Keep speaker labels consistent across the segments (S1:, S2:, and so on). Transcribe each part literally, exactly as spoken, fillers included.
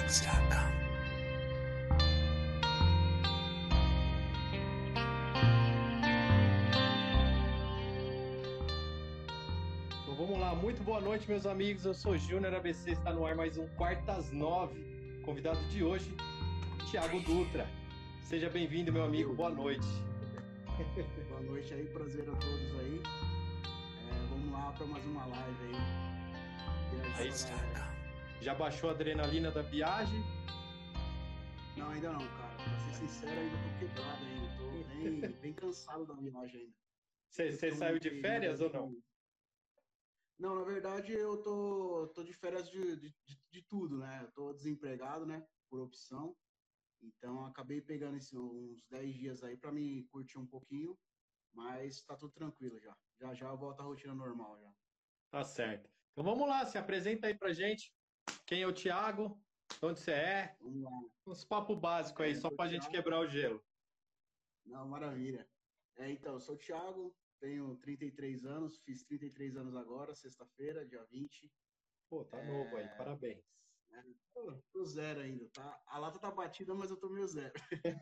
S1: Então vamos lá, muito boa noite, meus amigos. Eu sou Júnior A B C, está no ar mais um Quartas Nove. Convidado de hoje, Thiago Dutra. Seja bem-vindo, meu amigo. Boa noite.
S2: Boa noite aí, prazer a todos aí. É, vamos lá para mais uma live aí.
S1: Aí, já baixou a adrenalina da viagem?
S2: Não, ainda não, cara. Pra ser sincero, ainda tô quebrado ainda. Tô bem, bem cansado da viagem ainda.
S1: Você saiu de férias ou não?
S2: Não, na verdade eu tô, tô de férias de, de, de tudo, né? Eu tô desempregado, né? Por opção. Então acabei pegando esse, uns dez dias aí para me curtir um pouquinho, mas tá tudo tranquilo já. Já já eu volto à rotina normal já.
S1: Tá certo. Então vamos lá, se apresenta aí pra gente. Quem é o Thiago? Onde você é?
S2: Vamos lá.
S1: Uns papos básicos aí,
S2: É,
S1: só pra
S2: Thiago.
S1: gente quebrar o gelo.
S2: Não, maravilha. É, então, eu sou o Thiago, tenho trinta e três anos, fiz trinta e três anos agora, sexta-feira, dia vinte.
S1: Pô, tá
S2: É...
S1: novo aí, parabéns.
S2: É, tô, tô zero ainda, tá? A lata tá batida, mas eu tô meio zero.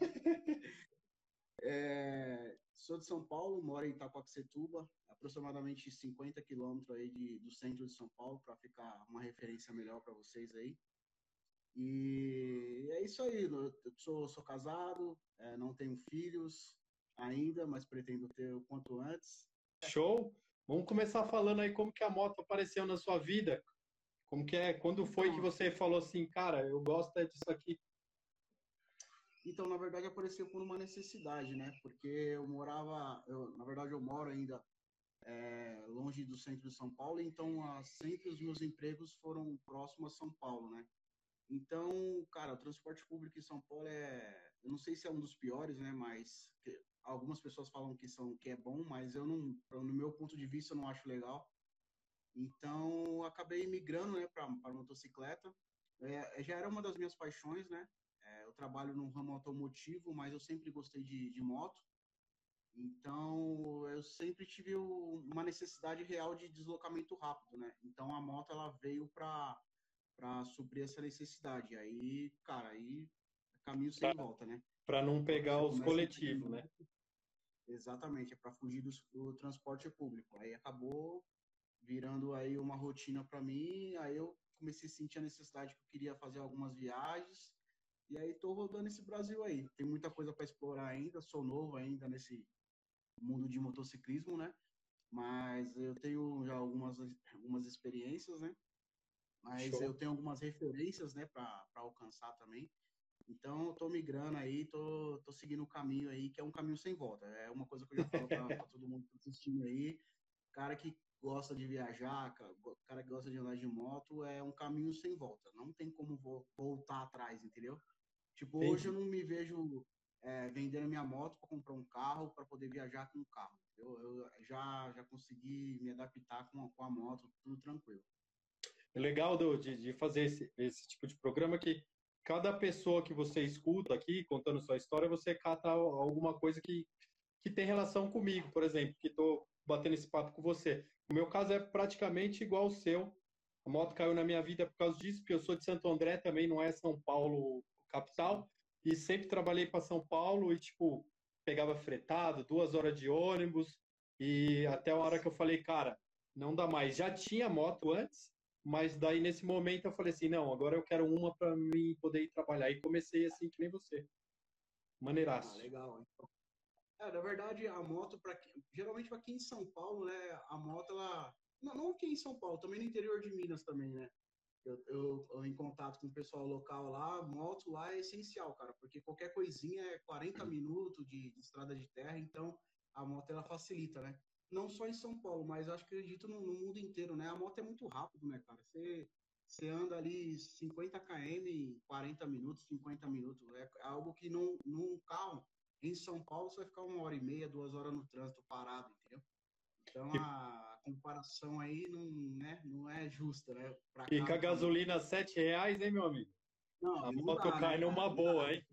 S2: É, sou de São Paulo, moro em Itacoaxetuba, aproximadamente cinquenta quilômetros aí de, do centro de São Paulo, para ficar uma referência melhor para vocês aí. E é isso aí, eu sou, sou casado, é, não tenho filhos ainda, mas pretendo ter o quanto antes.
S1: Show! Vamos começar falando aí como que a moto apareceu na sua vida. Como que é? Quando foi que
S2: Então,
S1: você falou assim, cara, eu gosto é disso aqui?
S2: Então, na verdade, apareceu por uma necessidade, né? Porque eu morava, eu, na verdade, eu moro ainda é, longe do centro de São Paulo, então a, sempre os meus empregos foram próximos a São Paulo, né? Então, cara, o transporte público em São Paulo é, eu não sei se é um dos piores, né? Mas que, algumas pessoas falam que são que é bom, mas eu não, no meu ponto de vista, eu não acho legal. Então, acabei migrando, né, para para motocicleta. É, já era uma das minhas paixões, né? É, eu trabalho no ramo automotivo, mas eu sempre gostei de, de moto. Então, eu sempre tive o, uma necessidade real de deslocamento rápido, né? Então, a moto ela veio para para suprir essa necessidade. Aí, cara, aí é caminho sem volta, né?
S1: Para não
S2: Quando
S1: pegar
S2: você
S1: os
S2: começa a entrar em
S1: coletivos, né?
S2: moto, exatamente, é para fugir do, do transporte público. Aí acabou virando aí uma rotina para mim, aí eu comecei a sentir a necessidade que eu queria fazer algumas viagens, e aí tô rodando esse Brasil aí. Tem muita coisa para explorar ainda, sou novo ainda nesse mundo de motociclismo, né? Mas eu tenho já algumas, algumas experiências, né? Mas
S1: Show.
S2: eu tenho algumas referências, né, para alcançar também. Então, eu tô migrando aí, tô, tô seguindo o caminho aí, que é um caminho sem volta. É uma coisa que eu já falo para todo mundo que tá assistindo aí. Cara que gosta de viajar, cara que gosta de andar de moto, é um caminho sem volta. Não tem como vo voltar atrás, entendeu? Tipo, hoje eu
S1: Entendi.
S2: não me vejo é, vendendo minha moto para comprar um carro, para poder viajar com o carro. Eu, eu já, já consegui me adaptar com a, com a moto, tudo tranquilo.
S1: O legal do, de, de fazer esse, esse tipo de programa é que cada pessoa que você escuta aqui, contando sua história, você cata alguma coisa que, que tem relação comigo, por exemplo, que estou batendo esse papo com você. O meu caso é praticamente igual ao seu. A moto caiu na minha vida por causa disso, porque eu sou de Santo André também, não é São Paulo capital, e sempre trabalhei para São Paulo e, tipo, pegava fretado, duas horas de ônibus, e até a hora que eu falei, cara, não dá mais. Já tinha moto antes, mas daí nesse momento eu falei assim, não, agora eu quero uma para mim poder ir trabalhar. E comecei assim que nem você.
S2: Ah,
S1: Maneiraço.
S2: legal. É, na verdade, a moto, pra, geralmente aqui em São Paulo, né, a moto, ela... Não, não aqui em São Paulo, também no interior de Minas também, né? Eu, eu, eu, em contato com o pessoal local lá, moto lá é essencial, cara, porque qualquer coisinha é quarenta minutos de, de estrada de terra, então a moto ela facilita, né? Não só em São Paulo, mas acho que acredito no, no mundo inteiro, né? A moto é muito rápido, né, cara? Você, você anda ali cinquenta quilômetros em quarenta minutos, cinquenta minutos. É algo que num, num carro, em São Paulo, você vai ficar uma hora e meia, duas horas no trânsito parado, entendeu? Então
S1: E,
S2: a comparação aí não, né, não é justa, né? Para
S1: e com a
S2: carro, com a moto.
S1: gasolina sete reais, hein, meu amigo?
S2: Não,
S1: A
S2: aí não
S1: moto
S2: dá,
S1: cai
S2: né, cara?
S1: numa
S2: Não dá.
S1: boa, hein?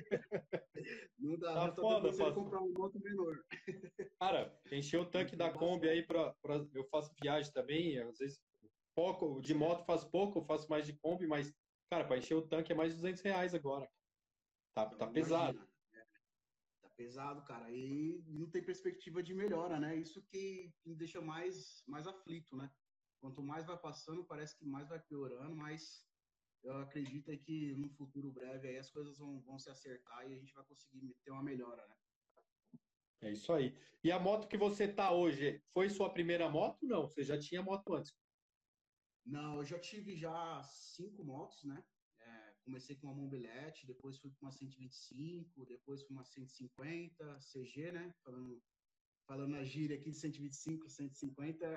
S2: Não dá.
S1: Tá
S2: Já tô até
S1: foda,
S2: pensando em
S1: faço.
S2: comprar uma moto menor.
S1: Cara, encher o tanque
S2: Porque é
S1: da Kombi
S2: embaçado.
S1: aí para. Eu faço viagem também, às vezes pouco, de moto
S2: Certo.
S1: faço pouco, eu faço mais de Kombi, mas Cara, para encher o tanque é mais de duzentos reais agora. Tá, tá
S2: Então,
S1: pesado.
S2: imagina. Tá pesado, cara. E não tem perspectiva de melhora, né? Isso que me deixa mais, mais aflito, né? Quanto mais vai passando, parece que mais vai piorando, mas eu acredito é que no futuro breve aí as coisas vão, vão se acertar e a gente vai conseguir ter uma melhora, né?
S1: É isso aí. E a moto que você tá hoje, foi sua primeira moto? Não, você já tinha moto antes.
S2: Não, eu já tive já cinco motos, né? É, comecei com uma mobilete, depois fui com uma cento e vinte e cinco, depois fui uma cento e cinquenta, C G, né? Falando, falando a gíria aqui de cento e vinte e cinco, cento e cinquenta.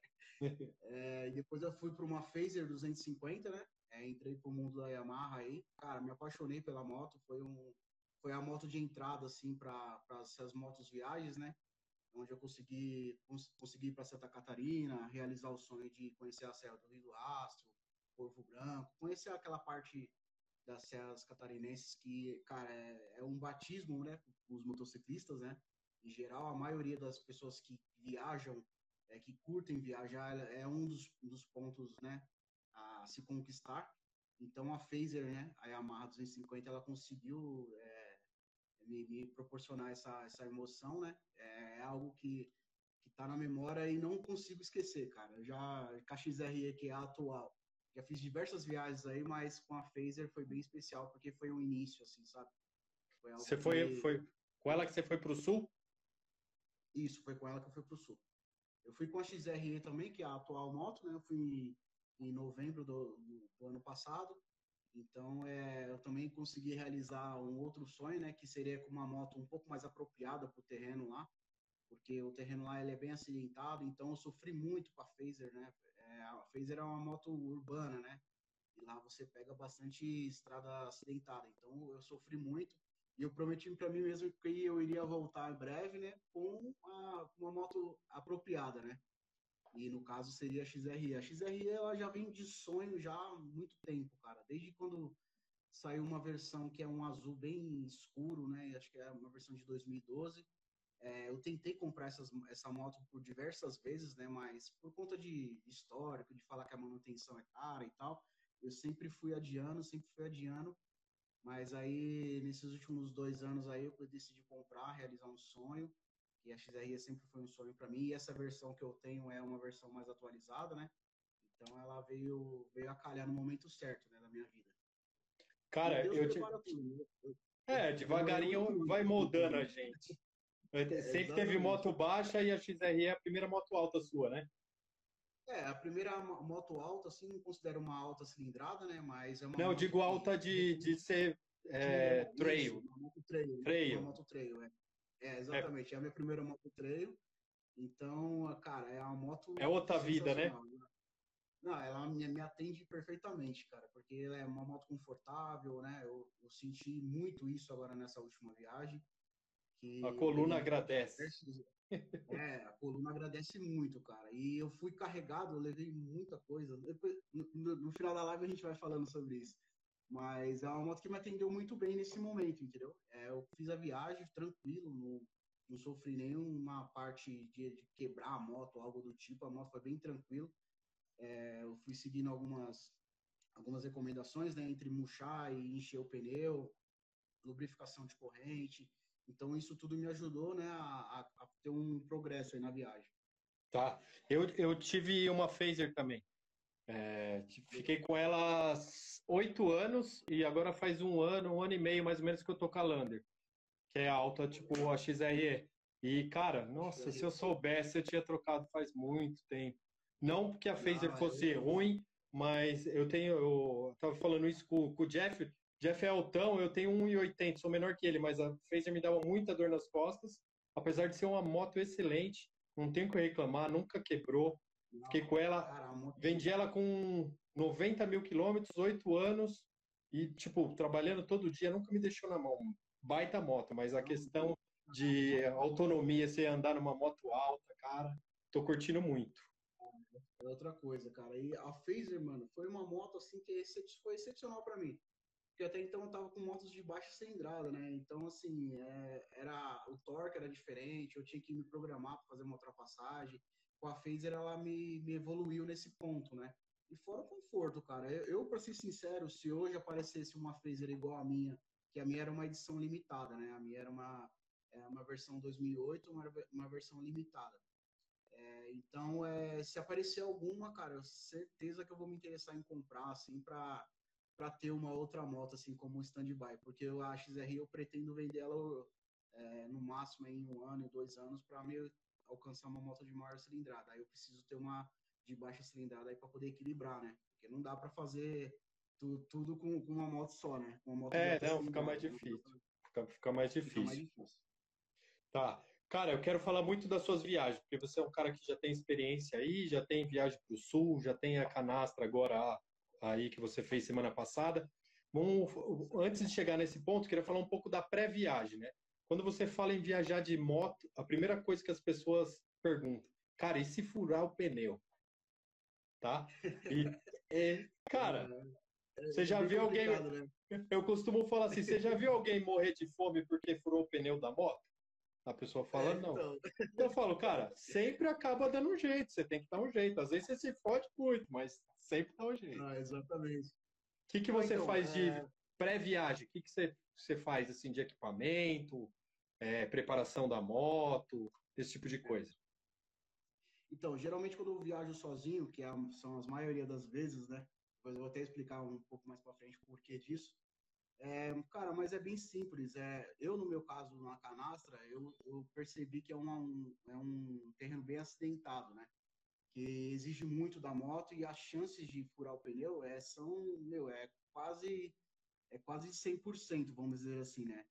S2: É, e depois eu fui para uma Phaser duzentos e cinquenta, né? É, entrei pro mundo da Yamaha aí. Cara, me apaixonei pela moto. Foi um, foi a moto de entrada, assim, para essas motos viagens, né? Onde eu consegui, cons consegui ir para Santa Catarina, realizar o sonho de conhecer a Serra do Rio do Rastro, Corvo Branco, conhecer aquela parte das serras catarinenses que, cara, é, é um batismo, né? Os motociclistas, né? Em geral, a maioria das pessoas que viajam, é, que curtem viajar, é um dos, dos pontos, né? A se conquistar. Então, a Phaser, né? A Yamaha duzentos e cinquenta, ela conseguiu é, me, me, proporcionar essa, essa emoção, né? É, é algo que que tá na memória e não consigo esquecer, cara. Eu já, K X R E, que é a atual, já fiz diversas viagens aí, mas com a Phaser foi bem especial, porque foi um início, assim, sabe? Foi algo
S1: Você foi,
S2: que...
S1: foi com ela que você foi para o sul?
S2: Isso, foi com ela que eu fui pro Sul. Eu fui com a X R E também, que é a atual moto, né? Eu fui em novembro do, do ano passado. Então, é, eu também consegui realizar um outro sonho, né? Que seria com uma moto um pouco mais apropriada para o terreno lá, porque o terreno lá ele é bem acidentado, então eu sofri muito com a Phaser, né? É, a Phaser é uma moto urbana, né? E lá você pega bastante estrada acidentada, então eu sofri muito. E eu prometi para mim mesmo que eu iria voltar em breve, né? Com uma, uma moto apropriada, né? E no caso seria a X R E. A X R E ela já vem de sonho já há muito tempo, cara. Desde quando saiu uma versão que é um azul bem escuro, né? Acho que é uma versão de dois mil e doze. É, eu tentei comprar essas, essa moto por diversas vezes, né? Mas por conta de histórico, de falar que a manutenção é cara e tal, eu sempre fui adiando, sempre fui adiando. Mas aí, nesses últimos dois anos aí, eu decidi comprar, realizar um sonho. E a X R E sempre foi um sonho para mim. E essa versão que eu tenho é uma versão mais atualizada, né? Então ela veio, veio a calhar no momento certo, né, da minha vida. E
S1: Cara,
S2: Deus
S1: eu te...
S2: prepara tudo, né? Eu, eu,
S1: É,
S2: eu demorei oito
S1: devagarinho
S2: anos
S1: vai
S2: para comprar,
S1: moldando a
S2: né?
S1: gente.
S2: É,
S1: Sempre teve
S2: exatamente.
S1: moto baixa e a X R E é a primeira moto alta sua, né?
S2: É, a primeira moto alta, assim, não considero uma alta cilindrada, né? Mas é uma
S1: Não, eu
S2: moto
S1: digo
S2: que
S1: alta de, de ser
S2: de
S1: é,
S2: isso,
S1: trail,
S2: uma moto trail, né? Uma
S1: trail.
S2: moto trail, é. É,
S1: É,
S2: exatamente. É a minha primeira moto trail. Então, cara, é uma
S1: é
S2: moto
S1: outra vida, né?
S2: sensacional. Não, ela me, me atende perfeitamente, cara, porque ela é uma moto confortável, né? Eu, eu senti muito isso agora nessa última viagem,
S1: A
S2: que eu
S1: coluna
S2: peguei
S1: agradece.
S2: diversos. É, a coluna agradece muito, cara. E eu fui carregado, eu levei muita coisa. Depois, no, no- no final da live a gente vai falando sobre isso. Mas é uma moto que me atendeu muito bem nesse momento, entendeu? É, eu fiz a viagem tranquilo, não, não sofri nenhuma parte de, de quebrar a moto, algo do tipo. A moto foi bem tranquila. É, eu fui seguindo algumas, algumas recomendações, né? Entre murchar e encher o pneu, lubrificação de corrente. Então, isso tudo me ajudou, né, a, a, a ter um progresso aí na viagem.
S1: Tá. Eu, eu tive uma Phaser também. É, fiquei com ela oito anos e agora faz um ano, um ano e meio mais ou menos que eu tô com a Lander, que é alta tipo a X R E. E, cara, nossa, se eu soubesse, eu tinha trocado faz muito tempo. Não porque a Phaser
S2: Não, é,
S1: fosse
S2: eu,
S1: ruim, mas eu tenho. Eu tava falando isso com, com o Jeff. Jeff é altão, eu tenho um e oitenta, sou menor que ele, mas a Phaser me dava muita dor nas costas. Apesar de ser uma moto excelente, não tenho o que reclamar, nunca quebrou. Fiquei
S2: não,
S1: com ela,
S2: cara, a moto,
S1: vendi ela com noventa mil quilômetros, oito anos, e, tipo, trabalhando todo dia, nunca me deixou na mão. Baita moto, mas a
S2: não,
S1: questão de autonomia, você andar numa moto alta, cara, tô curtindo muito.
S2: é outra coisa, cara. E a Phaser, mano, foi uma moto assim que excep- foi excepcional para mim. Porque até então eu tava com motos de baixa cilindrada, né? Então, assim, é, era, o torque era diferente, eu tinha que me programar para fazer uma ultrapassagem. Com a Phaser, ela me, me evoluiu nesse ponto, né? E fora o conforto, cara. Eu, eu para ser sincero, se hoje aparecesse uma Phaser igual a minha, que a minha era uma edição limitada, né? A minha era uma, é uma versão dois mil e oito, uma, uma versão limitada. É, então, é, se aparecer alguma, cara, eu certeza que eu vou me interessar em comprar, assim, para para ter uma outra moto, assim, como um stand-by. Porque a X R eu pretendo vender ela é, no máximo em um ano, dois anos, para me alcançar uma moto de maior cilindrada. Aí eu preciso ter uma de baixa cilindrada aí para poder equilibrar, né? Porque não dá para fazer tu, tudo com, com uma moto só, né? Com uma moto de
S1: É,
S2: alta
S1: não, fica mais
S2: cilindrada.
S1: difícil. Fica, fica mais
S2: Fica mais
S1: difícil.
S2: difícil.
S1: Tá. Cara, eu quero falar muito das suas viagens, porque você é um cara que já tem experiência aí, já tem viagem para o sul, já tem a canastra agora aí que você fez semana passada. Vamos, antes de chegar nesse ponto, queria falar um pouco da pré-viagem, né? Quando você fala em viajar de moto, a primeira coisa que as pessoas perguntam, cara, e se furar o pneu? Tá? E, é, cara, você
S2: É
S1: já
S2: bem
S1: viu alguém.
S2: complicado, né?
S1: Eu costumo falar assim, você já viu alguém morrer de fome porque furou o pneu da moto? A pessoa fala,
S2: É,
S1: não.
S2: então.
S1: Eu falo, cara, sempre acaba dando um jeito, você tem que dar um jeito. Às vezes você se fode muito, mas sempre dá um jeito.
S2: Ah, exatamente.
S1: O que que
S2: Não,
S1: você
S2: então,
S1: faz de
S2: é,
S1: pré-viagem? O que que você, você faz assim de equipamento, é, preparação da moto, esse tipo de coisa?
S2: então, geralmente quando eu viajo sozinho, que é a- são as maioria das vezes, né? Depois eu vou até explicar um pouco mais para frente o porquê disso. É, cara, mas é bem simples. É, eu, no meu caso, na canastra, eu, eu percebi que é, uma, um, é um terreno bem acidentado, né? Que exige muito da moto e as chances de furar o pneu é, são, meu, é quase, é quase cem por cento, vamos dizer assim, né?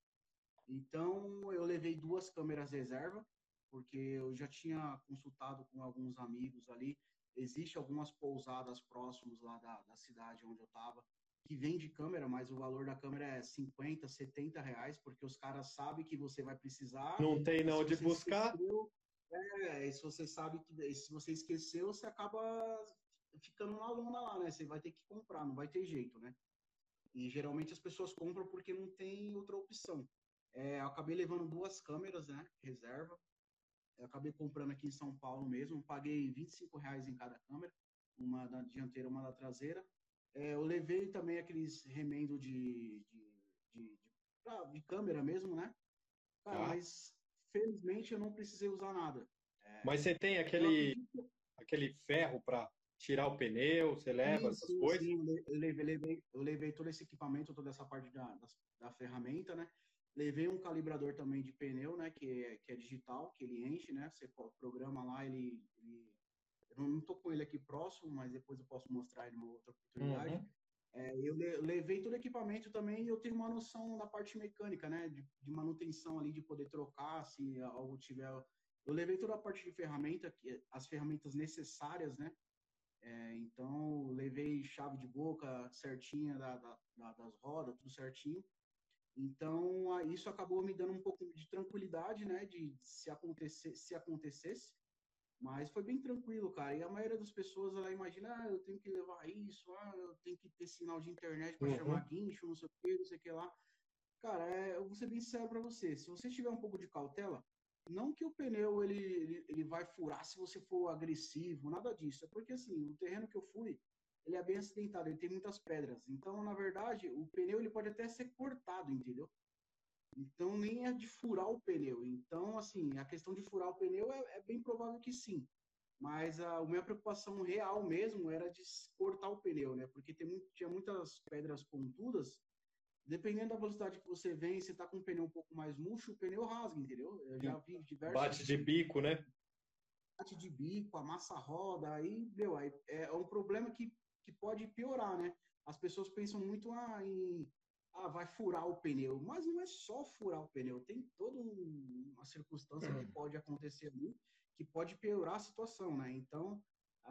S2: Então, eu levei duas câmeras reserva, porque eu já tinha consultado com alguns amigos ali. Existem algumas pousadas próximos lá da, da cidade onde eu estava, que vende câmera, mas o valor da câmera é cinquenta, setenta reais, porque os caras sabem que você vai precisar,
S1: Não tem
S2: e
S1: não
S2: se
S1: onde
S2: você
S1: buscar?
S2: esqueceu, é, e se você sabe que se você esqueceu, você acaba ficando na lona lá, né? Você vai ter que comprar, não vai ter jeito, né? E geralmente as pessoas compram porque não tem outra opção. É, eu acabei levando duas câmeras, né? Reserva. Eu acabei comprando aqui em São Paulo mesmo. Paguei vinte e cinco reais em cada câmera, uma da dianteira, uma da traseira. É, eu levei também aqueles remendo de, de, de, de, de câmera mesmo, né? Cara,
S1: Tá?
S2: mas felizmente eu não precisei usar nada. É,
S1: Mas você tem
S2: eu
S1: aquele,
S2: acredito.
S1: aquele ferro para tirar o pneu, você leva
S2: Sim,
S1: essas
S2: sim,
S1: coisas?
S2: sim. Eu levei, levei, eu levei todo esse equipamento, toda essa parte da, da, da ferramenta, né? Levei um calibrador também de pneu, né? Que é, que é digital, que ele enche, né? Você programa lá, ele, ele... Eu não estou com ele aqui próximo, mas depois eu posso mostrar ele numa outra oportunidade.
S1: Uhum.
S2: É, eu levei todo o equipamento também e eu tenho uma noção da parte mecânica, né? De, de manutenção ali, de poder trocar se algo tiver. Eu levei toda a parte de ferramenta, que, as ferramentas necessárias, né? É, então, levei chave de boca certinha da, da, da, das rodas, tudo certinho. Então, isso acabou me dando um pouco de tranquilidade, né? De se, acontecer, se acontecesse. Mas foi bem tranquilo, cara. E a maioria das pessoas, ela imagina, ah, eu tenho que levar isso, ah, eu tenho que ter sinal de internet para chamar
S1: Uhum.
S2: guincho, não sei o que, não sei o que lá. Cara, é, eu vou ser bem sincero para você. Se você tiver um pouco de cautela, não que o pneu ele, ele, ele vai furar se você for agressivo, nada disso. É porque assim, o terreno que eu fui, ele é bem acidentado, ele tem muitas pedras. Então, na verdade, o pneu ele pode até ser cortado, entendeu? Então, nem é de furar o pneu. Então, assim, a questão de furar o pneu é, é bem provável que sim. Mas a, a minha preocupação real mesmo era de cortar o pneu, né? Porque tem, tinha muitas pedras pontudas. Dependendo da velocidade que você vem, você tá com o pneu um pouco mais murcho, o pneu rasga, entendeu? Eu já vi
S1: Bate
S2: diversos
S1: de bico, né?
S2: bate de bico, amassa a roda, aí, meu, aí é um problema que, que pode piorar, né? As pessoas pensam muito ah, em ah, vai furar o pneu, mas não é só furar o pneu, tem toda um, uma circunstância que pode acontecer ali, que pode piorar a situação, né? Então,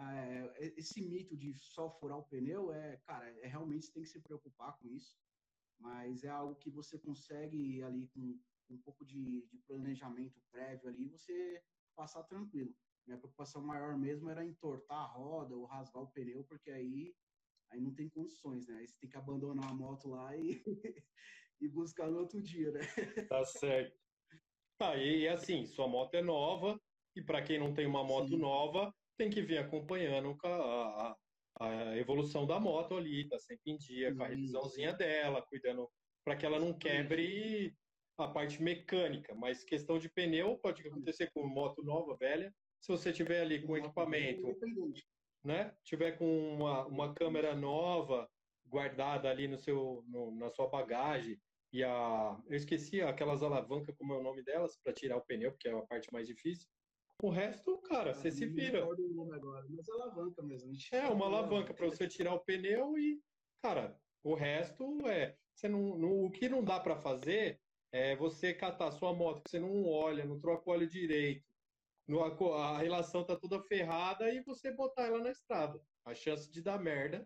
S2: é, esse mito de só furar o pneu é, cara, é realmente você tem que se preocupar com isso, mas é algo que você consegue ali com um pouco de, de planejamento prévio ali, você passar tranquilo. Minha preocupação maior mesmo era entortar a roda ou rasgar o pneu, porque aí, aí não tem condições, né? Aí você tem que abandonar a moto lá e, e buscar no outro dia, né?
S1: Tá certo. Ah, e, e assim, sua moto é nova, e para quem não tem uma moto
S2: Sim,
S1: nova, tem que vir acompanhando com a, a, a evolução da moto ali, tá sempre em dia, com a
S2: Sim,
S1: revisãozinha
S2: sim,
S1: dela, cuidando para que ela não
S2: exatamente.
S1: quebre a parte mecânica. Mas questão de pneu pode
S2: Exatamente.
S1: acontecer com moto nova, velha. Se você tiver ali com
S2: Uma moto velha é
S1: equipamento,
S2: independente.
S1: né? Tiver com uma, uma câmera
S2: Exatamente.
S1: nova guardada ali no seu, no- na sua bagagem e a, eu esqueci aquelas alavancas, como é o nome delas, para tirar o pneu, porque é a parte mais difícil. O resto, cara,
S2: Eu
S1: você se
S2: também não me
S1: vira.
S2: recordo o nome agora, mas é alavanca mesmo, a gente
S1: É
S2: chama
S1: uma
S2: de
S1: alavanca
S2: alavanca.
S1: para você tirar o pneu e, cara, o resto é, você não, não- o que não dá para fazer é você catar sua moto que você não olha, não troca o óleo direito, no- a, co- a relação tá toda ferrada e você botar ela na estrada. A chance de dar merda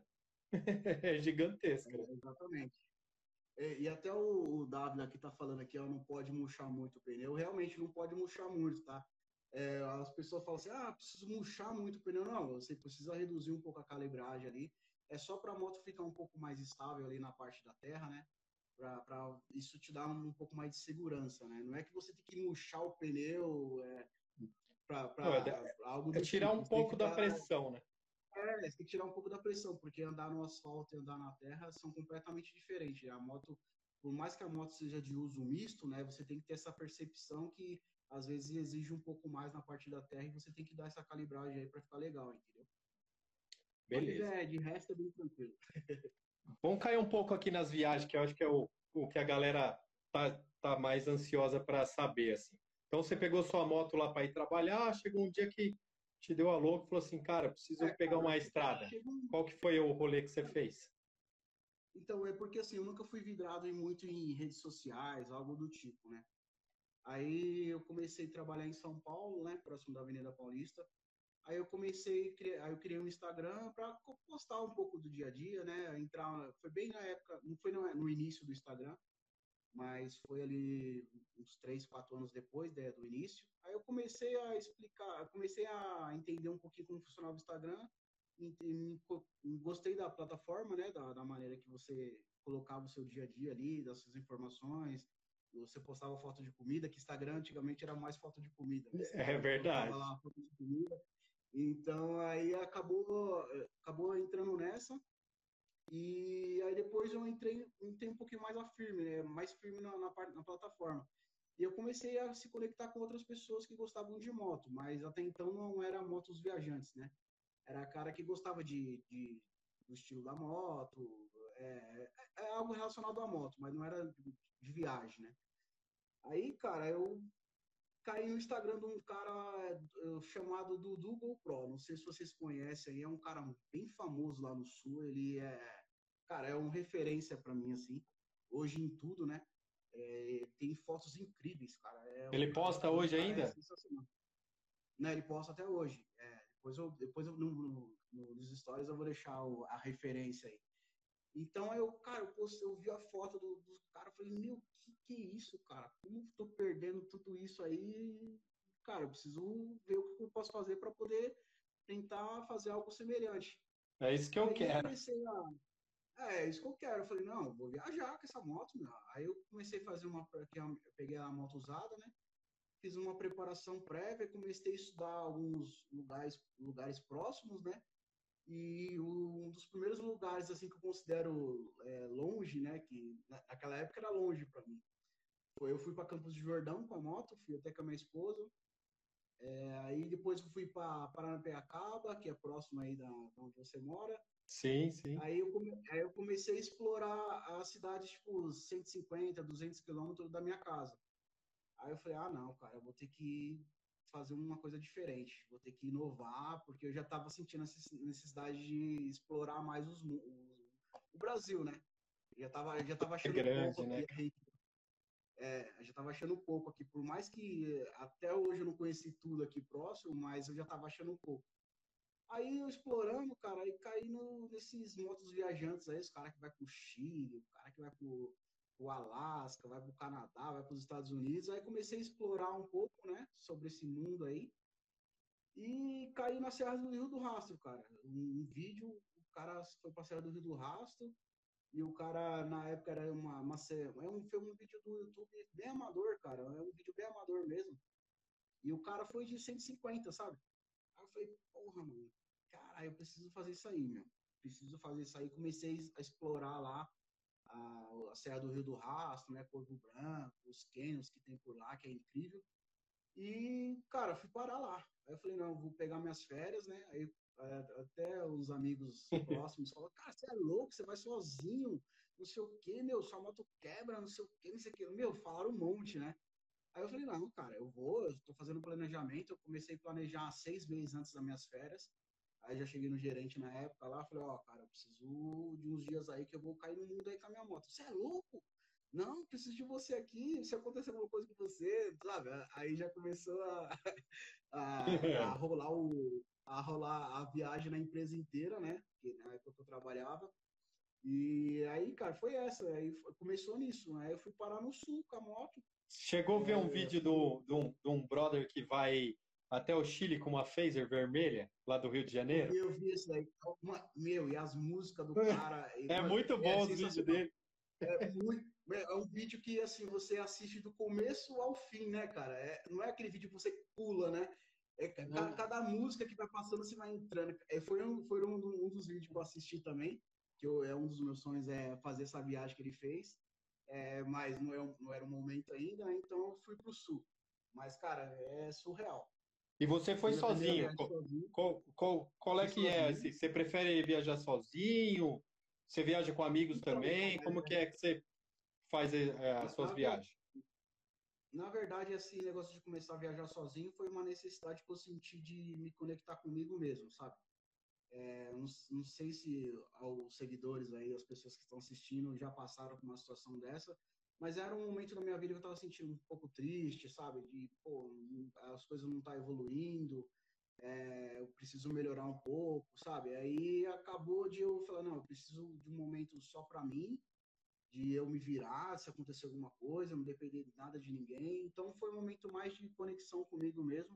S1: é gigantesca, né?
S2: É, exatamente. E, e até o, o Davi aqui tá falando aqui, ó, não pode murchar muito o pneu. Realmente não pode murchar muito, tá? É, as pessoas falam assim, ah, preciso murchar muito o pneu. Não, você precisa reduzir um pouco a calibragem ali. É só para a moto ficar um pouco mais estável ali na parte da terra, né? Para isso te dar um, um pouco mais de segurança, né? Não é que você tem que murchar o pneu é,
S1: Não, é,
S2: para algo
S1: é
S2: do
S1: tirar
S2: tipo.
S1: um
S2: Você tem que
S1: pouco da
S2: dar
S1: pressão, né?
S2: é, você tem que tirar um pouco da pressão, porque andar no asfalto e andar na terra são completamente diferentes. A moto, por mais que a moto seja de uso misto, né, você tem que ter essa percepção que às vezes exige um pouco mais na parte da terra e você tem que dar essa calibragem aí para ficar legal, entendeu? Mas
S1: Beleza.
S2: é, de resto é bem tranquilo.
S1: Vamos cair um pouco aqui nas viagens, que eu acho que é o, o que a galera tá, tá mais ansiosa para saber, assim. Então, você pegou sua moto lá para ir trabalhar, chegou um dia que te deu a louca e falou assim, cara, preciso
S2: É,
S1: pegar
S2: cara,
S1: uma estrada.
S2: chega um...
S1: Qual que foi o rolê que você fez?
S2: Então, é porque assim, eu nunca fui vidrado em muito em redes sociais, algo do tipo, né? Aí eu comecei a trabalhar em São Paulo, né, próximo da Avenida Paulista. Aí eu comecei, aí eu criei um Instagram para postar um pouco do dia a dia, né? Entrar, foi bem na época, não foi no, no início do Instagram, mas foi ali uns três, quatro anos depois, né, do início. Aí eu comecei a explicar, comecei a entender um pouquinho como funcionava o Instagram, e, e, gostei da plataforma, né, da, da maneira que você colocava o seu dia a dia ali, das suas informações, você postava foto de comida, que Instagram antigamente era mais foto de comida, né? Você
S1: É
S2: colocava
S1: verdade.
S2: lá uma foto de comida, então aí acabou, acabou entrando nessa. E aí depois eu entrei, entrei um pouquinho mais a firme, né? Mais firme na, na, na plataforma. E eu comecei a se conectar com outras pessoas que gostavam de moto, mas até então não era motos viajantes, né? Era cara que gostava de, de do estilo da moto, é, é algo relacionado à moto, mas não era de, de viagem, né? Aí, cara, eu caí no Instagram de um cara uh, chamado Dudu GoPro. Não sei se vocês conhecem, aí é um cara bem famoso lá no sul. Ele é, cara, é uma referência para mim assim. Hoje em tudo, né? É, tem fotos incríveis, cara. É,
S1: Ele
S2: o
S1: posta
S2: Instagram do
S1: hoje
S2: cara é
S1: ainda?
S2: sensacional. Né, ele posta até hoje. É, depois eu, depois eu no, no, nos stories eu vou deixar o, a referência aí. Então eu, cara, eu, postei, eu vi a foto do, dos caras, falei, meu, que que é isso, cara? Como eu tô perdendo tudo isso aí? Cara, eu preciso ver o que eu posso fazer para poder tentar fazer algo semelhante.
S1: É isso que eu
S2: Aí eu
S1: quero.
S2: comecei a. É, é isso que eu quero. Eu falei, não, eu vou viajar com essa moto, meu. Aí eu comecei a fazer uma. Eu peguei a moto usada, né? Fiz uma preparação prévia, comecei a estudar alguns lugares, lugares próximos, né? E um dos primeiros lugares assim que eu considero é, longe, né, que naquela época era longe para mim, foi eu fui para Campos de Jordão com a moto, fui até com a minha esposa. É, aí depois eu fui para Paranapiacaba, que é próximo aí da, da onde você mora.
S1: Sim, sim.
S2: Aí eu, come, aí eu comecei a explorar a cidade, tipo, cento e cinquenta, duzentos quilômetros da minha casa. Aí eu falei, ah, não, cara, eu vou ter que fazer uma coisa diferente, vou ter que inovar, porque eu já estava sentindo essa necessidade de explorar mais os, os, o Brasil, né? Eu já estava já tava
S1: É
S2: achando pouco
S1: grande, né?
S2: aqui, é, já estava achando pouco aqui, por mais que até hoje eu não conheci tudo aqui próximo, mas eu já estava achando um pouco. Aí eu explorando, cara, aí caí no, nesses motos viajantes aí, os caras que vai pro Chile, o cara que vai pro, pro Alasca, vai pro Canadá, vai pros Estados Unidos. Aí comecei a explorar um pouco, né, sobre esse mundo aí. E caí na Serra do Rio do Rastro, cara. Um, um vídeo, o cara foi pra Serra do Rio do Rastro, e o cara, na época, era uma, uma é um, foi um vídeo do YouTube bem amador, cara. É um vídeo bem amador mesmo. E o cara foi de cento e cinquenta, sabe? Aí eu falei, porra, mano, cara, eu preciso fazer isso aí, meu. preciso fazer isso aí. Comecei a explorar lá a, a Serra do Rio do Rastro, né, Corvo Branco, os cânions que tem por lá, que é incrível. E, cara, fui parar lá. Aí eu falei, não, vou pegar minhas férias, né? Aí é, até os amigos próximos falaram, cara, você é louco, você vai sozinho, não sei o quê, meu, sua moto quebra, não sei o quê, não sei o quê. Meu, falaram um monte, né? Aí eu falei, não, cara, eu vou, eu tô fazendo planejamento, eu comecei a planejar seis meses antes das minhas férias. Aí já cheguei no gerente na época lá, falei, ó, cara, eu preciso de uns dias aí que eu vou cair no mundo aí com a minha moto. Você é louco? Não, preciso de você aqui, se acontecer alguma coisa com você, sabe? Aí já começou a, a, a rolar o, a rolar a viagem na empresa inteira, né? Porque na época que eu trabalhava. E aí, cara, foi essa. Aí foi- começou nisso. Aí eu fui parar no sul com a moto.
S1: Chegou a ver um
S2: É,
S1: vídeo
S2: fui,
S1: do, de, um, de um brother que vai até o Chile com uma phaser vermelha, lá do Rio de
S2: eu
S1: Janeiro?
S2: vi, eu vi isso aí. Uma- meu, e as músicas do cara, e,
S1: É
S2: mano,
S1: muito
S2: é
S1: bom os vídeos
S2: sensacional.
S1: dele.
S2: É muito, é um vídeo que assim você assiste do começo ao fim, né, cara? É, não é aquele vídeo que você pula, né? É, ca- cada música que vai passando você vai entrando. É, foi um, foi um, um dos vídeos que eu assisti também, que eu, é um dos meus sonhos é fazer essa viagem que ele fez. É, mas não, é, um- não era o momento ainda, né? Então eu fui pro sul. Mas, cara, é surreal.
S1: E você foi
S2: Fiz a primeira
S1: sozinho.
S2: viagem
S1: Qual,
S2: sozinho,
S1: qual, qual, qual é
S2: fui
S1: que é?
S2: sozinho.
S1: Assim, você prefere viajar sozinho? Você viaja com amigos
S2: Então,
S1: também?
S2: cara,
S1: Como que é que você faz eh, as
S2: na,
S1: suas
S2: na verdade,
S1: viagens?
S2: Na verdade, esse negócio de começar a viajar sozinho foi uma necessidade que eu senti de me conectar comigo mesmo, sabe? É, não, não sei se os seguidores aí, as pessoas que estão assistindo, já passaram por uma situação dessa, mas era um momento da minha vida que eu estava sentindo um pouco triste, sabe? De, pô, as coisas não estão tá evoluindo, é, eu preciso melhorar um pouco, sabe? Aí acabou de eu falar, não, eu preciso de um momento só para mim, de eu me virar, se acontecer alguma coisa, não depender de nada de ninguém. Então foi um momento mais de conexão comigo mesmo.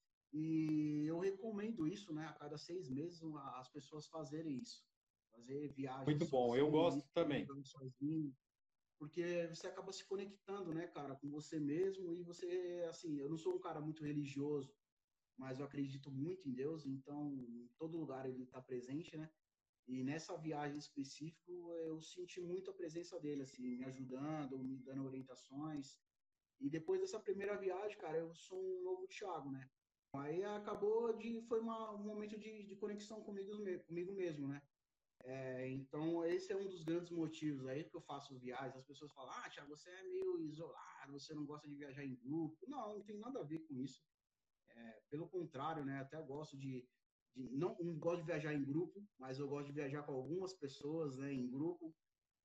S2: E eu recomendo isso, né? A cada seis meses as pessoas fazerem isso. Fazer viagem
S1: Muito bom. Eu
S2: sozinho, ir
S1: gosto
S2: para um
S1: também.
S2: lugar sozinho. Porque você acaba se conectando, né, cara, com você mesmo. E você, assim, eu não sou um cara muito religioso, mas eu acredito muito em Deus. Então, em todo lugar ele está presente, né? E nessa viagem específica, eu senti muito a presença dele, assim, me ajudando, me dando orientações. E depois dessa primeira viagem, cara, eu sou um novo Thiago, né? Aí acabou de, foi uma, um momento de, de conexão comigo, comigo mesmo, né? É, então, esse é um dos grandes motivos aí que eu faço viagens. As pessoas falam, ah, Thiago, você é meio isolado, você não gosta de viajar em grupo. Não, não tem nada a ver com isso. É, pelo contrário, né? Até gosto de, de não, não gosto de viajar em grupo, mas eu gosto de viajar com algumas pessoas, né, em grupo.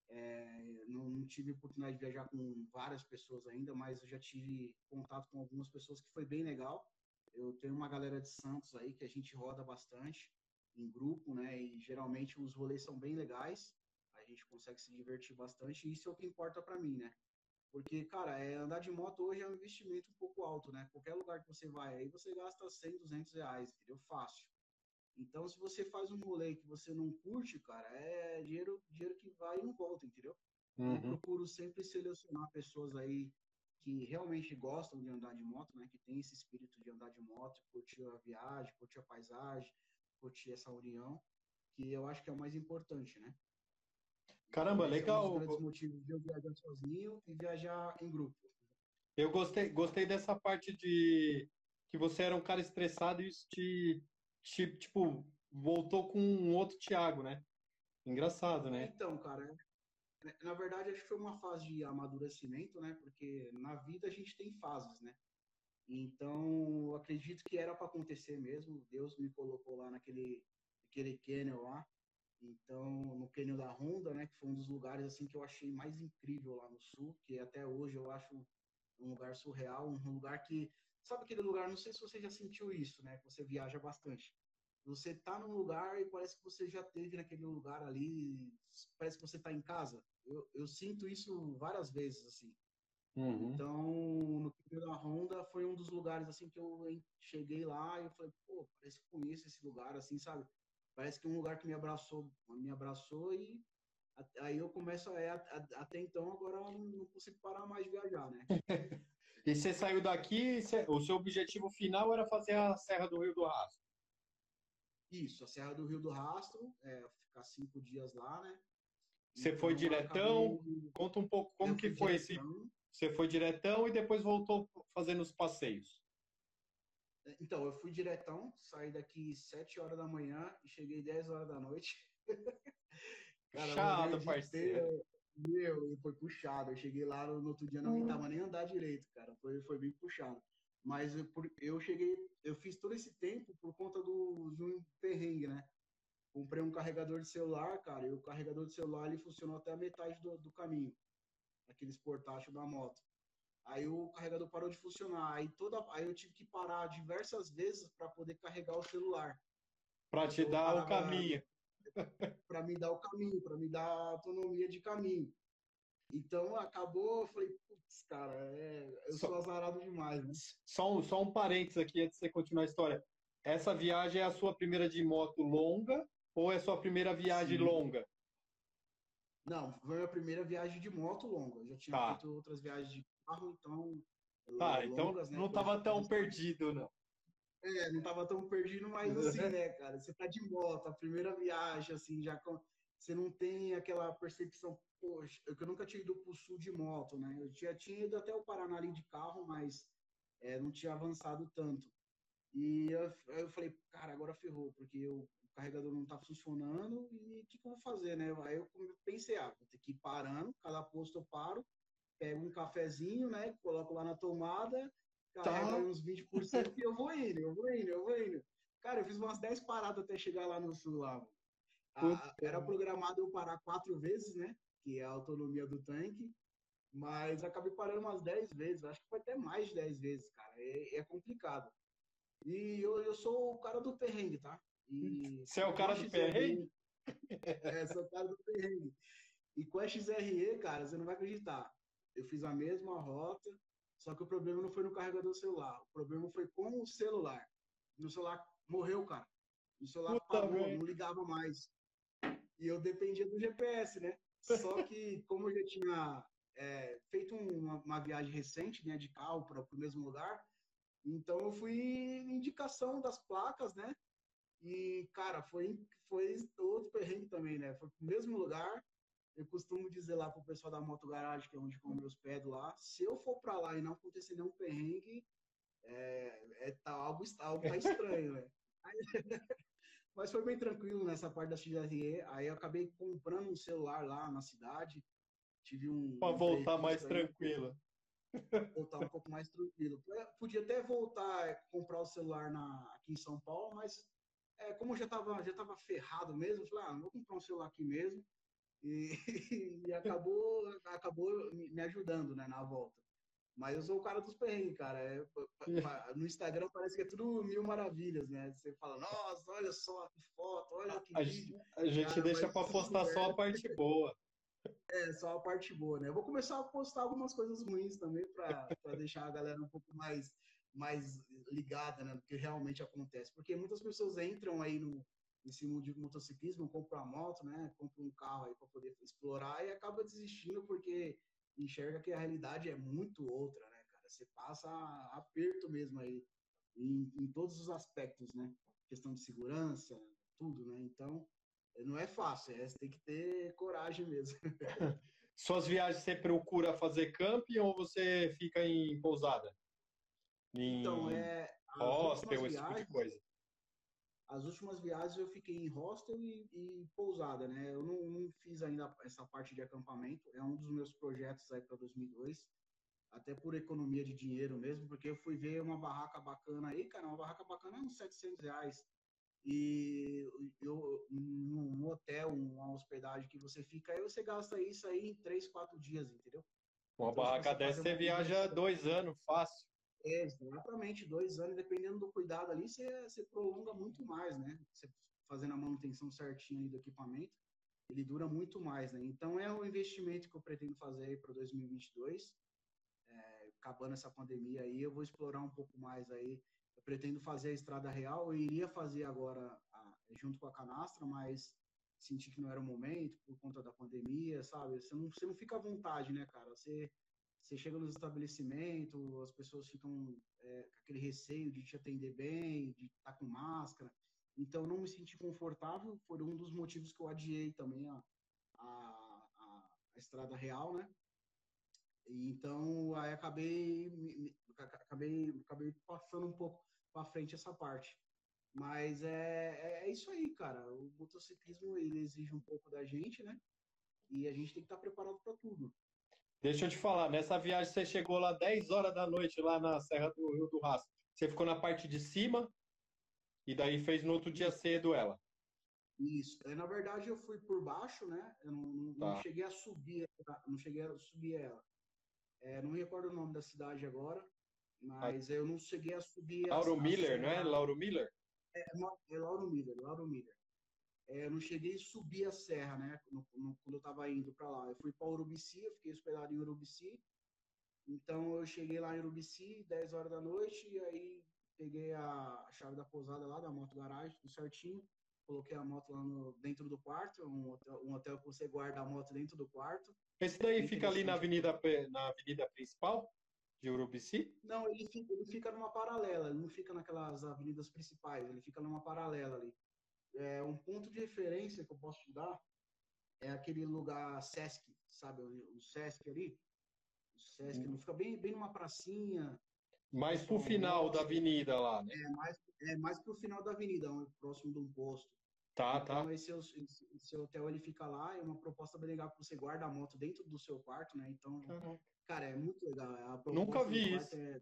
S2: É, não, não tive oportunidade de viajar com várias pessoas ainda, mas eu já tive contato com algumas pessoas que foi bem legal. Eu tenho uma galera de Santos aí que a gente roda bastante em grupo, né? E geralmente os rolês são bem legais. A gente consegue se divertir bastante e isso é o que importa para mim, né? Porque, cara, é, andar de moto hoje é um investimento um pouco alto, né? Qualquer lugar que você vai aí, você gasta cem, duzentos reais, entendeu? Fácil. Então, se você faz um rolê que você não curte, cara, é dinheiro, dinheiro que vai e não volta, entendeu? Então, eu
S1: Uhum.
S2: procuro sempre selecionar pessoas aí que realmente gostam de andar de moto, né? Que tem esse espírito de andar de moto, curtir a viagem, curtir a paisagem, curtir essa união, que eu acho que é o mais importante, né? Então,
S1: Caramba,
S2: esse é um dos
S1: legal.
S2: grandes motivos de eu viajar sozinho e viajar em grupo.
S1: Eu gostei, gostei dessa parte de que você era um cara estressado e isso te, te, tipo, voltou com um outro Thiago, né? Engraçado,
S2: É,
S1: né?
S2: então, cara, é- na verdade, acho que foi uma fase de amadurecimento, né? Porque na vida a gente tem fases, né? Então, eu acredito que era para acontecer mesmo. Deus me colocou lá naquele, naquele cânion lá. Então, no cânion da Honda, né, que foi um dos lugares assim que eu achei mais incrível lá no sul, que até hoje eu acho um lugar surreal, um lugar que, sabe aquele lugar, não sei se você já sentiu isso, né, que você viaja bastante. Você tá num lugar e parece que você já teve naquele lugar ali, parece que você tá em casa. Eu, eu sinto isso várias vezes assim.
S1: Uhum.
S2: Então, no primeiro da Honda foi um dos lugares assim que eu cheguei lá e eu falei, pô, parece que conheço esse lugar assim, sabe? Parece que é um lugar que me abraçou, me abraçou e aí eu começo a, a, até então agora eu não consigo parar mais de viajar, né?
S1: E você saiu daqui, você- o seu objetivo final era fazer a Serra do Rio do Rastro.
S2: Isso, a Serra do Rio do Rastro, é, ficar cinco dias lá, né?
S1: Você foi
S2: Então, eu acabei.
S1: diretão? Conta um pouco como
S2: Eu
S1: que
S2: fui
S1: foi esse.
S2: diretão.
S1: Você foi diretão e depois voltou fazendo os passeios.
S2: Então, eu fui diretão, saí daqui sete horas da manhã e cheguei dez horas da noite. Cara, eu rodei o
S1: Puxado,
S2: dia
S1: parceiro.
S2: inteiro. Meu, e foi puxado. Eu cheguei lá no, no outro dia, não aguentava nem andar direito, cara. Foi, foi bem puxado. Mas eu, por- eu cheguei, eu fiz todo esse tempo por conta do, de um perrengue, né? Comprei um carregador de celular, cara, e o carregador de celular ele funcionou até a metade do, do caminho, aqueles portátil da moto. Aí o carregador parou de funcionar. Aí, toda, aí eu tive que parar diversas vezes para poder carregar o celular.
S1: Para te
S2: Então eu
S1: dar o
S2: parava
S1: caminho.
S2: para me dar o caminho, para me dar autonomia de caminho. Então acabou, eu falei, putz, cara, é, eu
S1: Só,
S2: sou azarado demais, né?
S1: só um, só um parênteses aqui antes de você continuar a história. Essa viagem é a sua primeira de moto longa ou é a sua primeira viagem
S2: Sim.
S1: longa?
S2: Não, foi a minha primeira viagem de moto longa. Eu já tinha
S1: Tá.
S2: feito outras viagens de carro, então
S1: Tá,
S2: é,
S1: então
S2: longas, né?
S1: não
S2: Por
S1: estava tão
S2: justamente.
S1: perdido, não.
S2: É, não tava tão perdido, mas assim, né, cara? Você tá de moto, a primeira viagem, assim, já com... você não tem aquela percepção, poxa, eu que eu nunca tinha ido pro sul de moto, né? Eu já tinha ido até o Paraná ali de carro, mas é, não tinha avançado tanto. E eu, aí eu falei, cara, agora ferrou, porque o, o carregador não tá funcionando e o que, que eu vou fazer, né? Aí eu pensei, ah, vou ter que ir parando, cada posto eu paro, pego um cafezinho, né? Coloco lá na tomada, carrego aí
S1: Tá.
S2: uns vinte por cento e eu vou indo, eu vou indo, eu vou indo. Cara, eu fiz umas dez paradas até chegar lá no sul lá. A- a-
S1: Puta.
S2: era programado eu parar quatro vezes, né? Que é a autonomia do tanque, mas acabei parando umas dez vezes, acho que foi até mais de dez vezes, cara. É, é complicado. E eu, eu sou o cara do perrengue, tá? E
S1: Você é o
S2: com a
S1: cara do perrengue?
S2: X R E, é, sou o cara do perrengue. E com a X R E, cara, você não vai acreditar. Eu fiz a mesma rota, só que o problema não foi no carregador celular. O problema foi com o celular. Meu celular morreu, cara. O celular
S1: Puta
S2: parou,
S1: merda.
S2: não ligava mais. E eu dependia do G P S, né? Só que, como eu já tinha é, feito uma, uma, viagem recente, né, de carro para o mesmo lugar, então eu fui indicação das placas, né? E, cara, foi, foi outro perrengue também, né? Foi pro mesmo lugar. Eu costumo dizer lá pro pessoal da Moto Garage, que é onde eu me hospedo lá, se eu for para lá e não acontecer nenhum perrengue, é, é tá, algo, algo tá estranho, né? Mas foi bem tranquilo nessa parte da X R E. Aí eu acabei comprando um celular lá na cidade. Tive um
S1: Para voltar mais
S2: imprevisto aí,
S1: tranquilo.
S2: voltar um pouco mais tranquilo. Eu podia até voltar, é, comprar o celular na, aqui em São Paulo, mas é, como eu já estava já tava ferrado mesmo, eu falei, ah, não vou comprar um celular aqui mesmo. E, e acabou, acabou me ajudando, né, na volta. Mas eu sou o cara dos perrengues, cara. É, no Instagram parece que é tudo mil maravilhas, né? Você fala, nossa, olha só que foto, olha que
S1: A,
S2: vídeo.
S1: a gente
S2: Cara,
S1: deixa
S2: mas
S1: para
S2: se
S1: postar só a
S2: souber,
S1: parte boa.
S2: é só a parte boa, né? Eu vou começar a postar algumas coisas ruins também para deixar a galera um pouco mais, mais ligada, né? Do que realmente acontece. Porque muitas pessoas entram aí no, nesse mundo de motociclismo, compram a moto, né? Compram um carro aí para poder explorar e acaba desistindo porque enxerga que a realidade é muito outra, né, cara? Você passa aperto mesmo aí em, em todos os aspectos, né? Questão de segurança, tudo, né? Então, não é fácil, é, você tem que ter coragem mesmo.
S1: Suas viagens você procura fazer camping ou você fica em pousada?
S2: Então,
S1: Em
S2: é, as últimas
S1: hostel, esse tipo de
S2: viagens,
S1: coisa?
S2: as últimas viagens eu fiquei em hostel e, e pousada, né? Eu não, não fiz ainda essa parte de acampamento, é um dos meus projetos aí para dois mil e dois, até por economia de dinheiro mesmo, porque eu fui ver uma barraca bacana aí, cara, uma barraca bacana é uns setecentos reais. E eu, num hotel, uma hospedagem que você fica, aí você gasta isso aí em três, quatro dias, entendeu?
S1: Uma
S2: Então, se
S1: barraca
S2: você fazer
S1: dessa você
S2: uma
S1: viaja
S2: conversão,
S1: dois anos, fácil.
S2: é, exatamente, dois anos, dependendo do cuidado ali, você, você prolonga muito mais, né? Você fazendo a manutenção certinha ali do equipamento, ele dura muito mais, né? Então, é um investimento que eu pretendo fazer aí para dois mil e vinte e dois, é, acabando essa pandemia aí, eu vou explorar um pouco mais aí. Eu pretendo fazer a Estrada Real, eu iria fazer agora a, junto com a Canastra, mas senti que não era o momento por conta da pandemia, sabe? Você não, você não fica à vontade, né, cara? Você você chega nos estabelecimentos, as pessoas ficam é, com aquele receio de te atender bem, de estar com máscara. então não me senti confortável, foi um dos motivos que eu adiei também a, a, a, a estrada real, né? E, então, aí acabei, me- me- acabei, acabei passando um pouco para frente essa parte. Mas é, é é isso aí, cara. O motociclismo ele exige um pouco da gente, né? E a gente tem que estar preparado para tudo.
S1: Deixa eu te falar, nessa viagem você chegou lá dez horas da noite, lá na Serra do Rio do Rastro. Você ficou na parte de cima e daí fez no outro dia
S2: Isso,
S1: cedo ela.
S2: isso. É, na verdade, eu fui por baixo, né? Eu não, não, não
S1: Tá.
S2: cheguei a subir, não cheguei a subir ela. É, não me recordo o nome da cidade agora,
S1: A
S2: mas eu não cheguei a subir a,
S1: Lauro
S2: a
S1: Miller, não é?
S2: serra.
S1: Lauro Miller?
S2: É, é Lauro Miller, Lauro Miller. É, eu não cheguei a subir a serra, né? No, no, quando eu estava indo para lá. Eu fui para Urubici, eu fiquei hospedado em Urubici. Então eu cheguei lá em Urubici, dez horas da noite, e aí peguei a chave da pousada lá, da moto garagem, tudo certinho. Coloquei a moto lá no, dentro do quarto, um hotel, um hotel que você guarda a moto dentro do quarto.
S1: Esse daí
S2: Bem
S1: fica ali na
S2: interessante.
S1: avenida, Pe- na avenida principal de Urubici?
S2: Não, ele fica, ele fica numa paralela, ele não fica naquelas avenidas principais, ele fica numa paralela ali. É, um ponto de referência que eu posso te dar é aquele lugar Sesc, sabe? O, o Sesc ali. O Sesc, ele fica bem, bem numa pracinha, que o
S1: Mais pro
S2: pessoal
S1: final da
S2: gosta.
S1: avenida lá, né?
S2: É mais, é mais pro final da avenida, próximo de um posto.
S1: Tá,
S2: Então,
S1: tá.
S2: esse, esse, esse hotel, ele fica lá, é uma proposta bem legal, que você guarda a moto dentro do seu quarto, né? Então,
S1: Caraca.
S2: cara, é muito legal. A
S1: Nunca
S2: proposta do
S1: vi
S2: quarto
S1: isso.
S2: é...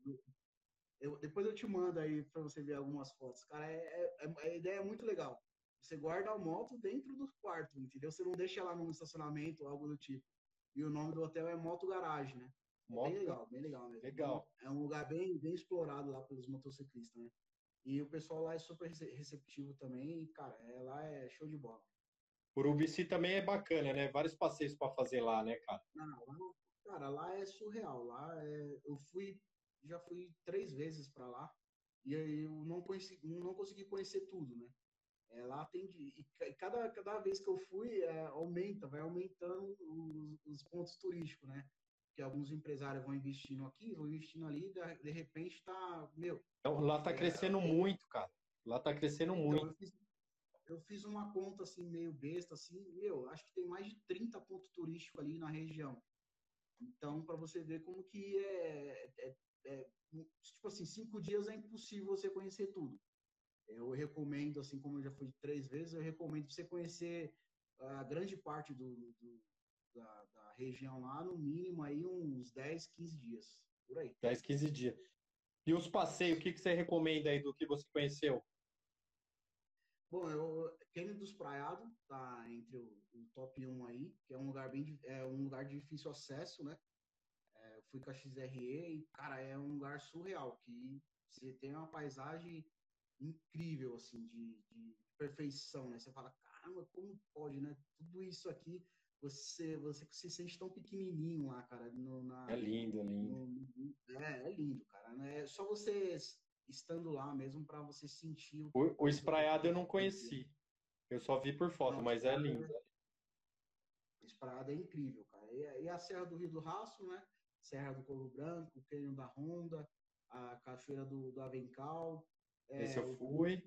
S2: Eu, depois eu te mando aí para você ver algumas fotos. Cara, é, é, é, a ideia é muito legal. Você guarda a moto dentro do quarto, entendeu? Você não deixa lá no estacionamento ou algo do tipo. E o nome do hotel é Moto Garage, né? É bem
S1: Moto,
S2: legal, bem legal mesmo. Então,
S1: legal.
S2: é um lugar bem, bem explorado lá pelos motociclistas, né? E o pessoal lá é super receptivo também. E, cara, é, lá é show de bola.
S1: Urubici também é bacana, né? Vários passeios para fazer lá, né, cara?
S2: Não, lá, cara, lá é surreal. Lá é, eu fui, já fui três vezes para lá e aí eu não conheci, não consegui conhecer tudo, né? É, lá tem de, e cada, cada vez que eu fui é, aumenta, vai aumentando os, os pontos turísticos, né? Que alguns empresários vão investindo aqui, vão investindo ali, de, de repente tá, meu,
S1: Então, lá tá
S2: é,
S1: crescendo
S2: tem,
S1: muito, cara. Lá tá crescendo
S2: então
S1: muito.
S2: eu fiz, eu fiz uma conta assim meio besta assim, meu, acho que tem mais de trinta pontos turísticos ali na região. Então, para você ver como que é, é, é, tipo assim, cinco dias é impossível você conhecer tudo. Eu recomendo, assim como eu já fui três vezes, eu recomendo você conhecer a grande parte do, do da, da, região lá, no mínimo aí uns dez, quinze dias, por aí.
S1: dez, quinze dias. E os passeios, o que que você recomenda aí do que você conheceu?
S2: Bom, eu, Cânion dos Praiados tá entre o, o top um aí, que é um lugar bem, é um lugar de difícil acesso, né? Eu fui com a X R E e, cara, é um lugar surreal, que você tem uma paisagem incrível, assim, de, de perfeição, né? Você fala, caramba, como pode, né? Tudo isso aqui, você, você se sente tão pequenininho lá, cara, no,
S1: É
S2: na,
S1: lindo, é lindo.
S2: no, é, é lindo, cara, né? É só você estando lá mesmo para você sentir o
S1: O, o
S2: quanto que é,
S1: Espraiado eu
S2: quanto
S1: não
S2: que é lindo.
S1: conheci. Eu só vi por foto,
S2: Não,
S1: mas é
S2: Espraiada,
S1: lindo.
S2: Espraiada é incrível, cara. E, e a Serra do Rio do Rastro, né? Serra do Corvo Branco, o Cânion da Ronda, a Cachoeira do, do Avencal,
S1: Esse
S2: é,
S1: eu
S2: o,
S1: fui.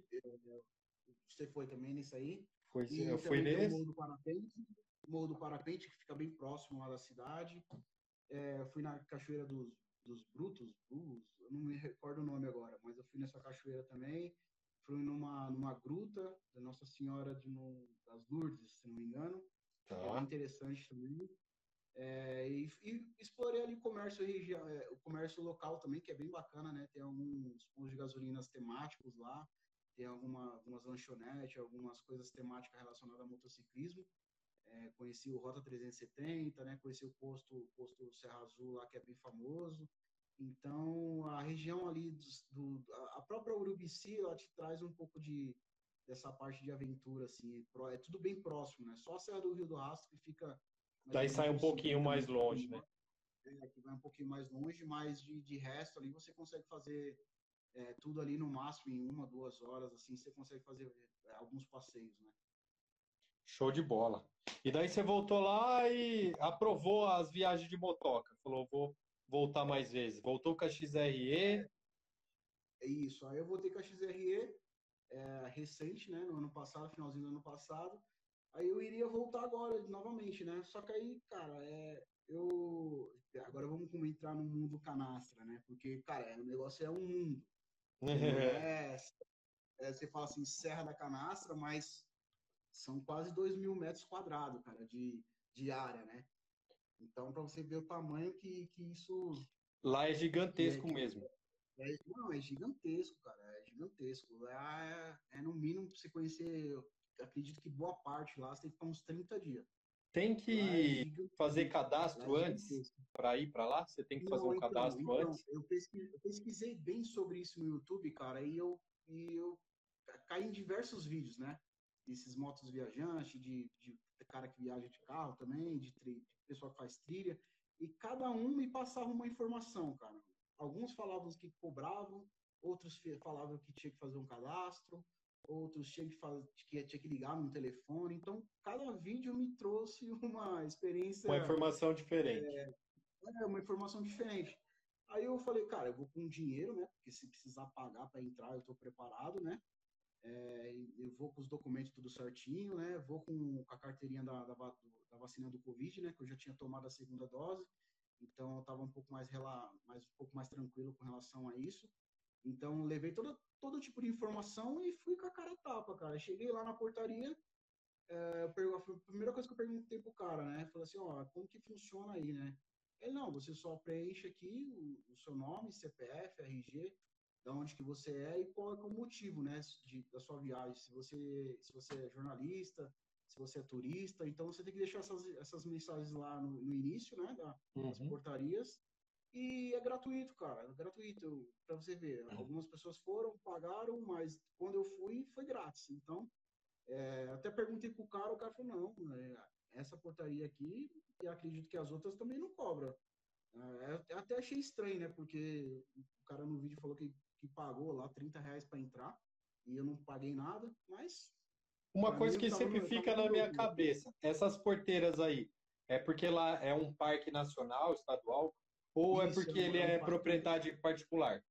S2: você foi também nesse aí.
S1: Fui eu
S2: E
S1: fui
S2: também tem o
S1: nesse.
S2: Morro do Parapente, o Morro do Parapente, que fica bem próximo lá da cidade. É, eu fui na Cachoeira dos, dos Brutos, Brus, eu não me recordo o nome agora, mas eu fui nessa cachoeira também. Fui numa, numa gruta da Nossa Senhora de, no, das Lourdes, se não me engano, que é bem
S1: Tá.
S2: interessante também. É, e, e, explorei ali o comércio, é, o comércio local também, que é bem bacana, né? Tem alguns postos de gasolinas temáticos lá, tem alguma, algumas lanchonetes, algumas coisas temáticas relacionadas ao motociclismo. É, conheci o Rota trezentos e setenta, né? Conheci o posto, posto Serra Azul lá, que é bem famoso. Então, a região ali, do, do, a própria Urubici, ela te traz um pouco de, dessa parte de aventura, assim, é tudo bem próximo, né? Só a Serra do Rio do Rastro que fica mais ou
S1: Daí
S2: menos
S1: sai um
S2: uns
S1: pouquinho
S2: cinquenta
S1: mais
S2: minutos do
S1: longe, né?
S2: norte, é, que vai um pouquinho mais longe, mas de, de resto ali você consegue fazer é, tudo ali no máximo em uma, duas horas, assim, você consegue fazer é, alguns passeios, né?
S1: Show de bola. E daí você voltou lá e aprovou as viagens de motoca. Falou, vou voltar mais vezes. Voltou com a X R E.
S2: É isso. Aí eu voltei com a X R E, é, recente, né? No ano passado, finalzinho do ano passado. Aí eu iria voltar agora, novamente, né? Só que aí, cara, é, eu... Agora vamos entrar no mundo canastra, né? Porque, cara, o negócio é um mundo. Ele não é, é... Você fala assim, Serra da Canastra, mas são quase dois mil metros quadrados, cara, de, de área, né? Então, para você ver o tamanho que, que isso...
S1: Lá é
S2: Que é,
S1: gigantesco
S2: que
S1: mesmo.
S2: é, não, é gigantesco, cara, é gigantesco. Lá é, é no mínimo pra você conhecer, eu acredito que boa parte lá você tem que ficar uns trinta dias.
S1: Tem
S2: Lá é
S1: que fazer
S2: gigantesco, cara, lá é
S1: cadastro antes
S2: gigantesco.
S1: para ir para lá? Você tem que fazer
S2: Não,
S1: um
S2: então,
S1: cadastro
S2: então,
S1: antes?
S2: eu pesquisei, eu pesquisei bem sobre isso no YouTube, cara, e eu, e eu caí em diversos vídeos, né? Desses motos viajantes, de, de cara que viaja de carro também, de, tri, de pessoal que faz trilha, e cada um me passava uma informação, cara. Alguns falavam que cobravam, outros falavam que tinha que fazer um cadastro, outros tinha que, fazer, que tinha que ligar no telefone. Então, cada vídeo me trouxe uma experiência,
S1: Uma informação diferente.
S2: é, uma informação diferente. Aí eu falei, cara, eu vou com dinheiro, né? Porque se precisar pagar para entrar, eu estou preparado, né? É, eu vou com os documentos tudo certinho, né? Vou com, com a carteirinha da, da, da, vacina do Covid, né? Que eu já tinha tomado a segunda dose, então eu estava um pouco mais, mais um pouco mais tranquilo com relação a isso. Então levei todo, todo tipo de informação e fui com a cara a tapa, cara. Cheguei lá na portaria, é, eu, a primeira coisa que eu perguntei pro cara, né? Falei assim, ó, como que funciona aí, né? Ele, não, você só preenche aqui o, o seu nome, C P F, R G, da onde que você é e qual é o motivo, né, de, da sua viagem. Se você, se você é jornalista, se você é turista, então você tem que deixar essas, essas mensagens lá no, no início, né, da, das
S1: Uhum.
S2: portarias. E é gratuito, cara, é gratuito, para você ver. Algumas pessoas foram, pagaram, mas quando eu fui, foi grátis. Então, é, até perguntei pro cara, o cara falou, não, é, essa portaria aqui, e acredito que as outras também não cobram. É, eu até achei estranho, né? Porque o cara no vídeo falou que, que pagou lá trinta reais para entrar e eu não paguei nada, mas
S1: Uma
S2: para mim
S1: coisa
S2: eu
S1: que
S2: tava
S1: sempre
S2: no, eu tava
S1: fica
S2: no
S1: na minha
S2: lucro.
S1: cabeça, essas porteiras aí, é porque lá é um parque nacional, estadual, ou é
S2: Isso, é
S1: porque
S2: um,
S1: ele
S2: é um
S1: é
S2: parque.
S1: propriedade particular?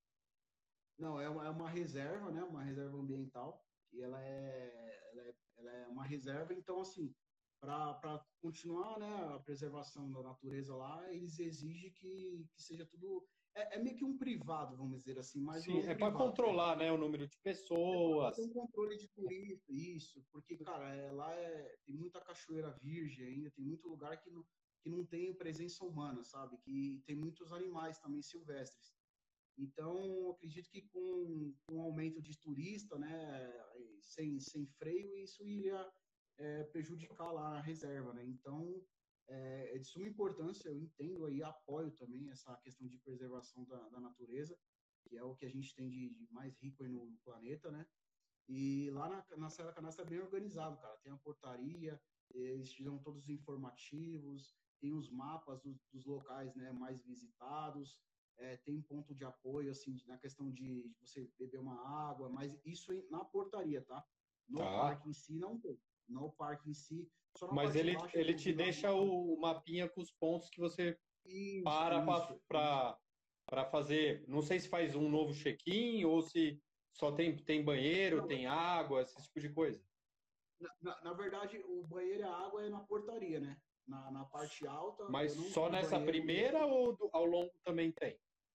S2: Não, é uma, é uma reserva, né? Uma reserva ambiental. E ela é, ela é, ela é uma reserva, então, assim, para continuar, né, a preservação da natureza lá, eles exigem que, que seja tudo. É, é meio que um privado, vamos dizer assim, mas não é
S1: Sim,
S2: um
S1: é para
S2: privado, né?
S1: controlar, né, o número de
S2: É para ter
S1: pessoas.
S2: um controle de turista, isso, porque, cara, é, lá é, tem muita cachoeira virgem ainda, tem muito lugar que não, que não tem presença humana, sabe? Que tem muitos animais também silvestres. Então, acredito que com, com o aumento de turista, né, sem, sem freio, isso iria é, prejudicar lá a reserva, né? Então, é, é de suma importância, eu entendo aí, apoio também essa questão de preservação da, da natureza, que é o que a gente tem de, de mais rico aí no, no planeta, né? E lá na, na Serra Canastra é bem organizado, cara. Tem a portaria, eles te dão todos os informativos, tem os mapas dos, dos locais, né, mais visitados, é, tem um ponto de apoio, assim, na questão de você beber uma água, mas isso na portaria, tá? No
S1: Tá.
S2: parque em si não tem. No parque em si, só na
S1: Mas
S2: parte
S1: ele,
S2: baixa que
S1: ele
S2: eu
S1: te
S2: vi lá no
S1: deixa
S2: mapa.
S1: o mapinha com os pontos que você
S2: Isso,
S1: para
S2: isso, isso.
S1: para para fazer. Não sei se faz um novo check-in ou se só tem, tem banheiro,
S2: Não,
S1: tem água, esse tipo de coisa.
S2: na, na, na verdade, o banheiro e a água é na portaria, né? Na, na parte alta,
S1: Mas
S2: eu não,
S1: só
S2: o
S1: nessa
S2: banheiro mesmo.
S1: primeira ou do- ao longo também tem?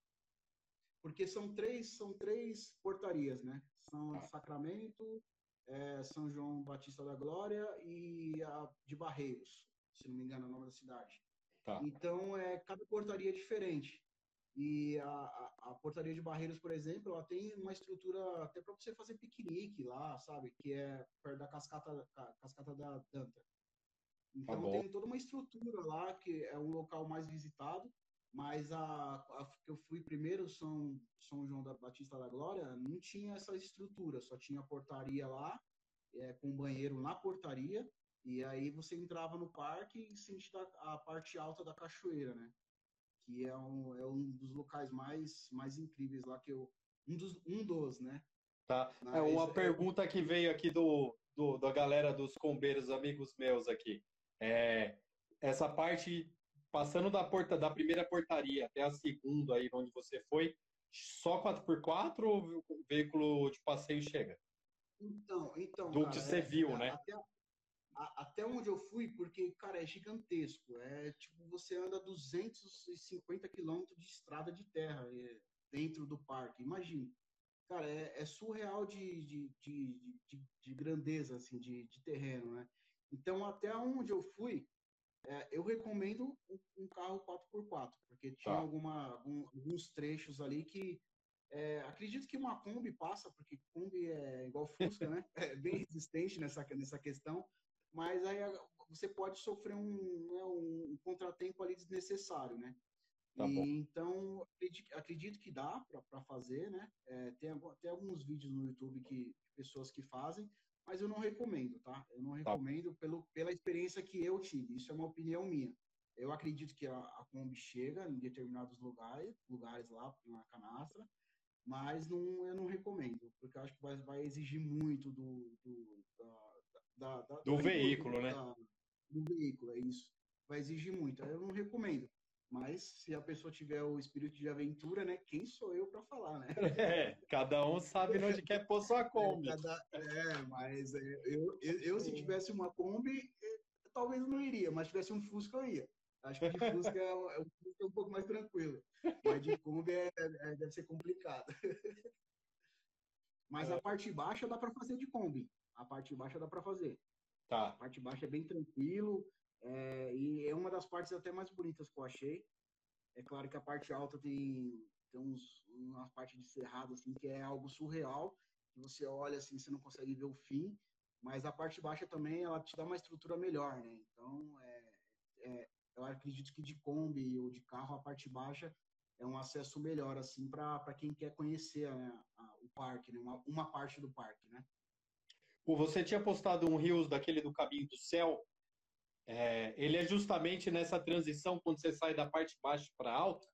S2: Porque são três, são três portarias, né? São a de
S1: Tá,
S2: Sacramento, é, São João Batista da Glória e a de Barreiros, se não me engano é o nome da cidade.
S1: tá.
S2: Então, é, cada portaria é diferente. E a, a, a portaria de Barreiros, por exemplo, ela tem uma estrutura até para você fazer piquenique lá, sabe? Que é perto da cascata, cascata da Danta.
S1: Tá
S2: Então
S1: bom.
S2: tem toda uma estrutura lá que é um local mais visitado, mas a, a que eu fui primeiro, São, São João da Batista da Glória, não tinha essa estrutura, só tinha a portaria lá, é, com banheiro na portaria, e aí você entrava no parque e sentia a parte alta da cachoeira, né? Que é um, é um dos locais mais, mais incríveis lá que eu. Um dos, um dos, né?
S1: Tá. É
S2: Mas
S1: uma
S2: é,
S1: pergunta que veio aqui do, do da galera dos combeiros, amigos meus aqui. É, essa parte passando da porta da primeira portaria até a segunda aí onde você foi, só quatro por quatro ou o veículo de passeio chega?
S2: Então, então,
S1: Do que
S2: cara,
S1: você
S2: é,
S1: viu,
S2: é,
S1: né?
S2: até, a- até onde eu fui, porque, cara, é gigantesco. É tipo, você anda duzentos e cinquenta quilômetros de estrada de terra é, dentro do parque. Imagine. Cara, é, é surreal de, de, de, de, de grandeza, assim, de, de terreno, né? Então, até onde eu fui, é, eu recomendo um, um carro quatro por quatro, porque tinha
S1: Tá,
S2: alguma, algum- alguns trechos ali que é, acredito que uma Kombi passa, porque Kombi é igual Fusca, né? É bem resistente nessa, nessa questão, mas aí a- você pode sofrer um, né, um contratempo ali desnecessário, né?
S1: tá bom.
S2: E então acredito, acredito que dá para fazer, né? É, tem até alguns vídeos no YouTube que pessoas que fazem, mas eu não recomendo, tá? Eu não
S1: Tá.
S2: recomendo pelo, pela experiência que eu tive. Isso é uma opinião minha. Eu acredito que a, a Kombi chega em determinados lugares, lugares lá na canastra, mas não, eu não recomendo, porque eu acho que vai, vai exigir muito do, do, da, da, da,
S1: Do
S2: do entorno
S1: veículo, né?
S2: da, do veículo, é isso. Vai exigir muito, aí eu não recomendo. Mas se a pessoa tiver o espírito de aventura, né? Quem sou eu para falar, né?
S1: É, cada um sabe onde quer pôr sua
S2: É,
S1: Kombi.
S2: cada, é mas é, eu, eu, eu, se tivesse uma Kombi, eh, talvez eu não iria, mas se tivesse um Fusca, eu ia. Acho que de Fusca é, é um Fusca é um pouco mais tranquilo, mas de Kombi é, é, deve ser complicado. Mas a
S1: É,
S2: parte baixa dá para fazer de Kombi. A parte baixa dá para fazer. A
S1: tá.
S2: parte baixa é bem tranquilo, é, e é uma das partes até mais bonitas que eu achei. É claro que a parte alta tem, tem uns, uma parte de cerrado assim, que é algo surreal, que você olha assim, você não consegue ver o fim, mas a parte baixa também ela te dá uma estrutura melhor, né? Então, é, é, eu acredito que de Kombi ou de carro, a parte baixa é um acesso melhor assim para quem quer conhecer, né, a, o parque, né? Uma, uma parte do parque, né?
S1: Pô, você tinha postado um Reels daquele do Caminho do Céu. É, ele é justamente nessa transição quando você sai da parte baixa para alta.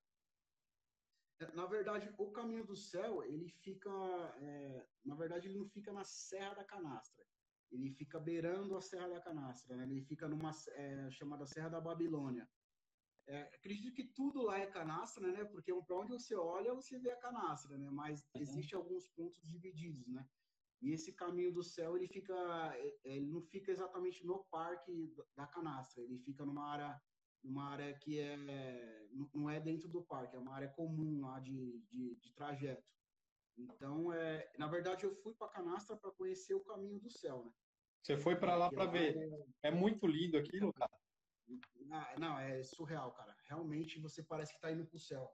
S2: Na verdade, o Caminho do Céu, ele fica, é, na verdade, ele não fica na Serra da Canastra. Ele fica beirando a Serra da Canastra, né? Ele fica numa é, chamada Serra da Babilônia. É, acredito que tudo lá é canastra, né? Porque para onde você olha, você vê a canastra, né? Mas
S1: Uhum.
S2: existe alguns pontos divididos, né? E esse Caminho do Céu, ele fica, é, ele não fica exatamente no parque da canastra. Ele fica numa área numa área que é, não é dentro do parque, é uma área comum lá de, de, de trajeto. Então, é, na verdade, eu fui para Canastra para conhecer o Caminho do Céu, né?
S1: Você foi para lá
S2: Porque
S1: para
S2: lá
S1: ver.
S2: é,
S1: É muito lindo aquilo, cara.
S2: não, é surreal, cara. Realmente você parece que está indo para o céu.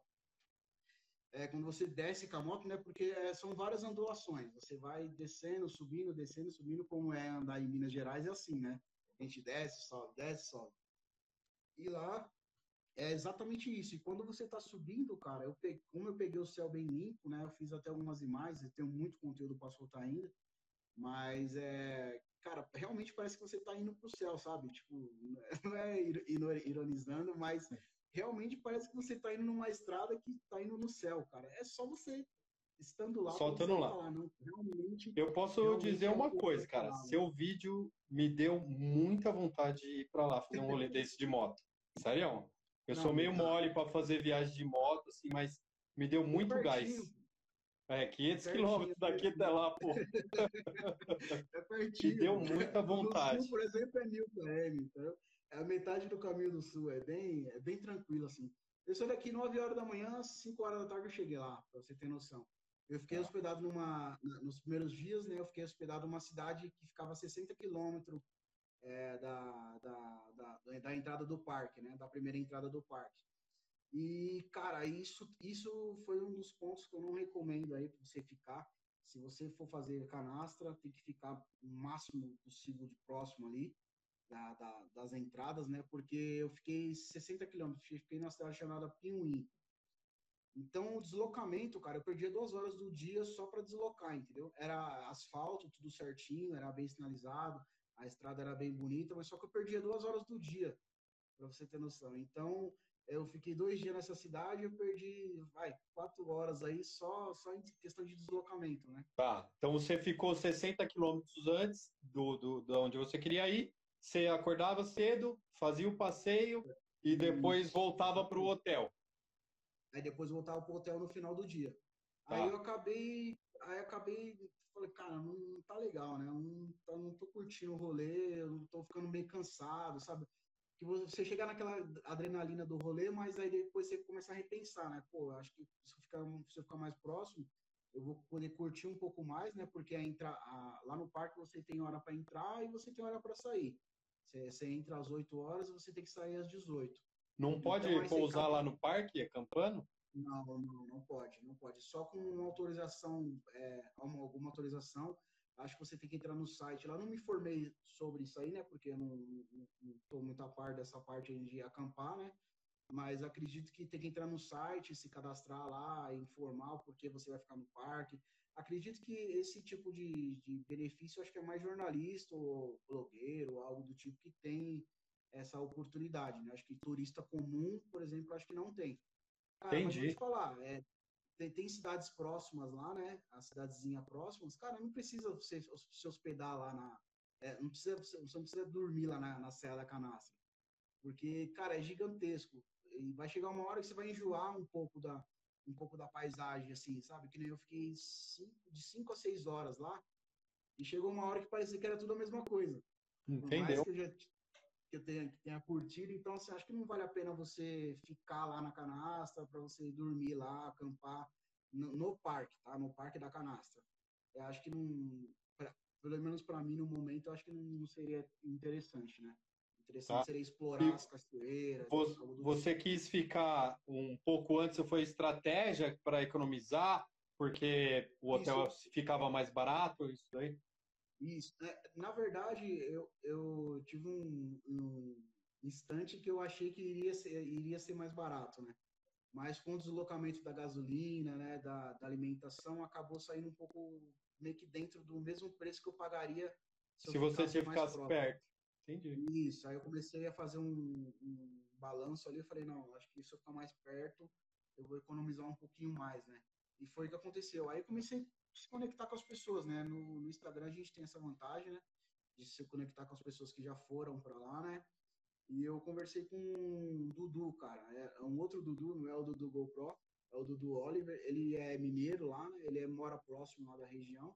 S2: É, quando você desce com a moto, né? Porque é, são várias ondulações. Você vai descendo, subindo, descendo, subindo, como é andar em Minas Gerais, é assim, né? A gente desce, sobe, desce, sobe. E lá é exatamente isso. E quando você está subindo, cara, eu peguei, como eu peguei o céu bem limpo, né? Eu fiz até algumas imagens, eu tenho muito conteúdo para soltar ainda, mas é, cara, realmente parece que você está indo para o céu, sabe? Tipo, não é ironizando, mas realmente parece que você está indo numa estrada que está indo no céu, cara. É só você estando lá para você
S1: Soltando lá.
S2: falar, não? Realmente,
S1: Eu posso dizer
S2: realmente é
S1: uma
S2: algo
S1: coisa, cara.
S2: incomparável.
S1: Seu vídeo me deu muita vontade de ir para lá fazer um rolê desse de moto. Sério? Eu
S2: Não,
S1: sou meio
S2: legal.
S1: mole para fazer viagem de moto, assim, mas me deu
S2: E é
S1: muito
S2: pertinho,
S1: gás. É,
S2: é
S1: quinhentos
S2: pertinho,
S1: quilômetros
S2: é
S1: daqui até
S2: pertinho.
S1: lá, pô.
S2: É
S1: Me
S2: pertinho.
S1: deu muita
S2: No, no sul,
S1: vontade.
S2: por exemplo, é mil km, então é a metade do caminho do sul, é bem, é bem tranquilo, assim. Eu saí daqui nove horas da manhã, cinco horas da tarde eu cheguei lá, para você ter noção. Eu fiquei
S1: Tá.
S2: hospedado numa, nos primeiros dias, né, eu fiquei hospedado numa cidade que ficava a sessenta quilômetros é, da, da, da, da entrada do parque, né, da primeira entrada do parque. E, cara, isso, isso foi um dos pontos que eu não recomendo aí para você ficar. Se você for fazer canastra, tem que ficar o máximo possível de próximo ali da, da, das entradas, né? Porque eu fiquei sessenta quilômetros, fiquei na cidade chamada Piuí. Então, o deslocamento, cara, eu perdia duas horas do dia só para deslocar, entendeu? Era asfalto, tudo certinho, era bem sinalizado, a estrada era bem bonita, mas só que eu perdia duas horas do dia para você ter noção. Então, eu fiquei dois dias nessa cidade, eu perdi, vai, quatro horas aí só, só em questão de deslocamento, né?
S1: Tá. Então você ficou sessenta quilômetros antes do, do, de onde você queria ir. Você acordava cedo, fazia o passeio e depois
S2: Isso,
S1: voltava para o
S2: exatamente.
S1: hotel.
S2: Aí depois voltava pro hotel no final do dia. Aí eu
S1: Tá.
S2: acabei. aí acabei, falei, cara, não, não tá legal, né? Não, tá- não tô curtindo o rolê, eu tô ficando meio cansado, sabe? Que você chega naquela adrenalina do rolê, mas aí depois você começa a repensar, né? Pô, acho que se eu ficar, se eu ficar mais próximo, eu vou poder curtir um pouco mais, né? Porque a entra, a, lá no parque você tem hora para entrar e você tem hora para sair. Você, você entra às oito horas, você tem que sair às dezoito.
S1: Não
S2: Então
S1: pode
S2: aí você
S1: pousar
S2: acaba.
S1: lá no parque, acampando?
S2: Não, não, não pode, não pode. Só com uma autorização, é, uma- alguma autorização. Acho que você tem que entrar no site. Lá não me formei sobre isso aí, né? Porque eu não estou muito a par dessa parte aí de acampar, né? Mas acredito que tem que entrar no site, se cadastrar lá, informar o porquê você vai ficar no parque. Acredito que esse tipo de, de benefício, acho que é mais jornalista ou blogueiro, algo do tipo que tem essa oportunidade, né? Acho que turista comum, por exemplo, acho que não tem. Cara, mas vou te
S1: Entendi.
S2: falar, é, tem, tem cidades próximas lá, né? A cidadezinha próximas, cara, não precisa você se hospedar lá na. É, não precisa, você não precisa dormir lá na, na Serra da Canastra. Porque, cara, é gigantesco. E vai chegar uma hora que você vai enjoar um pouco da, um pouco da paisagem, assim, sabe? Que nem eu fiquei cinco, de cinco a seis horas lá, e chegou uma hora que parecia que era tudo a mesma coisa. Por mais
S1: Entendeu?
S2: que eu já que eu tenha, que tenha curtido, então assim, acho que não vale a pena você ficar lá na canastra para você dormir lá, acampar no, no parque, tá? No parque da canastra. Eu acho que não, pra, pelo menos para mim no momento, eu acho que não, não seria interessante, né? Interessante
S1: Tá?
S2: seria explorar
S1: E
S2: as cachoeiras,
S1: vo-
S2: algo do tipo.
S1: você quis ficar um pouco antes, foi estratégia para economizar, porque o hotel
S2: Isso,
S1: ficava mais barato, isso daí?
S2: isso. É, na verdade, eu, eu tive um, um instante que eu achei que iria ser, iria ser mais barato, né? Mas com o deslocamento da gasolina, né, da, da alimentação, acabou saindo um pouco meio que dentro do mesmo preço que eu pagaria se eu
S1: Se você
S2: ficasse
S1: tinha
S2: mais
S1: ficado
S2: próximo.
S1: perto. Entendi.
S2: Isso, aí eu comecei a fazer um, um balanço ali, eu falei, não, acho que se eu ficar mais perto, eu vou economizar um pouquinho mais, né? E foi o que aconteceu. Aí eu comecei a se conectar com as pessoas, né? No, no Instagram a gente tem essa vantagem, né? De se conectar com as pessoas que já foram para lá, né? E eu conversei com o Dudu, cara. É um outro Dudu, não é o Dudu GoPro, é o Dudu Oliver. Ele é mineiro lá, né? Ele é, mora próximo lá da região.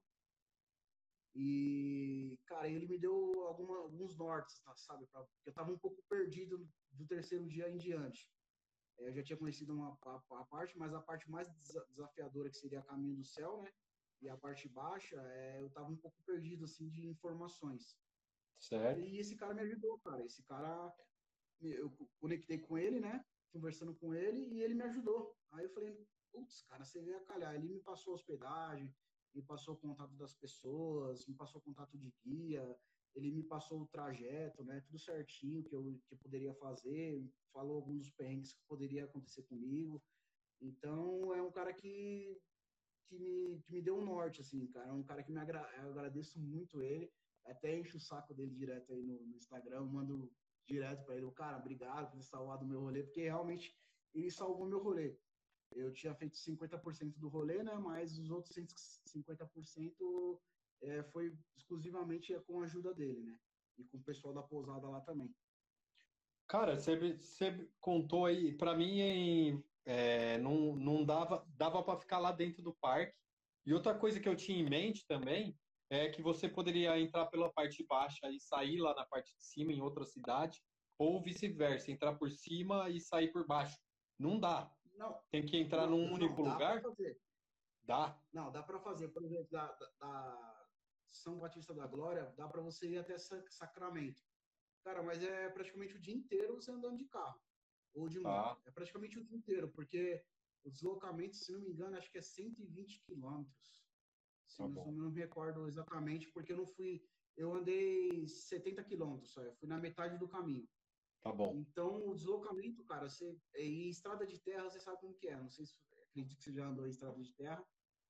S2: E, cara, ele me deu alguma, alguns nortes, tá, sabe? Pra, porque eu tava um pouco perdido do terceiro dia em diante. É, eu já tinha conhecido uma a, a parte, mas a parte mais desafiadora, que seria a Caminho do Céu, né? E a parte baixa, é, eu tava um pouco perdido, assim, de informações.
S1: Certo.
S2: E esse cara me ajudou, cara. Esse cara eu conectei com ele, né? Conversando com ele e ele me ajudou. Aí eu falei, putz, cara, você veio a calhar. Ele me passou hospedagem, me passou o contato das pessoas, me passou o contato de guia, ele me passou o trajeto, né? Tudo certinho que eu, que eu poderia fazer, falou alguns dos perrengues que poderia acontecer comigo. Então, é um cara que, que, me, que me deu um norte, assim, cara. É um cara que me agra eu agradeço muito ele. Até encho o saco dele direto aí no, no Instagram, mando direto para ele, cara, obrigado por ter salvado o meu rolê, porque realmente ele salvou meu rolê. Eu tinha feito cinquenta por cento do rolê, né? Mas os outros cento e cinquenta por cento é, foi exclusivamente com a ajuda dele, né? E com o pessoal da pousada lá também.
S1: Cara, você, você contou aí, para mim, em, é, não, não dava, dava para ficar lá dentro do parque. E outra coisa que eu tinha em mente também é que você poderia entrar pela parte baixa e sair lá na parte de cima em outra cidade, ou vice-versa, entrar por cima e sair por baixo. Não dá.
S2: Não,
S1: Tem que entrar
S2: não,
S1: num
S2: não,
S1: único
S2: dá para
S1: lugar?
S2: fazer.
S1: Dá.
S2: Não, dá para fazer, por exemplo, da, da, da São Batista da Glória, dá para você ir até Sacramento. Cara, mas é praticamente o dia inteiro você andando de carro ou de moto.
S1: Tá,
S2: É praticamente o dia inteiro, porque o deslocamento, se não me engano, acho que é cento e vinte quilômetros. Se
S1: tá
S2: não,
S1: bom.
S2: não me recordo exatamente, porque eu não fui. Eu andei setenta quilômetros só, eu fui na metade do caminho.
S1: Tá bom.
S2: Então, o deslocamento, cara, você, e estrada de terra, você sabe como que é. Não sei se acredito que você já andou em estrada de terra.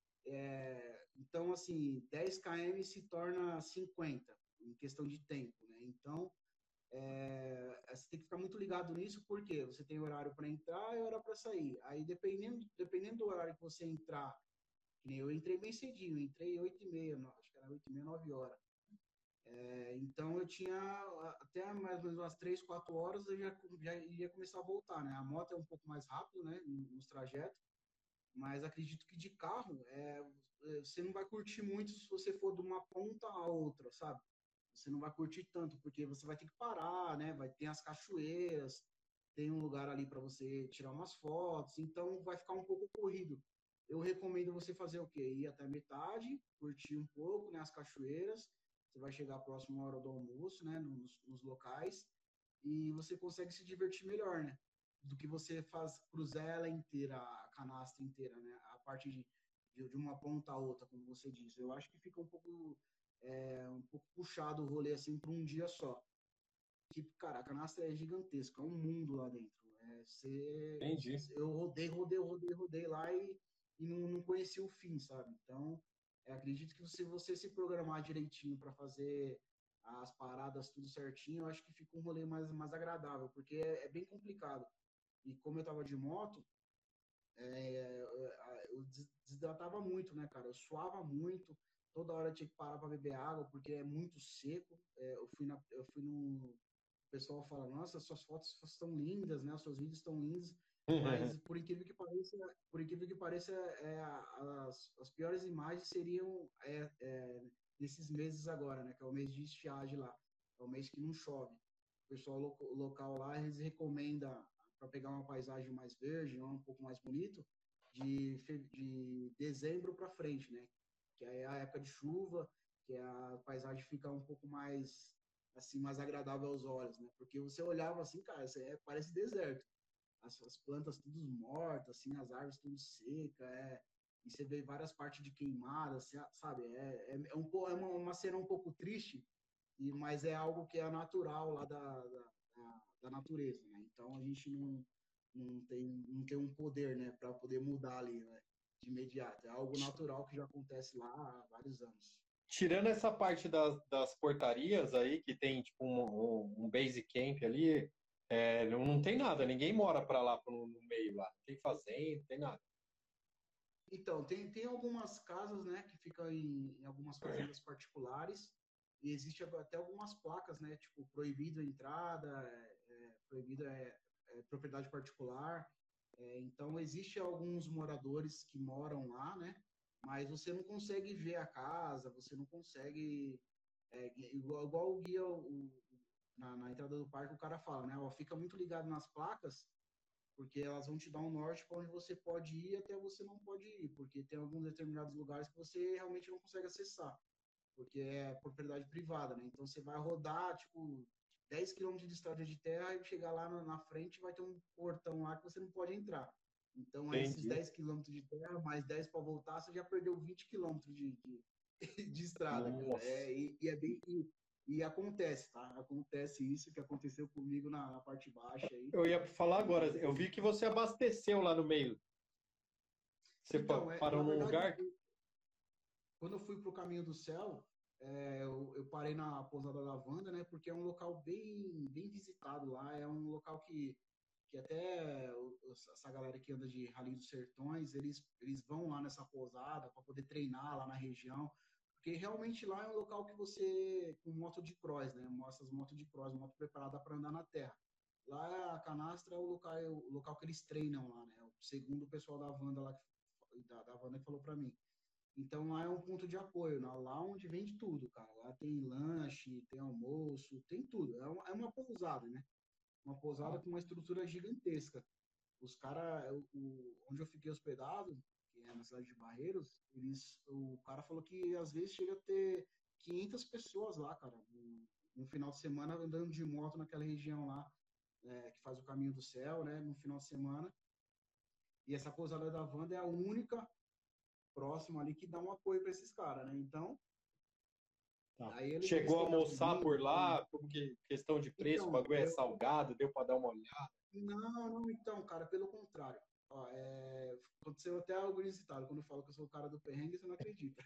S2: É, então, assim, dez quilômetros se torna cinquenta em questão de tempo, né? Então, é, você tem que ficar muito ligado nisso, porque você tem horário para entrar e horário para sair. Aí, dependendo, dependendo do horário que você entrar, que nem eu entrei bem cedinho, entrei oito e meia, acho que era oito e meia, nove horas. É, então, eu tinha até mais ou menos umas três, quatro horas, eu já, já ia começar a voltar, né? A moto é um pouco mais rápido, né, nos trajetos. Mas acredito que de carro, é, você não vai curtir muito se você for de uma ponta a outra, sabe? Você não vai curtir tanto, porque você vai ter que parar, né? Vai ter as cachoeiras, tem um lugar ali para você tirar umas fotos, então vai ficar um pouco corrido. Eu recomendo você fazer o quê? Ir até a metade, curtir um pouco, né, as cachoeiras. Você vai chegar próximo à hora do almoço, né, nos, nos locais, e você consegue se divertir melhor, né? Do que você faz cruzar ela inteira, a canastra inteira, né? A parte de, de, de uma ponta a outra, como você diz. Eu acho que fica um pouco, é, um pouco puxado o rolê assim para um dia só. Que, cara, a canastra é gigantesca, é um mundo lá dentro. É, você,
S1: Entendi.
S2: eu rodei, rodei, rodei, rodei lá e, e não, não conheci o fim, sabe? Então, é, acredito que se você se programar direitinho para fazer as paradas tudo certinho, eu acho que fica um rolê mais, mais agradável, porque é, é bem complicado. E como eu tava de moto, é, eu desidratava muito, né, cara? Eu suava muito, toda hora eu tinha que parar para beber água, porque é muito seco. É, eu fui na, eu fui no, o pessoal fala, nossa, suas fotos estão lindas, né? Os seus vídeos estão lindos, mas por incrível que pareça, por incrível que pareça, é, as, as piores imagens seriam é, é, nesses meses agora, né? Que é o mês de estiagem lá, é o mês que não chove. O pessoal lo, local lá, eles recomenda para pegar uma paisagem mais verde, um pouco mais bonito, de, de dezembro para frente, né? Que é a época de chuva, que a paisagem fica um pouco mais assim mais agradável aos olhos, né? Porque você olhava assim, cara, é, parece deserto. As, as plantas tudo mortas, assim, as árvores tudo secas, é, e você vê várias partes de queimadas, sabe? É, é, é, um, é uma, uma cena um pouco triste, e, mas é algo que é natural lá da, da, da, da natureza, né? Então a gente não, não, tem, não tem um poder, né, para poder mudar ali, né, de imediato. É algo natural que já acontece lá há vários anos.
S1: Tirando essa parte das, das portarias aí, que tem tipo um, um, um base camp ali, é, não, não tem nada, ninguém mora para lá pro, no meio lá. Não tem fazenda, não tem nada.
S2: Então, tem, tem algumas casas, né, que ficam em, em algumas fazendas particulares, e existe até algumas placas, né, tipo, proibido a entrada, é, é, proibido é, é, propriedade particular. É, então, existe alguns moradores que moram lá, né, mas você não consegue ver a casa, você não consegue... É, igual, igual o guia, o, na, na entrada do parque, o cara fala, né, ó, fica muito ligado nas placas, porque elas vão te dar um norte para onde você pode ir até você não pode ir, porque tem alguns determinados lugares que você realmente não consegue acessar, porque é propriedade privada, né? Então você vai rodar, tipo, dez quilômetros de estrada de terra e chegar lá na, na frente vai ter um portão lá que você não pode entrar. Então, é esses
S1: Entendi.
S2: dez quilômetros de terra, mais dez para voltar, você já perdeu vinte quilômetros de, de, de estrada, cara.
S1: Nossa.
S2: É, e, e é bem. E, e acontece, tá? Acontece isso que aconteceu comigo na, na parte baixa aí.
S1: Eu ia falar agora,
S2: E,
S1: eu vi que você abasteceu lá no meio. Você pa-
S2: então, é,
S1: parou
S2: na
S1: num
S2: verdade,
S1: lugar?
S2: quando eu fui para o Caminho do Céu, é, eu, eu, parei na Pousada da Wanda, né? Porque é um local bem, bem visitado lá. É um local que, que até os, essa galera que anda de Rally dos Sertões, eles, eles vão lá nessa pousada para poder treinar lá na região. Porque realmente lá é um local que você, com moto de cross, né? Essas motos de cross, moto preparada para andar na terra. Lá a Canastra é o local, é o local que eles treinam lá, né? Segundo o pessoal da Wanda lá, da, da Wanda que falou para mim. Então lá é um ponto de apoio, né? Lá onde vende tudo, cara. Lá tem lanche, tem almoço, tem tudo. É uma, é uma pousada, né? Uma pousada com uma estrutura gigantesca. Os caras, onde eu fiquei hospedado, que é na cidade de Barreiros, eles, o cara falou que às vezes chega a ter quinhentas pessoas lá, cara, no, no final de semana andando de moto naquela região lá, é, que faz o caminho do céu, né? No final de semana. E essa pousada da Wanda é a única próximo ali que dá um apoio para esses caras, né? Então,
S1: Tá.
S2: aí eles, eles
S1: Chegou a
S2: têm a
S1: almoçar
S2: comida,
S1: por
S2: tem...
S1: lá, como que questão de preço, o
S2: Então,
S1: bagulho é
S2: eu...
S1: salgado, deu para dar uma olhada.
S2: Não, não, então, cara, pelo contrário. Ó, é... Aconteceu até algo inusitado. Quando eu falo que eu sou o cara do perrengue, você não acredita.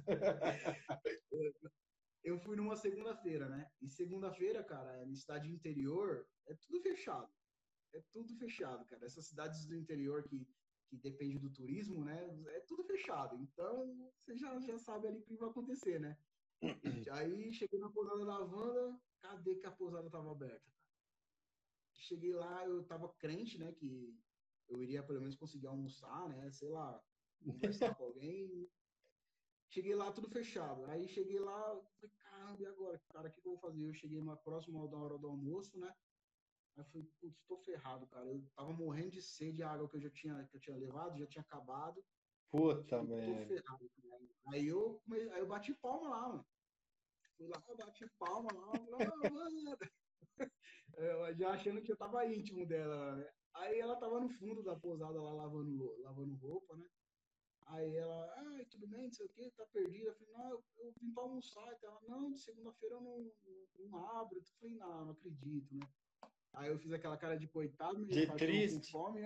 S2: Eu fui numa segunda-feira, né? E segunda-feira, cara, em cidade interior, é tudo fechado. É tudo fechado, cara. Essas cidades do interior que, que depende do turismo, né? É tudo fechado. Então, você já, já sabe ali o que vai acontecer, né? E aí cheguei na pousada da Wanda, cadê que a pousada estava aberta? Cheguei lá, eu tava crente, né, que eu iria pelo menos conseguir almoçar, né? Sei lá, conversar com alguém. Cheguei lá tudo fechado. Aí cheguei lá, falei, caramba, e agora? Cara, o que, que eu vou fazer? Eu cheguei mais próximo da hora do almoço, né? Aí eu falei, putz, tô ferrado, cara. Eu tava morrendo de sede, a água que eu já tinha, que eu tinha levado, já tinha acabado.
S1: Puta
S2: Falei, tô
S1: merda.
S2: ferrado, cara. Aí eu, come- aí eu bati palma lá, mano. Fui lá, bati palma lá, falei, "Ah, mano." Eu já achando que eu tava íntimo dela, né? Aí ela tava no fundo da pousada lá lavando, lavando roupa, né? Aí ela, ai, tudo bem, não sei o que, tá perdida. Eu falei, não, eu, eu vim pra almoçar. Ela, não, de segunda-feira eu não, não, não abro. Eu falei, não, não acredito, né? Aí eu fiz aquela cara de coitado, me
S1: De
S2: fazendo com
S1: triste.
S2: fome, né?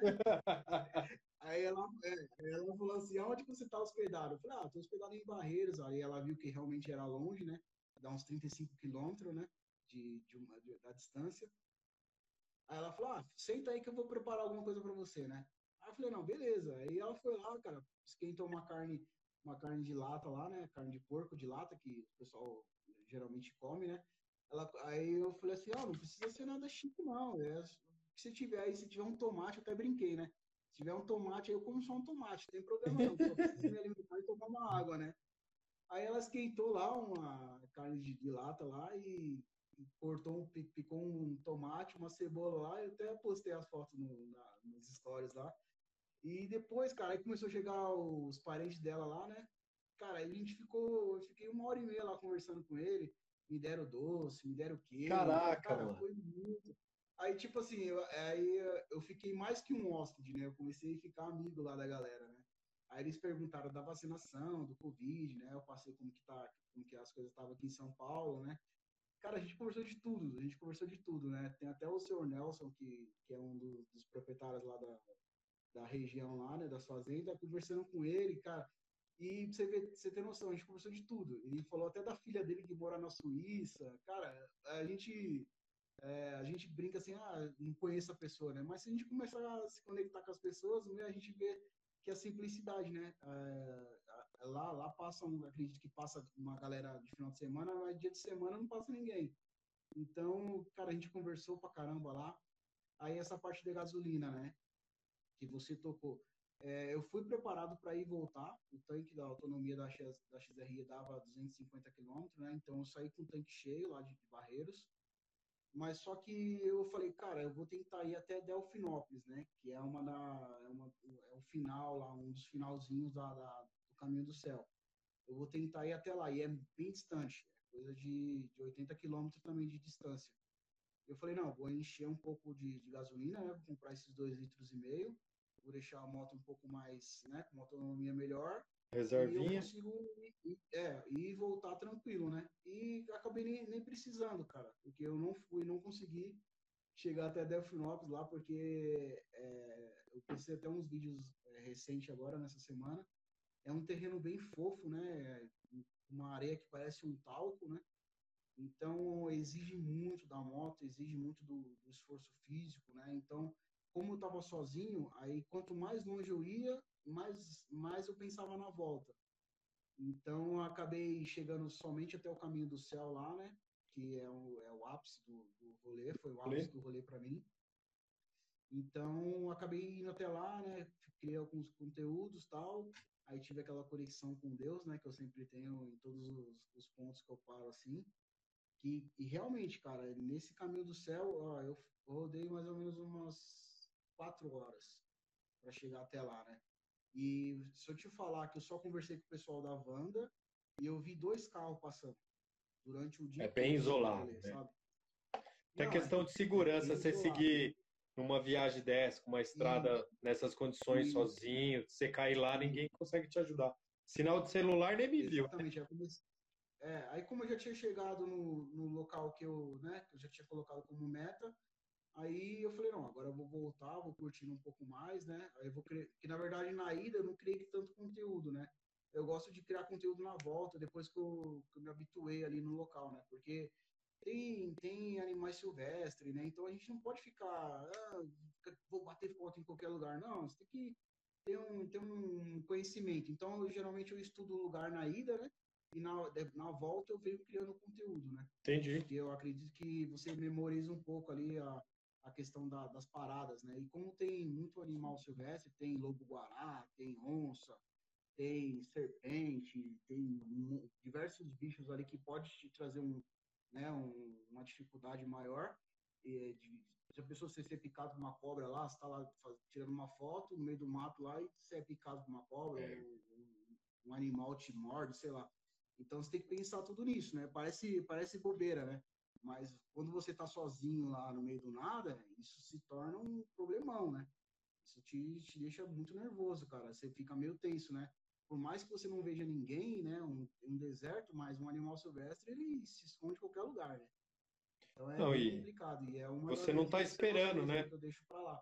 S2: Aí ela, é, ela falou assim, aonde que você tá hospedado? Eu falei, ah, tô hospedado em Barreiros. Aí ela viu que realmente era longe, né? Dá uns trinta e cinco quilômetros, né? De, de uma, de, da distância. Aí ela falou, ah, senta aí que eu vou preparar alguma coisa para você, né? Aí eu falei, não, beleza. Aí ela foi lá, cara, esquentou uma carne, uma carne de lata lá, né? Carne de porco de lata, que o pessoal geralmente come, né? Ela, aí eu falei assim, ó, oh, não precisa ser nada chique, não. É, se tiver aí, se tiver um tomate, eu até brinquei, né? Se tiver um tomate, aí eu como só um tomate, não tem problema não, só preciso me alimentar e tomar uma água, né? Aí ela esquentou lá uma carne de, de lata lá e cortou, um, picou um tomate, uma cebola lá, eu até postei as fotos no, na, nos stories lá. E depois, cara, aí começou a chegar os parentes dela lá, né? Cara, aí a gente ficou, eu fiquei uma hora e meia lá conversando com ele, me deram doce, me deram queijo,
S1: Caraca,
S2: cara,
S1: mano.
S2: foi muito. Aí, tipo assim, eu, aí eu fiquei mais que um hóspede, né? Eu comecei a ficar amigo lá da galera, né? Aí eles perguntaram da vacinação, do Covid, né? Eu passei como que tá, como que as coisas estavam aqui em São Paulo, né? Cara, a gente conversou de tudo, a gente conversou de tudo, né? Tem até o senhor Nelson, que, que é um dos, dos proprietários lá da, da região lá, né, da fazenda, conversando com ele, cara. E pra você, ver, você ter noção, a gente conversou de tudo. Ele falou até da filha dele que mora na Suíça. Cara, a gente, é, a gente brinca assim, ah, não conheço a pessoa, né? Mas se a gente começar a se conectar com as pessoas, né, a gente vê que a simplicidade, né? É, lá, lá passam, acredito que passa uma galera de final de semana, mas dia de semana não passa ninguém. Então, cara, a gente conversou pra caramba lá. Aí essa parte de gasolina, né? Que você tocou. É, eu fui preparado para ir e voltar. O tanque da autonomia da, X, da X R dava duzentos e cinquenta quilômetros, né? Então eu saí com o tanque cheio lá de, de Barreiros. Mas só que eu falei, cara, eu vou tentar ir até Delfinópolis, né? Que é uma da, é, uma, é o final lá, um dos finalzinhos da, da, do Caminho do Céu. Eu vou tentar ir até lá, e é bem distante, é coisa de, de oitenta quilômetros também de distância. Eu falei, não, vou encher um pouco de, de gasolina, né? Vou comprar esses dois litros e meio, vou deixar a moto um pouco mais, né? Com uma autonomia melhor, e eu
S1: Reservinha.
S2: consigo ir, ir- é, ir e voltar tranquilo, né? E acabei nem, nem precisando, cara, porque eu não fui, não consegui chegar até Delfinópolis lá, porque é, eu pensei até uns vídeos é, recentes agora, nessa semana. É um terreno bem fofo, né? Uma areia que parece um talco, né? Então, exige muito da moto, exige muito do, do esforço físico, né? Então, como eu estava sozinho, aí quanto mais longe eu ia, mais, mais eu pensava na volta. Então, eu acabei chegando somente até o Caminho do Céu lá, né? Que é o, é o ápice do, do rolê, foi o ápice do rolê para mim. Então, acabei indo até lá, né? Criei alguns conteúdos tal. Aí tive aquela conexão com Deus, né? Que eu sempre tenho em todos os, os pontos que eu paro assim. Que, e realmente, cara, nesse caminho do céu, ó, eu rodei mais ou menos umas quatro horas para chegar até lá, né? E se eu te falar que eu só conversei com o pessoal da Wanda e eu vi dois carros passando durante o dia
S1: É bem
S2: inteiro, assim, do
S1: isolado,
S2: rolê,
S1: né?
S2: sabe?
S1: Tem
S2: Não, é,
S1: questão de
S2: é
S1: segurança,
S2: bem
S1: você
S2: isolado, né?
S1: seguir numa viagem dessa, com uma estrada
S2: Isso,
S1: nessas condições
S2: isso,
S1: sozinho, você cair lá,
S2: isso,
S1: ninguém consegue te ajudar. Sinal de celular nem me viu.
S2: exatamente. Aí, comecei, é, aí como eu já tinha chegado no, no local que eu, né, que eu já tinha colocado como meta, aí eu falei, não, agora eu vou voltar, vou curtindo um pouco mais, né? Aí eu vou criar, que na verdade na ida eu não criei tanto conteúdo, né? Eu gosto de criar conteúdo na volta, depois que eu, que eu me habituei ali no local, né? Porque tem, tem animais silvestres, né? Então a gente não pode ficar, ah, vou bater foto em qualquer lugar, não. Você tem que ter um, ter um conhecimento. Então, eu, geralmente eu estudo o lugar na ida, né? E na, na volta eu venho criando conteúdo, né?
S1: Entendi.
S2: Porque eu acredito que você memoriza um pouco ali a, a questão da, das paradas, né? E como tem muito animal silvestre, tem lobo-guará, tem onça, tem serpente, tem um, diversos bichos ali que pode te trazer um, né, um, uma dificuldade maior. E, de, se a pessoa ser, ser picado por uma cobra lá, você está lá faz, tirando uma foto no meio do mato lá e você é picado por uma cobra,
S1: É.
S2: ou um, um animal te morde, sei lá. Então você tem que pensar tudo nisso, né? Parece, parece bobeira, né? Mas quando você está sozinho lá no meio do nada, isso se torna um problemão, né? Isso te, te deixa muito nervoso, cara. Você fica meio tenso, né? Por mais que você não veja ninguém, né? Um, um deserto, mas um animal silvestre, ele se esconde em qualquer lugar, né? Então é
S1: Não,
S2: bem
S1: e
S2: complicado. E é uma
S1: você
S2: das
S1: não
S2: minhas
S1: está esperando,
S2: observações aí
S1: né?
S2: que eu deixo para lá.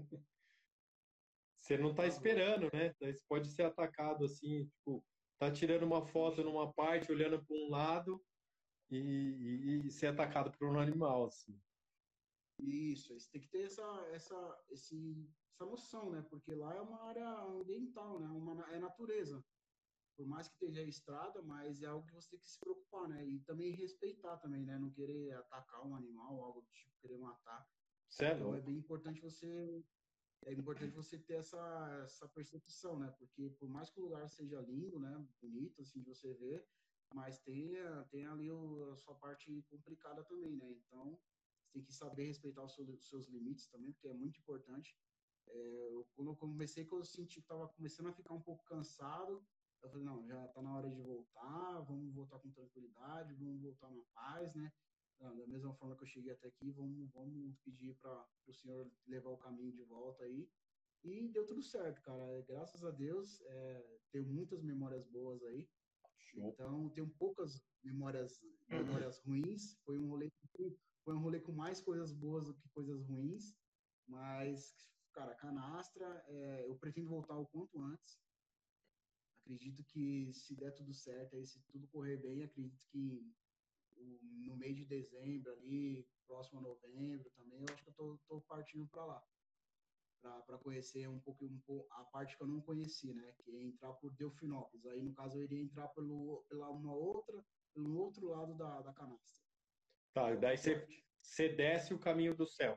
S1: Você não está
S2: Por favor.
S1: esperando, né? Daí você pode ser atacado assim, tipo, tá tirando uma foto
S2: Ixi,
S1: numa parte, olhando para um lado e, e, e ser atacado por um animal, assim.
S2: isso, você tem que ter essa, essa, esse, essa noção, né? Porque lá é uma área ambiental, né? Uma, é natureza. Por mais que esteja estrada, mas é algo que você tem que se preocupar, né? E também respeitar também, né? Não querer atacar um animal, algo do tipo, querer matar.
S1: Você é
S2: Então é
S1: louco.
S2: bem importante você é importante você ter essa, essa percepção, né? Porque por mais que o lugar seja lindo, né? Bonito, assim, de você ver, mas tem, tem ali o, a sua parte complicada também, né? Então, você tem que saber respeitar os seus, os seus limites também, porque é muito importante. É, eu, quando eu comecei, que eu senti que estava começando a ficar um pouco cansado, eu falei, não, já está na hora de voltar, vamos voltar com tranquilidade, vamos voltar na paz, né? Da mesma forma que eu cheguei até aqui, vamos, vamos pedir para o senhor levar o caminho de volta aí. E deu tudo certo, cara. Graças a Deus, é, tenho muitas memórias boas aí.
S1: Show.
S2: Então, tenho poucas memórias, memórias ruins. Foi um rolê, foi um rolê com mais coisas boas do que coisas ruins. Mas, cara, Canastra, é, eu pretendo voltar o quanto antes. Acredito que se der tudo certo, aí, se tudo correr bem, acredito que no mês de dezembro ali, próximo a novembro também, eu acho que eu tô, tô partindo para lá, para conhecer um pouco, um pouco a parte que eu não conheci, né? Que é entrar por Delfinópolis. Aí, no caso, eu iria entrar pelo, pela uma outra, pelo outro lado da, da canastra,
S1: Tá,
S2: da
S1: daí
S2: outra
S1: você,
S2: parte.
S1: você desce o caminho do céu.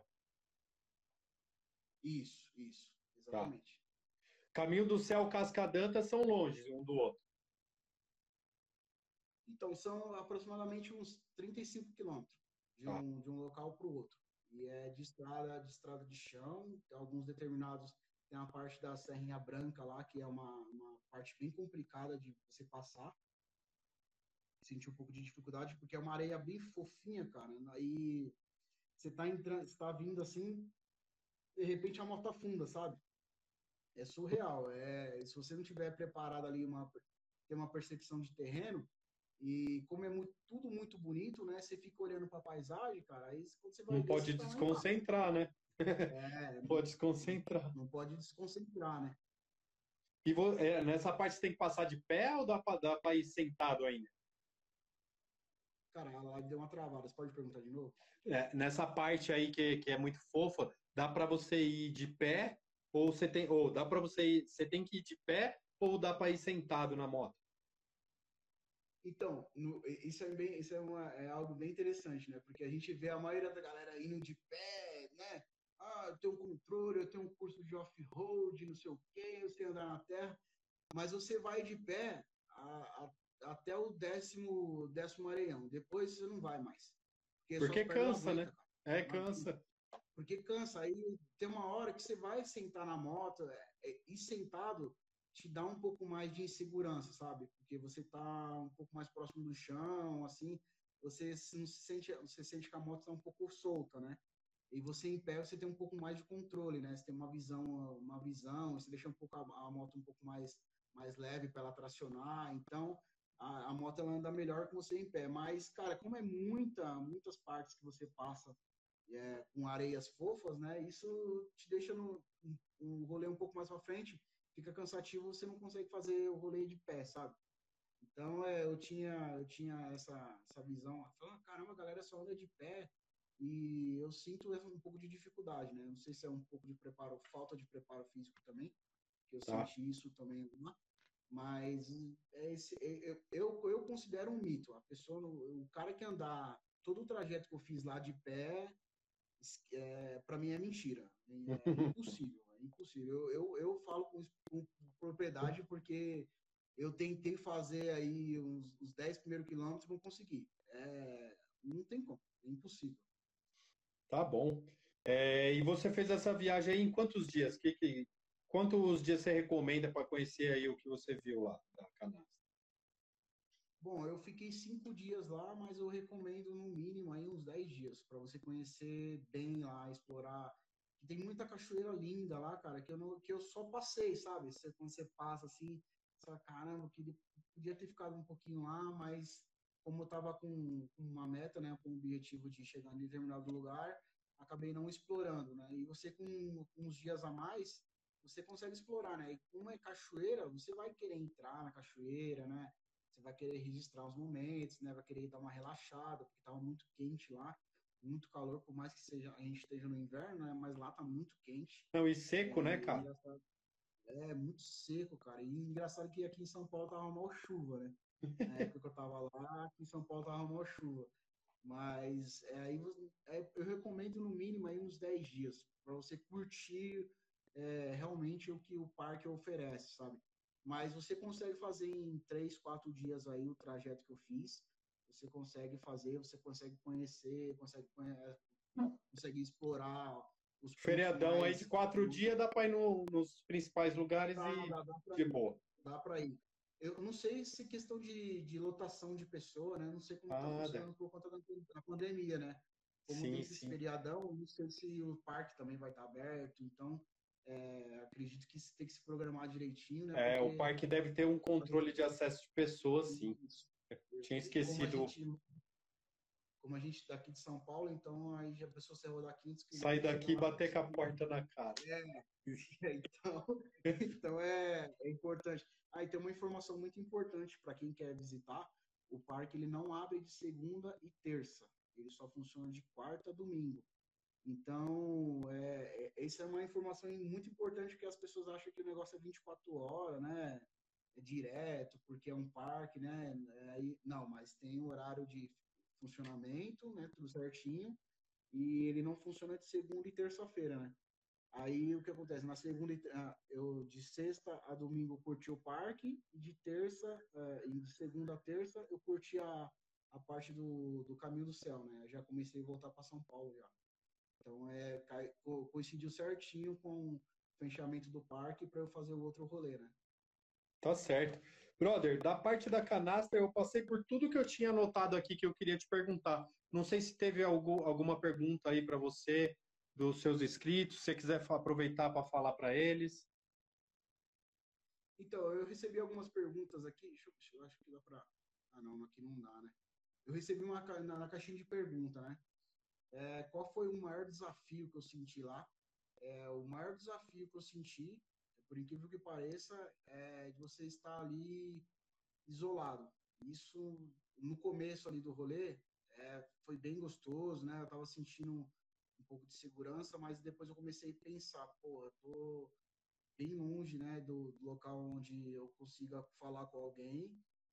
S2: Isso, isso,
S1: Tá.
S2: exatamente.
S1: Caminho do céu e Cascadanta são longe um do outro.
S2: Então, são aproximadamente uns trinta e cinco quilômetros de
S1: Tá.
S2: um, de um local para o outro. E é de estrada, de estrada de chão, alguns determinados tem a parte da Serrinha Branca lá, que é uma, uma parte bem complicada de você passar. Senti um pouco de dificuldade, porque é uma areia bem fofinha, cara. Aí você tá entrando, você tá vindo assim, de repente a moto afunda, sabe? É surreal. É, se você não tiver preparado ali, uma, ter uma percepção de terreno, e como é muito, tudo muito bonito, né? Você fica olhando para a paisagem, cara, aí quando você vai
S1: Não
S2: ver, você
S1: pode
S2: tá lá embaixo.
S1: desconcentrar, né?
S2: É,
S1: Pode
S2: não,
S1: desconcentrar.
S2: não pode desconcentrar, né?
S1: E vo- é, nessa parte você tem que passar de pé ou dá pra, dá pra ir sentado ainda?
S2: Cara, a live deu uma travada. Você pode perguntar de novo?
S1: É, nessa parte aí que, que é muito fofa, dá para você ir de pé ou você tem, ou dá para você ir, você tem que ir de pé ou dá para ir sentado na moto?
S2: Então, no, isso, é, bem, isso é, uma, é algo bem interessante, né? Porque a gente vê a maioria da galera indo de pé, né? Ah, eu tenho um controle, eu tenho um curso de off-road, não sei o quê, eu sei andar na terra. Mas você vai de pé a, a, até o décimo, décimo areião. Depois você não vai mais. Porque suas
S1: Porque
S2: pernas não
S1: cansa, né?
S2: aguentam, cara.
S1: É,
S2: Não aguenta.
S1: cansa.
S2: Porque cansa. Aí tem uma hora que você vai sentar na moto é, é, e sentado te dá um pouco mais de insegurança, sabe? Porque você tá um pouco mais próximo do chão, assim, você não se sente, você sente que a moto está um pouco solta, né? E você em pé, você tem um pouco mais de controle, né? Você tem uma visão, uma visão, você deixa um pouco a, a moto um pouco mais, mais leve para ela tracionar. Então, a, a moto ela anda melhor que você em pé. Mas, cara, como é muita, muitas partes que você passa é, com areias fofas, né? Isso te deixa no um, um rolê um pouco mais para frente, fica cansativo, você não consegue fazer o rolê de pé, sabe? Então, é, eu tinha, eu tinha essa, essa visão, falando, ah, caramba, a galera só anda de pé, e eu sinto um pouco de dificuldade, né? Não sei se é um pouco de preparo, falta de preparo físico também, que eu
S1: Tá.
S2: senti isso também lá, mas é esse, é, eu, eu, eu considero um mito. A pessoa, o cara que andar todo o trajeto que eu fiz lá de pé, é, para mim é mentira. É impossível, é impossível. Eu, eu, eu falo com, com propriedade porque eu tentei fazer aí uns, uns dez primeiros quilômetros e não consegui. É, não tem como, é impossível.
S1: Tá bom. É, e você fez essa viagem aí em quantos dias? Que, que, quantos dias você recomenda para conhecer aí o que você viu lá da canastra?
S2: Bom, eu fiquei cinco dias lá, mas eu recomendo no mínimo aí uns dez dias para você conhecer bem lá, explorar. Tem muita cachoeira linda lá, cara, que eu, não, que eu só passei, sabe? Você, quando você passa assim, você fala, caramba, que podia ter ficado um pouquinho lá, mas como eu tava com uma meta, né, com o objetivo de chegar em determinado lugar, acabei não explorando, né? E você com uns dias a mais, você consegue explorar, né? E como é cachoeira, você vai querer entrar na cachoeira, né? Você vai querer registrar os momentos, né? Vai querer dar uma relaxada, porque estava muito quente lá, muito calor, por mais que seja, a gente esteja no inverno, né? Mas lá tá muito quente.
S1: Não, e seco, né,
S2: É,
S1: cara?
S2: engraçado, é muito seco, cara. E engraçado que aqui em São Paulo tava mal chuva, né? Na época que eu tava lá, aqui em São Paulo tava mal chuva. Mas é, aí é, eu recomendo no mínimo aí uns dez dias para você curtir é, realmente o que o parque oferece, sabe? Mas você consegue fazer em três, quatro dias aí o trajeto que eu fiz. Você consegue fazer, você consegue conhecer, consegue, conhe- consegue explorar os pontos
S1: Feriadão aí de
S2: mais.
S1: quatro dias dá para ir no- nos principais lugares
S2: Dá,
S1: e
S2: dá, dá para
S1: de
S2: ir.
S1: boa.
S2: Dá para ir. Eu não sei se questão de, de lotação de pessoa, né? Não sei como está
S1: Ah, dá.
S2: funcionando por conta da, da pandemia, né? Como tem
S1: Sim,
S2: esses
S1: sim.
S2: feriadão, não sei se o parque também vai estar aberto. Então, é, acredito que tem que se programar direitinho, né?
S1: É, o
S2: Porque
S1: parque deve ter um controle de acesso de pessoas, sim.
S2: isso,
S1: Tinha
S2: como a
S1: esquecido.
S2: gente, como a gente daqui de São Paulo, então aí já pensou você rodar quinhentos
S1: Sair
S2: quilômetros, chega
S1: daqui e
S2: lá,
S1: bater com a
S2: você
S1: porta na cara.
S2: é, então, então é, é importante. Ah, e tem uma informação muito importante para quem quer visitar. O parque ele não abre de segunda e terça. Ele só funciona de quarta a domingo. Então, é, é, essa é uma informação muito importante porque as pessoas acham que o negócio é vinte e quatro horas, né? É direto, porque é um parque, né? É, não, mas tem um horário de funcionamento, né? Tudo certinho. E ele não funciona de segunda e terça-feira, né? Aí o que acontece? Na segunda, eu de sexta a domingo eu curti o parque, e de terça, uh, e de segunda a terça eu curti a, a parte do, do Caminho do Céu, né? Já comecei a voltar para São Paulo já. Então é, co- coincidiu certinho com o fechamento do parque para eu fazer o outro rolê, né?
S1: Tá certo. Brother, da parte da canastra, eu passei por tudo que eu tinha anotado aqui que eu queria te perguntar. Não sei se teve algo, alguma pergunta aí para você, dos seus inscritos, se você quiser fa- aproveitar para falar para eles.
S2: Então, eu recebi algumas perguntas aqui. Deixa eu, deixa eu acho que dá para. Ah, não, aqui não dá, né? Eu recebi uma ca- na, na caixinha de pergunta, né? É, qual foi o maior desafio que eu senti lá? É, o maior desafio que eu senti, por incrível que pareça, é de você estar ali isolado. Isso, no começo ali do rolê, é, foi bem gostoso, né? Eu tava sentindo um pouco de segurança, mas depois eu comecei a pensar, pô, eu tô bem longe, né, do, do local onde eu consiga falar com alguém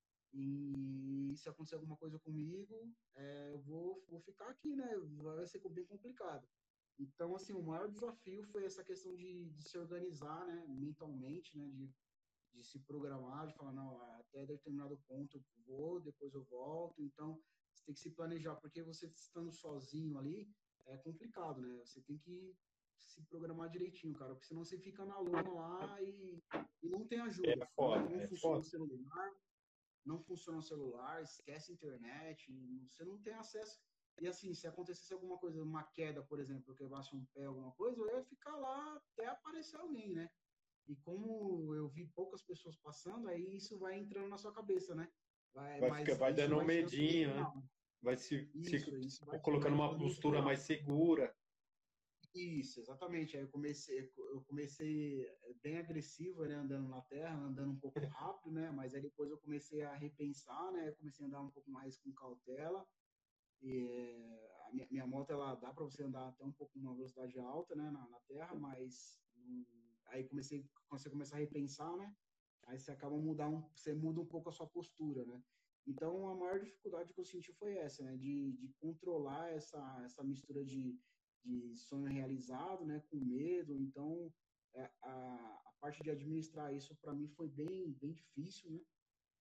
S2: e se acontecer alguma coisa comigo, é, eu vou, vou ficar aqui, né? Vai ser bem complicado. Então, assim, o maior desafio foi essa questão de, de se organizar, né, mentalmente, né, de, de se programar, de falar, não, até determinado ponto eu vou, depois eu volto. Então, você tem que se planejar, porque você estando sozinho ali é complicado, né? Você tem que se programar direitinho, cara, porque senão você fica na lona lá e, e não tem
S1: É
S2: ajuda. Não,
S1: foda,
S2: não
S1: é
S2: funciona o
S1: foda.
S2: celular, não funciona o celular, esquece a internet, você não tem acesso. E assim, se acontecesse alguma coisa, uma queda, por exemplo, eu quebrasse um pé, alguma coisa, eu ia ficar lá até aparecer alguém, né? E como eu vi poucas pessoas passando, aí isso vai entrando na sua cabeça, né? Vai,
S1: Vai ficar,
S2: mas
S1: vai
S2: isso
S1: dando um
S2: vai te dando um
S1: medinho, né?
S2: sinal.
S1: Vai se, se
S2: Isso, isso vai,
S1: colocando
S2: vai te
S1: uma
S2: dando um
S1: postura
S2: sinal.
S1: mais segura.
S2: Isso, exatamente. Aí eu comecei, eu comecei bem agressivo, né, andando na terra, andando um pouco rápido, né, mas aí depois eu comecei a repensar, né, eu comecei a andar um pouco mais com cautela. E é, a minha, minha moto ela dá para você andar até um pouco numa velocidade alta, né, na, na terra, mas hum, aí comecei, quando você começa a repensar, né, aí você acaba mudar um, você muda um pouco a sua postura, né. Então a maior dificuldade que eu senti foi essa, né, de, de controlar essa essa mistura de de sonho realizado, né, com medo. Então, é, a, a parte de administrar isso para mim foi bem, bem difícil, né?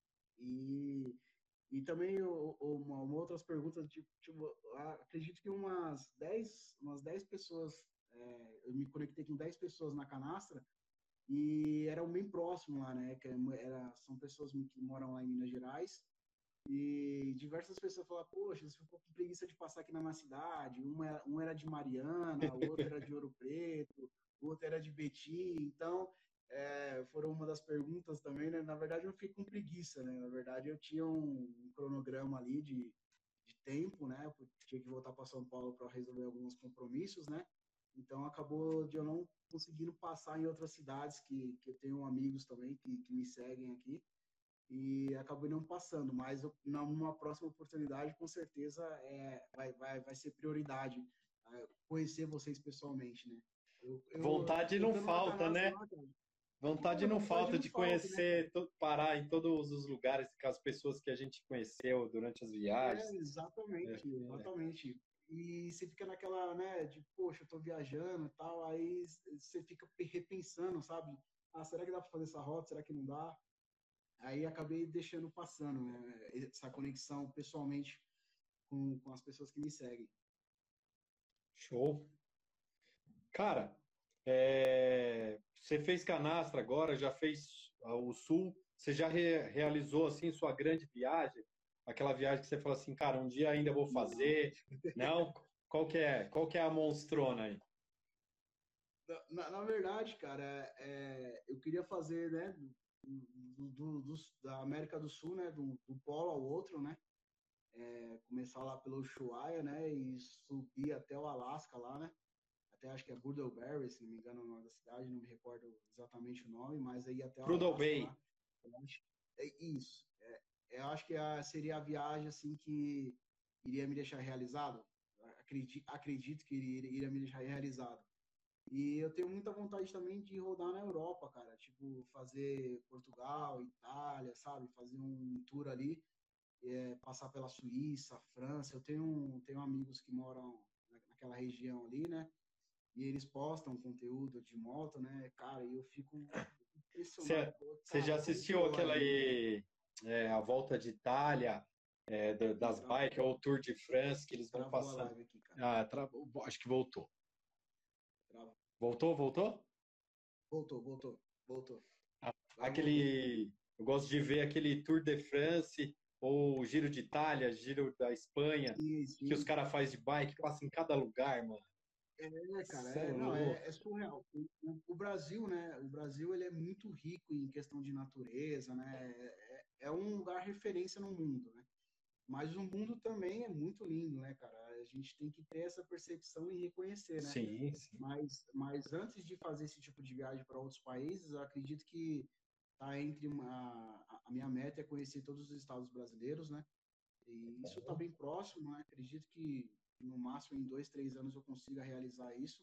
S2: E, e também o, o- uma, uma outras perguntas, tipo, tipo, a- acredito que umas dez umas dez pessoas, é, eu me conectei com dez pessoas na canastra e era bem próximo lá, né? Que era, são pessoas que moram lá em Minas Gerais e diversas pessoas falaram, poxa, você ficou com preguiça de passar aqui na minha cidade. Uma, era- um era de Mariana, o outro era de Ouro Preto, o outro era de Betim. Então, é, foram uma das perguntas também, né? Na verdade, eu fiquei com preguiça, né? Na verdade, eu tinha um, um cronograma ali de, de tempo, né? Eu tinha que voltar para São Paulo para resolver alguns compromissos, né? Então, acabou de eu não conseguindo passar em outras cidades que, que eu tenho amigos também que, que me seguem aqui e acabou não passando, mas eu, numa próxima oportunidade, com certeza, é, vai, vai, vai ser prioridade é, conhecer vocês pessoalmente, né? Eu, eu,
S1: Vontade
S2: eu
S1: não
S2: estando na
S1: falta,
S2: canastra
S1: né?
S2: lá, cara,
S1: Vontade
S2: pô,
S1: não
S2: vontade
S1: falta
S2: não
S1: de
S2: falta, né, cara?
S1: conhecer, to- parar em todos os lugares com as pessoas que a gente conheceu durante as
S2: É,
S1: viagens. É,
S2: exatamente,
S1: é.
S2: exatamente. E você fica naquela, né, de, poxa, eu tô viajando e tal, aí você fica repensando, sabe? Ah, será que dá para fazer essa rota? Será que não dá? Aí acabei deixando passando, né, essa conexão pessoalmente com, com as pessoas que me seguem.
S1: Show. Cara, é, você fez canastra agora, já fez ah, o Sul, você já re- realizou assim sua grande viagem? Aquela viagem que você falou assim, cara, um dia ainda vou
S2: Não.
S1: fazer. Não? Qual que é? Qual que é a monstrona aí?
S2: Na, na verdade, cara, é, eu queria fazer, né, do, do, do, da América do Sul, né, do, do polo ao outro, né, é, começar lá pelo Ushuaia, né, e subir até o Alasca lá, né, até acho que é Burdelberry, se não me engano, é o nome da cidade, não me recordo exatamente o nome, mas aí até o
S1: Prudhoe
S2: Alasca lá.
S1: Bay.
S2: Eu acho, é isso. É, eu acho que a, seria a viagem assim que iria me deixar realizado. Acredito, acredito que iria, iria me deixar realizado. E eu tenho muita vontade também de rodar na Europa, cara. Tipo, fazer Portugal, Itália, sabe? Fazer um tour ali, é, passar pela Suíça, França. Eu tenho, tenho amigos que moram naquela região ali, né? E eles postam conteúdo de moto, né? Cara, e eu fico impressionado.
S1: Você,
S2: Pô,
S1: você já
S2: cara, como
S1: assistiu aquela
S2: pode, né?
S1: aí, é, a Volta de Itália, é, da-
S2: Ih,
S1: das
S2: travou,
S1: bikes, ou o Tour de France, que eles vão
S2: travou a
S1: passando?
S2: live aqui, cara.
S1: Ah, tra- acho que voltou.
S2: Travou.
S1: Voltou, voltou?
S2: Voltou, voltou, voltou.
S1: Ah,
S2: Agora voltou.
S1: aquele, eu gosto de ver aquele Tour de France ou Giro de Itália, Giro da Espanha,
S2: Sim,
S1: que os
S2: sim.
S1: caras fazem de bike, passa em cada lugar, mano.
S2: É, cara,
S1: Você é
S2: é, não, é,
S1: louco.
S2: é surreal. O, o, o Brasil, né? O Brasil ele é muito rico em questão de natureza, né? É, é um lugar referência no mundo, né? Mas o mundo também é muito lindo, né, cara? A gente tem que ter essa percepção e reconhecer, né?
S1: Sim, sim.
S2: Mas, mas antes de fazer esse tipo de viagem para outros países, eu acredito que tá entre uma, a a minha meta é conhecer todos os estados brasileiros, né? E isso está bem próximo, né? Acredito que no máximo em dois, três anos eu consiga realizar isso.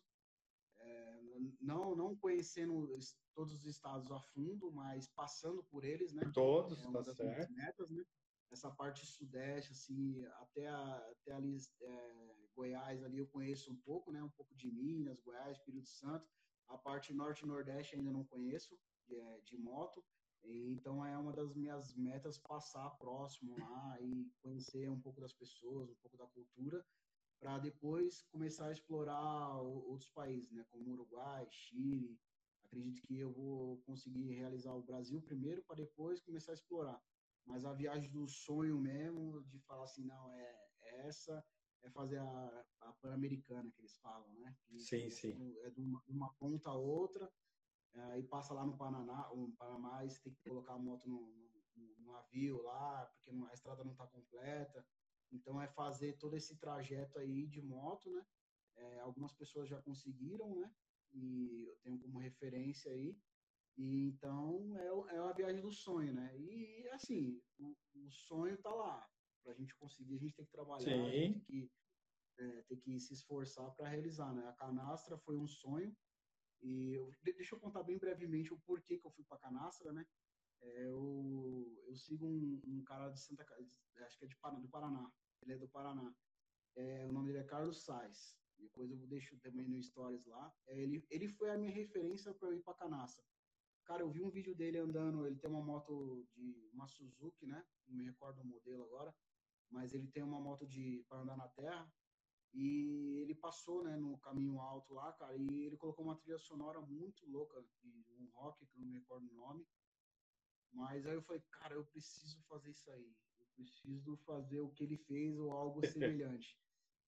S2: Não, não conhecendo todos os estados a fundo, mas passando por eles, né?
S1: Por todos,
S2: É
S1: tá
S2: uma das minhas
S1: certo.
S2: metas, né? Essa parte sudeste, assim, até, a, até ali, é, Goiás, ali eu conheço um pouco, né? Um pouco de Minas, Goiás, Espírito Santo. A parte norte e nordeste ainda não conheço, de, de moto. E, então é uma das minhas metas passar próximo lá e conhecer um pouco das pessoas, um pouco da cultura para depois começar a explorar outros países, né, como Uruguai, Chile. Acredito que eu vou conseguir realizar o Brasil primeiro para depois começar a explorar. Mas a viagem do sonho mesmo, de falar assim, não, é, é essa, é fazer a, a Pan-Americana que eles falam, né? Que,
S1: Sim,
S2: que é,
S1: sim.
S2: é de uma, uma ponta a outra, aí passa lá no Paraná, no Panamá, e você tem que colocar a moto no, no, no navio lá, porque a estrada não está completa. Então é fazer todo esse trajeto aí de moto, né? É, algumas pessoas já conseguiram, né? E eu tenho como referência aí. E então é, o- é uma viagem do sonho, né? E assim, o, o sonho tá lá. Para a gente conseguir, a gente tem que trabalhar, a gente tem
S1: Sim.
S2: que, é, tem que se esforçar para realizar, né? A canastra foi um sonho, e eu, deixa eu contar bem brevemente o porquê que eu fui para Canastra, né? É, eu, eu sigo um, um cara de Santa Ca- acho que é de, Paraná- do Paraná. Ele é do Paraná. É, o nome dele é Carlos Sais. depois eu deixo também no Stories lá. É, ele, ele foi a minha referência para eu ir para Canastra. Cara, eu vi um vídeo dele andando, ele tem uma moto de uma Suzuki, né? Não me recordo o modelo agora, mas ele tem uma moto de para andar na terra. E ele passou, né, no caminho alto lá, cara, e ele colocou uma trilha sonora muito louca, de um rock, que eu não me recordo o nome. Mas aí eu falei, cara, eu preciso fazer isso aí. Eu preciso fazer o que ele fez ou algo semelhante.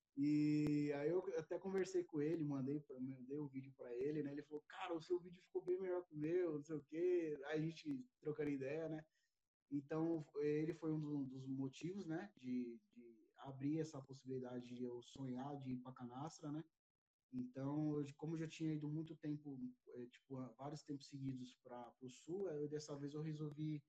S2: E aí eu até conversei com ele, mandei, mandei o vídeo para ele, né? Ele falou, cara, o seu vídeo ficou bem melhor que o meu, não sei o quê. Aí a gente trocando ideia, né? Então, ele foi um dos motivos, né, de, de abrir essa possibilidade de eu sonhar de ir para Canastra, né? Então, eu, como eu já tinha ido muito tempo, é, tipo, vários tempos seguidos para o sul, eu, dessa vez eu resolvi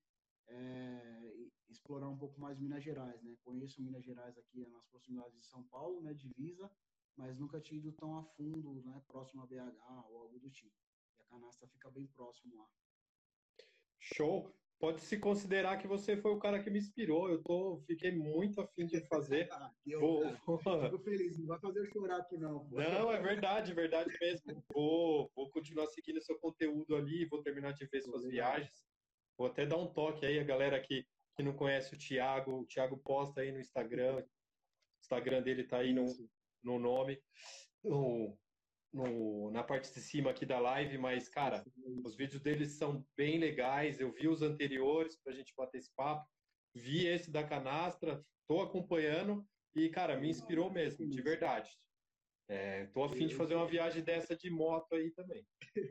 S2: é, explorar um pouco mais Minas Gerais, né? Conheço Minas Gerais aqui nas proximidades de São Paulo, né, divisa, mas nunca tinha ido tão a fundo, né, próximo a B H ou algo do tipo. E a Canastra fica bem próximo lá.
S1: Show! Pode-se considerar que você foi o cara que me inspirou. Eu tô, fiquei muito afim de fazer.
S2: eu,
S1: Vou,
S2: cara,
S1: vou-
S2: fico feliz, não vai fazer eu chorar aqui não, pô.
S1: Não, é verdade, verdade mesmo. Vou, vou continuar seguindo seu conteúdo ali, vou terminar de ver
S2: Pô,
S1: suas
S2: legal.
S1: viagens. Vou até dar um toque aí, a galera que, que não conhece o Thiago. O Thiago posta aí no Instagram. O Instagram dele tá aí no,
S2: Isso.
S1: no nome, no, no, na parte de cima aqui da live, mas, cara,
S2: Isso, isso.
S1: os vídeos deles são bem legais. Eu vi os anteriores para a gente bater esse papo, vi esse da canastra, estou acompanhando e, cara, me
S2: Legal,
S1: inspirou
S2: cara, fico
S1: mesmo, de
S2: feliz.
S1: verdade. Estou a fim
S2: Eu,
S1: de
S2: eu
S1: fazer uma
S2: fico,
S1: viagem dessa de moto aí também.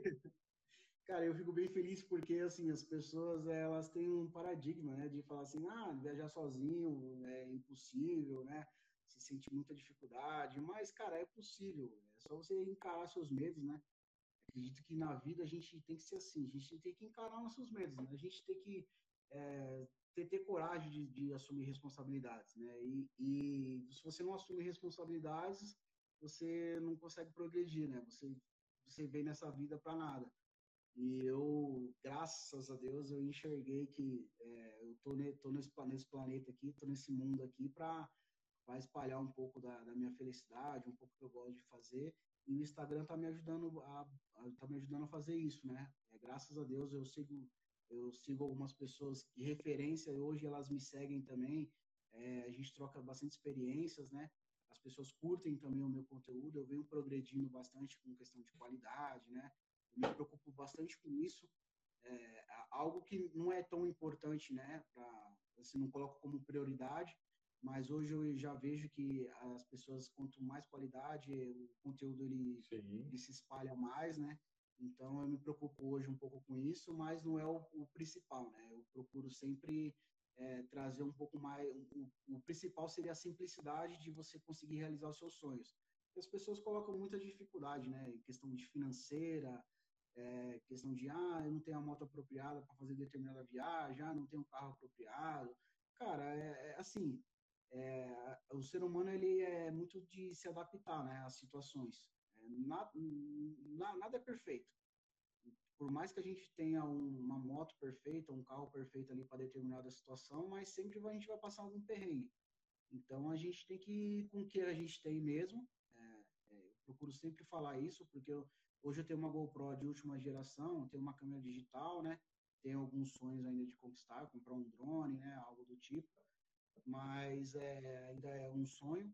S2: cara, eu fico bem feliz porque, assim, as pessoas, elas têm um paradigma, né, de falar assim, ah, viajar sozinho é impossível, né, se sente muita dificuldade, mas, cara, é possível, é só você encarar seus medos, né. Acredito que na vida a gente tem que ser assim, a gente tem que encarar nossos medos, né, a gente tem que é, ter, ter coragem de, de assumir responsabilidades, né, e, e se você não assume responsabilidades, você não consegue progredir, né, você, você vem nessa vida para nada. E eu, graças a Deus, eu enxerguei que é, eu tô, ne, tô nesse, nesse planeta aqui, tô nesse mundo aqui para espalhar um pouco da, da minha felicidade, um pouco que eu gosto de fazer. E o Instagram tá me ajudando a, a, tá me ajudando a fazer isso, né? É, graças a Deus eu sigo eu sigo algumas pessoas de referência, hoje elas me seguem também. É, a gente troca bastante experiências, né? As pessoas curtem também o meu conteúdo, eu venho progredindo bastante com questão de qualidade, né? Eu me preocupo bastante com isso. É, algo que não é tão importante, né? Pra, assim, não coloco como prioridade, mas hoje eu já vejo que as pessoas, quanto mais qualidade, o conteúdo ele,
S1: Sim.
S2: ele se espalha mais, né? Então eu me preocupo hoje um pouco com isso, mas não é o, o principal, né? Eu procuro sempre é, trazer um pouco mais. O, o principal seria a simplicidade de você conseguir realizar os seus sonhos. As pessoas colocam muita dificuldade, né? Em questão de financeira, é, questão de, ah, eu não tenho a moto apropriada para fazer determinada viagem, ah, não tenho um carro apropriado. Cara, é, é assim, é, o ser humano ele é muito de se adaptar, né, às situações. É, nada, nada é perfeito. Por mais que a gente tenha um, uma moto perfeita, um carro perfeito ali para determinada situação, mas sempre a gente vai passar algum perrengue. Então a gente tem que ir com o que a gente tem mesmo. É, é, eu procuro sempre falar isso, porque eu, hoje eu tenho uma GoPro de última geração, tenho uma câmera digital, né? Tenho alguns sonhos ainda de conquistar, comprar um drone, né? Algo do tipo, mas é, ainda é um sonho.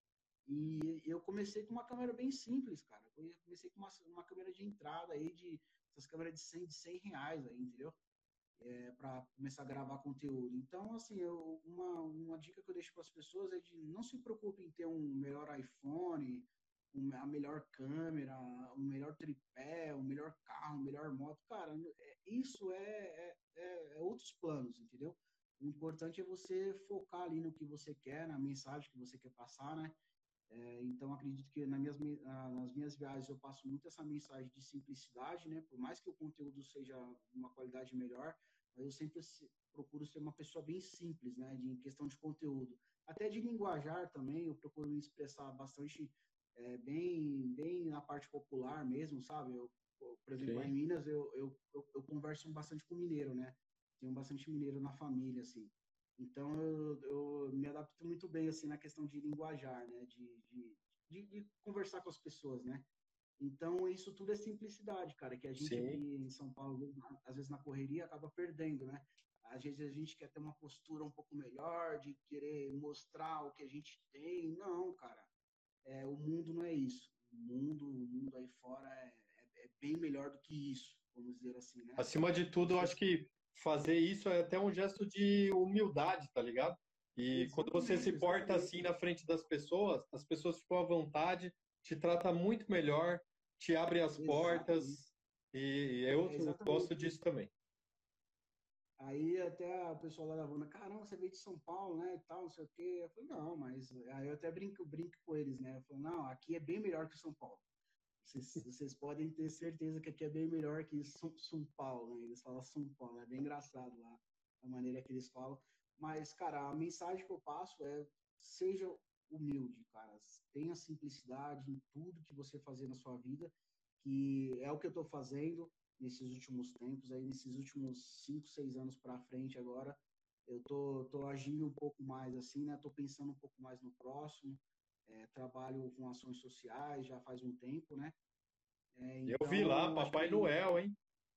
S2: E eu comecei com uma câmera bem simples, cara. Eu comecei com uma, uma câmera de entrada aí, de essas câmeras de cem, de cem reais aí, entendeu? É, para começar a gravar conteúdo. Então, assim, eu, uma, uma dica que eu deixo para as pessoas é de não se preocupe em ter um melhor iPhone, um, a melhor câmera, o um melhor tripé, o um melhor carro, uma melhor moto. Cara, é, isso é, é, é, é outros planos, entendeu? O importante é você focar ali no que você quer, na mensagem que você quer passar, né? É, então, acredito que nas minhas, nas minhas viagens eu passo muito essa mensagem de simplicidade, né? Por mais que o conteúdo seja uma qualidade melhor, mas eu sempre procuro ser uma pessoa bem simples, né? De, em questão de conteúdo. Até de linguajar também, eu procuro me expressar bastante é, bem, bem na parte popular mesmo, sabe? Eu, por exemplo, lá em
S1: Sim.
S2: Minas, eu, eu, eu, eu converso bastante com mineiro, né? Tenho bastante mineiro na família, assim. Então, eu, eu me adapto muito bem, assim, na questão de linguajar, né? De, de, de, de conversar com as pessoas, né? Então, isso tudo é simplicidade, cara, que a gente aqui
S1: Sim.
S2: em São Paulo, às vezes na correria, acaba perdendo, né? Às vezes a gente quer ter uma postura um pouco melhor, de querer mostrar o que a gente tem. Não, cara, é, o mundo não é isso. O mundo, o mundo aí fora é, é, é bem melhor do que isso, vamos dizer assim, né?
S1: Acima de tudo, eu
S2: Você...
S1: acho que fazer isso é até um gesto de humildade, tá ligado? E quando você se
S2: Exatamente,
S1: porta
S2: exatamente.
S1: assim na frente das pessoas, as pessoas ficam à vontade, te tratam muito melhor, te abrem as
S2: Exatamente.
S1: portas, e eu
S2: É
S1: gosto
S2: exatamente
S1: disso
S2: isso.
S1: também.
S2: Aí até o pessoal lá da Havana, caramba, você veio de São Paulo, né, e tal, não sei o quê. Eu falei, não, mas... Aí eu até brinco, brinco com eles, né? Eu falo, não, aqui é bem melhor que São Paulo. Vocês, vocês podem ter certeza que aqui é bem melhor que São, São Paulo, né? Eles falam São Paulo, é bem engraçado lá a maneira que eles falam. Mas, cara, a mensagem que eu passo é seja humilde, cara. Tenha simplicidade em tudo que você fazer na sua vida, que é o que eu estou fazendo nesses últimos tempos, aí nesses últimos cinco, seis anos para frente agora. Eu tô, tô agindo um pouco mais assim, né? Tô pensando um pouco mais no próximo. É, trabalho com ações sociais já faz um tempo, né? É,
S1: Eu vi lá,
S2: então, acho
S1: Papai
S2: que
S1: Noel, hein?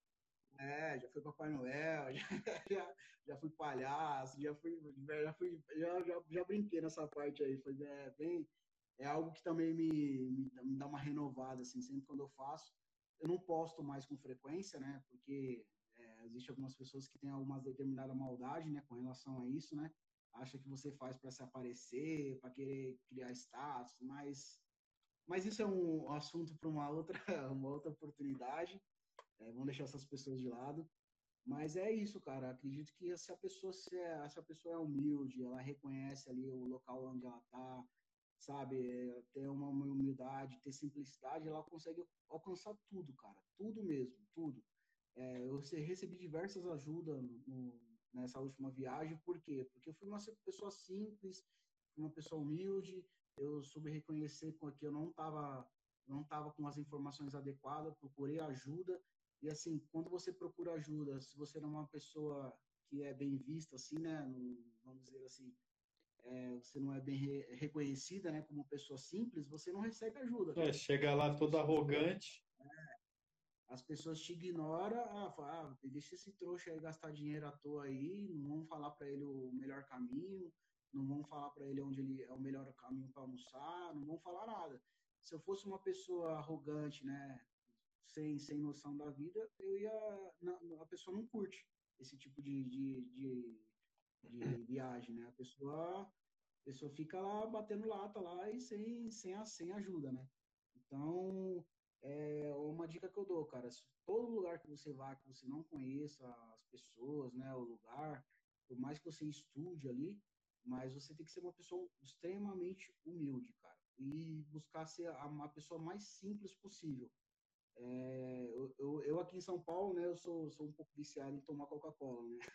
S2: é, já fui Papai Noel, já, já, já fui palhaço, já fui, já fui, já, já, já brinquei nessa parte aí. Foi é, bem, é algo que também me, me, me dá uma renovada, assim, sempre quando eu faço. Eu não posto mais com frequência, né? Porque é, existe algumas pessoas que têm alguma determinada maldade, né, com relação a isso, né? Acha que você faz para se aparecer, para querer criar status, mas, mas isso é um assunto para uma outra, uma outra oportunidade. É, vamos deixar essas pessoas de lado. Mas é isso, cara. Acredito que se a pessoa se é, se a pessoa é humilde, ela reconhece ali o local onde ela está, sabe, é, ter uma humildade, ter simplicidade, ela consegue alcançar tudo, cara. Tudo mesmo, tudo. É, eu recebi diversas ajudas no, nessa última viagem. Por quê? Porque eu fui uma pessoa simples, uma pessoa humilde. Eu soube reconhecer que eu não estava não estava com as informações adequadas, procurei ajuda. E assim, quando você procura ajuda, se você não é uma pessoa que é bem vista, assim, né, no, vamos dizer assim, é, você não é bem re, reconhecida, né, como pessoa simples, você não recebe ajuda,
S1: É,
S2: cara.
S1: chega lá
S2: As
S1: todo
S2: pessoas
S1: arrogante.
S2: as pessoas te ignoram, ah, fala, ah, deixa esse trouxa aí gastar dinheiro à toa aí, não vão falar para ele o melhor caminho, não vão falar para ele onde ele é o melhor caminho para almoçar, não vão falar nada. Se eu fosse uma pessoa arrogante, né, sem, sem noção da vida, eu ia, não, a pessoa não curte esse tipo de, de, de, de viagem, né? A pessoa, a pessoa fica lá batendo lata lá e sem, sem, a, sem ajuda, né? Então, é uma dica que eu dou, cara. Se todo lugar que você vá, que você não conheça as pessoas, né, o lugar, por mais que você estude ali, mas você tem que ser uma pessoa extremamente humilde, cara, e buscar ser a, a pessoa mais simples possível. É, eu, eu, eu aqui em São Paulo, né, eu sou, sou um pouco viciado em tomar Coca-Cola, né?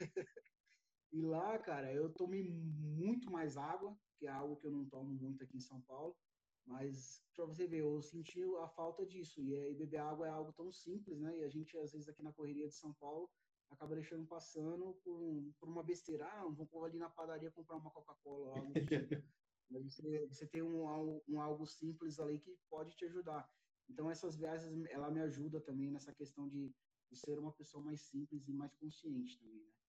S2: E lá, cara, eu tomei muito mais água, que é algo que eu não tomo muito aqui em São Paulo. Mas, para você ver, eu senti a falta disso. E aí, beber água é algo tão simples, né? E a gente, às vezes, aqui na correria de São Paulo, acaba deixando passando por, um, por uma besteira. Ah, não vou ali na padaria comprar uma Coca-Cola, algo do tipo. Mas você, você tem um, um algo simples ali que pode te ajudar. Então, essas viagens, ela me ajuda também nessa questão de, de ser uma pessoa mais simples e mais consciente também, né?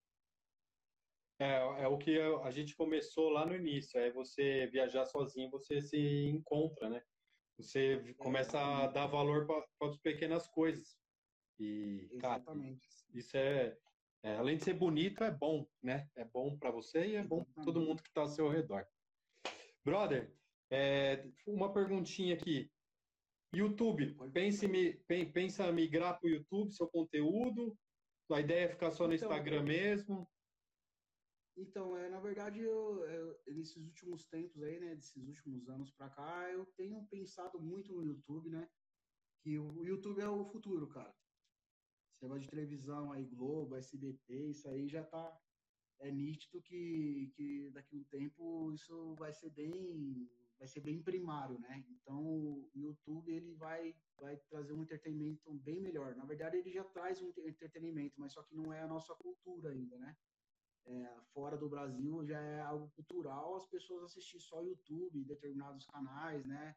S1: É, é o que a gente começou lá no início, é você viajar sozinho, você se encontra, né? Você
S2: É,
S1: começa a
S2: exatamente.
S1: dar valor para as pequenas coisas. E, cara,
S2: Exatamente.
S1: isso é, é, além de ser bonito, é bom, né? É bom para você e é bom para todo
S2: Exatamente.
S1: mundo que está ao seu redor. Brother, é, uma perguntinha aqui. YouTube,
S2: Pode
S1: pensa em,
S2: fazer.
S1: mi- pen- pensa em migrar para o YouTube, seu conteúdo? A ideia é ficar só no
S2: Então,
S1: Instagram mesmo?
S2: então é, na verdade, eu, eu, nesses últimos tempos aí, né, desses últimos anos para cá, eu tenho pensado muito no YouTube, né? Que o YouTube é o futuro, cara. Esse negócio de televisão aí, Globo, S B T, isso aí já tá, é nítido que, que daqui a um tempo isso vai ser bem, vai ser bem primário, né? Então, o YouTube, ele vai, vai trazer um entretenimento bem melhor. Na verdade, ele já traz um entretenimento, mas só que não é a nossa cultura ainda, né? Fora do Brasil já é algo cultural as pessoas assistir só YouTube, determinados canais, né?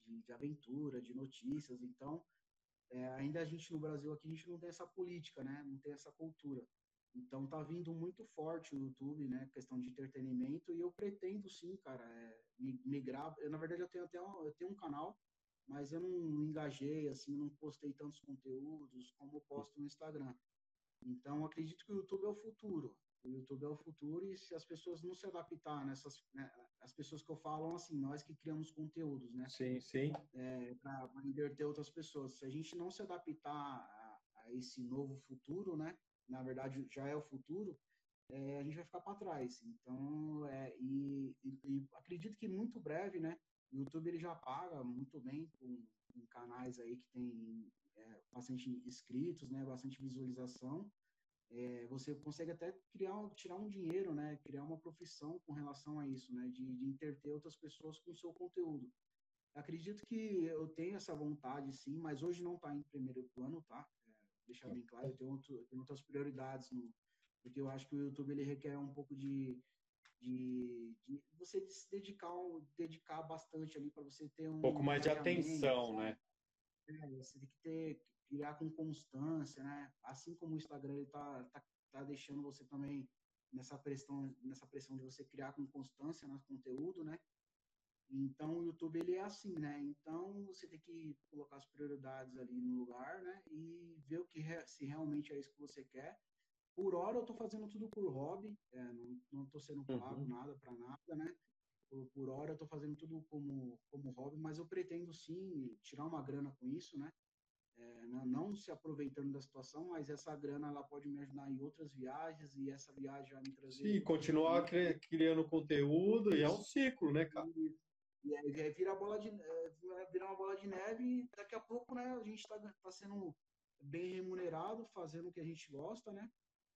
S2: de, de aventura, de notícias. Então, é, ainda a gente no Brasil aqui, a gente não tem essa política, né? Não tem essa cultura. Então, tá vindo muito forte o YouTube, né? Questão de entretenimento. E eu pretendo, sim, cara, é, migrar. Eu, na verdade, eu tenho até um, eu tenho um canal, mas eu não engajei, assim, não postei tantos conteúdos como eu posto no Instagram. Então, acredito que o YouTube é o futuro. O YouTube é o futuro e se as pessoas não se adaptar nessas, né, as pessoas que eu falo, assim, nós que criamos conteúdos, né,
S1: Sim, sim.
S2: é, para inverter outras pessoas. Se a gente não se adaptar a, a esse novo futuro, né, na verdade já é o futuro, é, a gente vai ficar para trás. Então, é, e, e, e acredito que muito breve, né, o YouTube ele já paga muito bem com, com canais aí que tem é, bastante inscritos, né, bastante visualização. É, você consegue até criar, tirar um dinheiro, né, criar uma profissão com relação a isso, né, de, de interter outras pessoas com o seu conteúdo. Acredito que eu tenho essa vontade, sim, mas hoje não está em primeiro plano, tá? É, deixar bem claro, eu tenho, outro, eu tenho outras prioridades, no, porque eu acho que o YouTube ele requer um pouco de, de, de você se dedicar, um, dedicar bastante ali para você ter
S1: Um
S2: um
S1: pouco mais de
S2: engajamento,
S1: atenção,
S2: sabe?
S1: né?
S2: É, você tem que ter, criar com constância, né? Assim como o Instagram ele tá, tá, tá deixando você também nessa pressão, nessa pressão de você criar com constância no conteúdo, né? Então, o YouTube, ele é assim, né? Então, você tem que colocar as prioridades ali no lugar, né? E ver o que re- se realmente é isso que você quer. Por hora, eu tô fazendo tudo por hobby, é, não, não tô sendo pago
S1: Uhum.
S2: nada para nada, né? Por, por hora, eu tô fazendo tudo como, como hobby, mas eu pretendo, sim, tirar uma grana com isso, né? É, não, não se aproveitando da situação, mas essa grana, ela pode me ajudar em outras viagens e essa viagem vai me trazer
S1: Sim, continuar
S2: muito.
S1: cri- criando conteúdo e é um
S2: Isso.
S1: ciclo, né, cara?
S2: E, e aí aí vira bola de é, vira uma bola de neve e daqui a pouco, né, a gente está tá sendo bem remunerado, fazendo o que a gente gosta, né?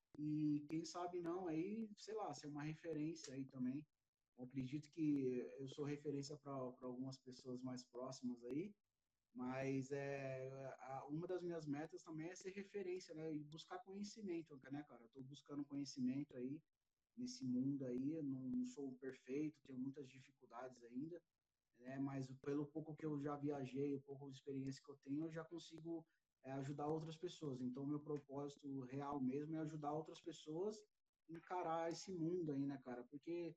S2: E quem sabe não aí, sei lá, ser uma referência aí também. Eu acredito que eu sou referência para algumas pessoas mais próximas aí, mas é, a, uma das minhas metas também é ser referência, né? E buscar conhecimento, né, cara? Eu tô buscando conhecimento aí nesse mundo aí, eu não, não sou perfeito, tenho muitas dificuldades ainda, né? Mas pelo pouco que eu já viajei, o pouco de experiência que eu tenho, eu já consigo é, ajudar outras pessoas. Então, meu propósito real mesmo é ajudar outras pessoas a encarar esse mundo aí, né, cara? Porque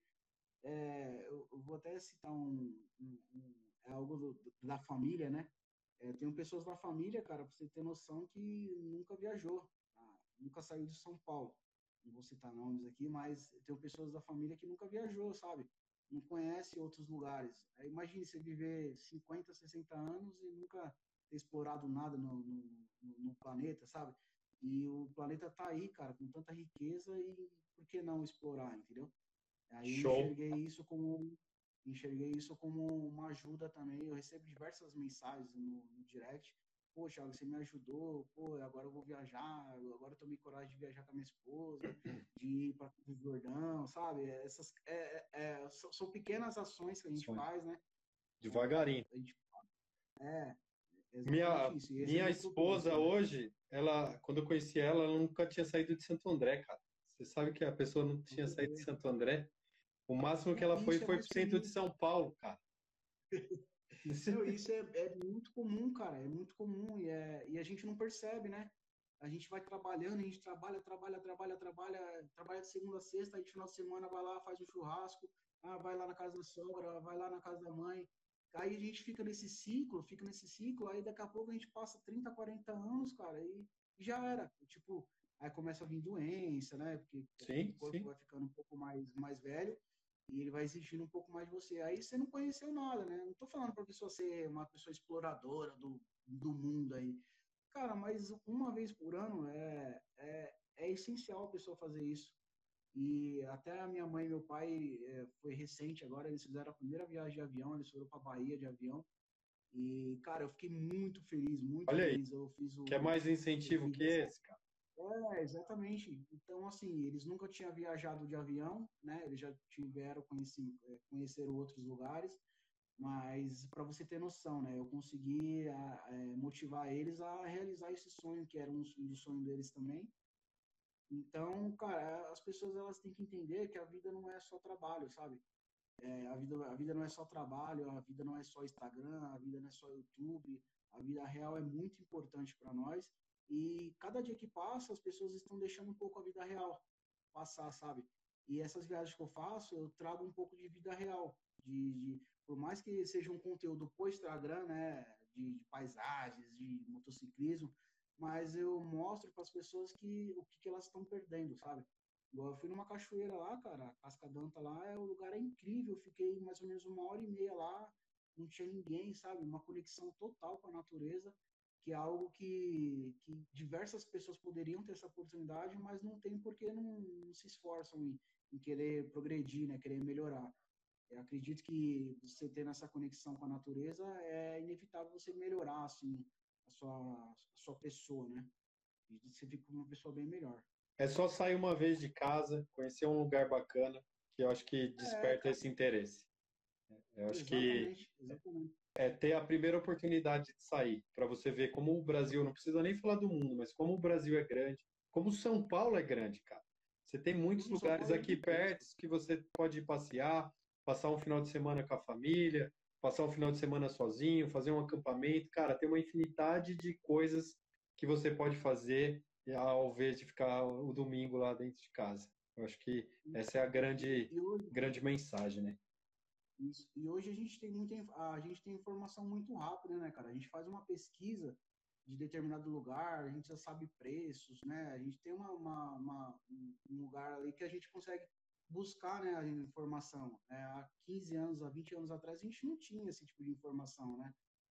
S2: é, eu, eu vou até citar um, um, um é algo do, da família, né? É, tenho pessoas da família, cara, pra você ter noção que nunca viajou, tá? Nunca saiu de São Paulo. Não vou citar nomes aqui, mas tenho pessoas da família que nunca viajou, sabe? Não conhece outros lugares. Aí, imagine você viver cinquenta, sessenta anos e nunca ter explorado nada no, no, no, no planeta, sabe? E o planeta tá aí, cara, com tanta riqueza e por que não explorar, entendeu? Aí eu
S1: Show.
S2: enxerguei isso como enxerguei isso como uma ajuda também. Eu recebo diversas mensagens no, no direct. Poxa, você me ajudou, pô, agora eu vou viajar, agora eu tomei coragem de viajar com a minha esposa, de ir para o Jordão, sabe? Essas é, é, é, são, são pequenas ações que a gente
S1: Sonho.
S2: faz, né? É,
S1: Devagarinho.
S2: a gente, é
S1: Minha,
S2: exatamente isso. E esse é
S1: minha
S2: meu
S1: esposa
S2: propósito, né?
S1: hoje, ela, quando eu conheci ela, ela nunca tinha saído de Santo André, cara. Você sabe que a pessoa não tinha
S2: Vamos
S1: saído de
S2: ver.
S1: Santo André? O máximo que
S2: Não,
S1: ela
S2: e
S1: foi
S2: isso é
S1: foi
S2: mais
S1: pro centro de
S2: comum.
S1: São Paulo, cara.
S2: Não, isso é, é muito comum, cara, é muito comum e, é, e a gente não percebe, né? A gente vai trabalhando, a gente trabalha, trabalha, trabalha, trabalha, trabalha de segunda a sexta, aí de final de semana vai lá, faz um churrasco, ah, vai lá na casa da sogra, vai lá na casa da mãe. Aí a gente fica nesse ciclo, fica nesse ciclo, aí daqui a pouco a gente passa trinta, quarenta anos, cara, e, e já era. Tipo, aí começa a vir doença, né? Porque o
S1: Sim,
S2: corpo
S1: sim.
S2: vai ficando um pouco mais, mais velho e ele vai exigindo um pouco mais de você. Aí você não conheceu nada, né? Não tô falando para pessoa ser uma pessoa exploradora do, do mundo aí. Cara, mas uma vez por ano é, é, é essencial a pessoa fazer isso. E até a minha mãe e meu pai, é, foi recente agora, eles fizeram a primeira viagem de avião, eles foram para Bahia de avião. E, cara, eu fiquei muito feliz, muito
S1: Olha aí.
S2: feliz. Eu fiz
S1: Quer
S2: o.
S1: mais
S2: Eu
S1: incentivo
S2: fiz
S1: que
S2: essa,
S1: esse, cara?
S2: é, exatamente. Então, assim, eles nunca tinham viajado de avião, né? Eles já tiveram conheci, é, conhecer outros lugares, mas para você ter noção, né? Eu consegui a, é, motivar eles a realizar esse sonho, que era um, um dos sonhos deles também. Então, cara, as pessoas elas têm que entender que a vida não é só trabalho, sabe? É, a vida, a vida não é só trabalho, a vida não é só Instagram, a vida não é só YouTube, a vida real é muito importante para nós. E cada dia que passa, as pessoas estão deixando um pouco a vida real passar, sabe? E essas viagens que eu faço, eu trago um pouco de vida real, de, de por mais que seja um conteúdo pro Instagram, né, de, de paisagens, de motociclismo, mas eu mostro para as pessoas que o que, que elas estão perdendo, sabe? Igual eu fui numa cachoeira lá, cara, a Casca d'Anta lá, é, o lugar é incrível, eu fiquei mais ou menos uma hora e meia lá, não tinha ninguém, sabe? Uma conexão total com a natureza, que é algo que, que diversas pessoas poderiam ter essa oportunidade, mas não tem porque não, não se esforçam em, em querer progredir, né? Querer melhorar. Eu acredito que você tendo essa conexão com a natureza é inevitável você melhorar, assim, a sua, a sua pessoa, né? E você fica uma pessoa bem melhor.
S1: É só sair uma vez de casa, conhecer um lugar bacana, que eu acho que
S2: É,
S1: desperta
S2: cara,
S1: esse interesse. Eu acho que
S2: exatamente, exatamente.
S1: é ter a primeira oportunidade de sair, para você ver como o Brasil, não precisa nem falar do mundo, mas como o Brasil é grande, como São Paulo é grande, cara. Você tem muitos
S2: Não, São
S1: lugares
S2: Paulo é
S1: aqui
S2: gigantesco.
S1: perto que você pode ir passear, passar um final de semana com a família, passar um final de semana sozinho, fazer um acampamento. Cara, tem uma infinidade de coisas que você pode fazer ao invés de ficar o domingo lá dentro de casa. Eu acho que essa é a
S2: E,
S1: grande,
S2: e hoje,
S1: grande mensagem, né?
S2: isso. E hoje a gente tem muita, inf- a gente tem informação muito rápida, né, cara? A gente faz uma pesquisa de determinado lugar, a gente já sabe preços, né? A gente tem uma, uma, uma- um lugar ali que a gente consegue buscar, né, a informação. É, há quinze anos, há vinte anos atrás, a gente não tinha esse tipo de informação, né?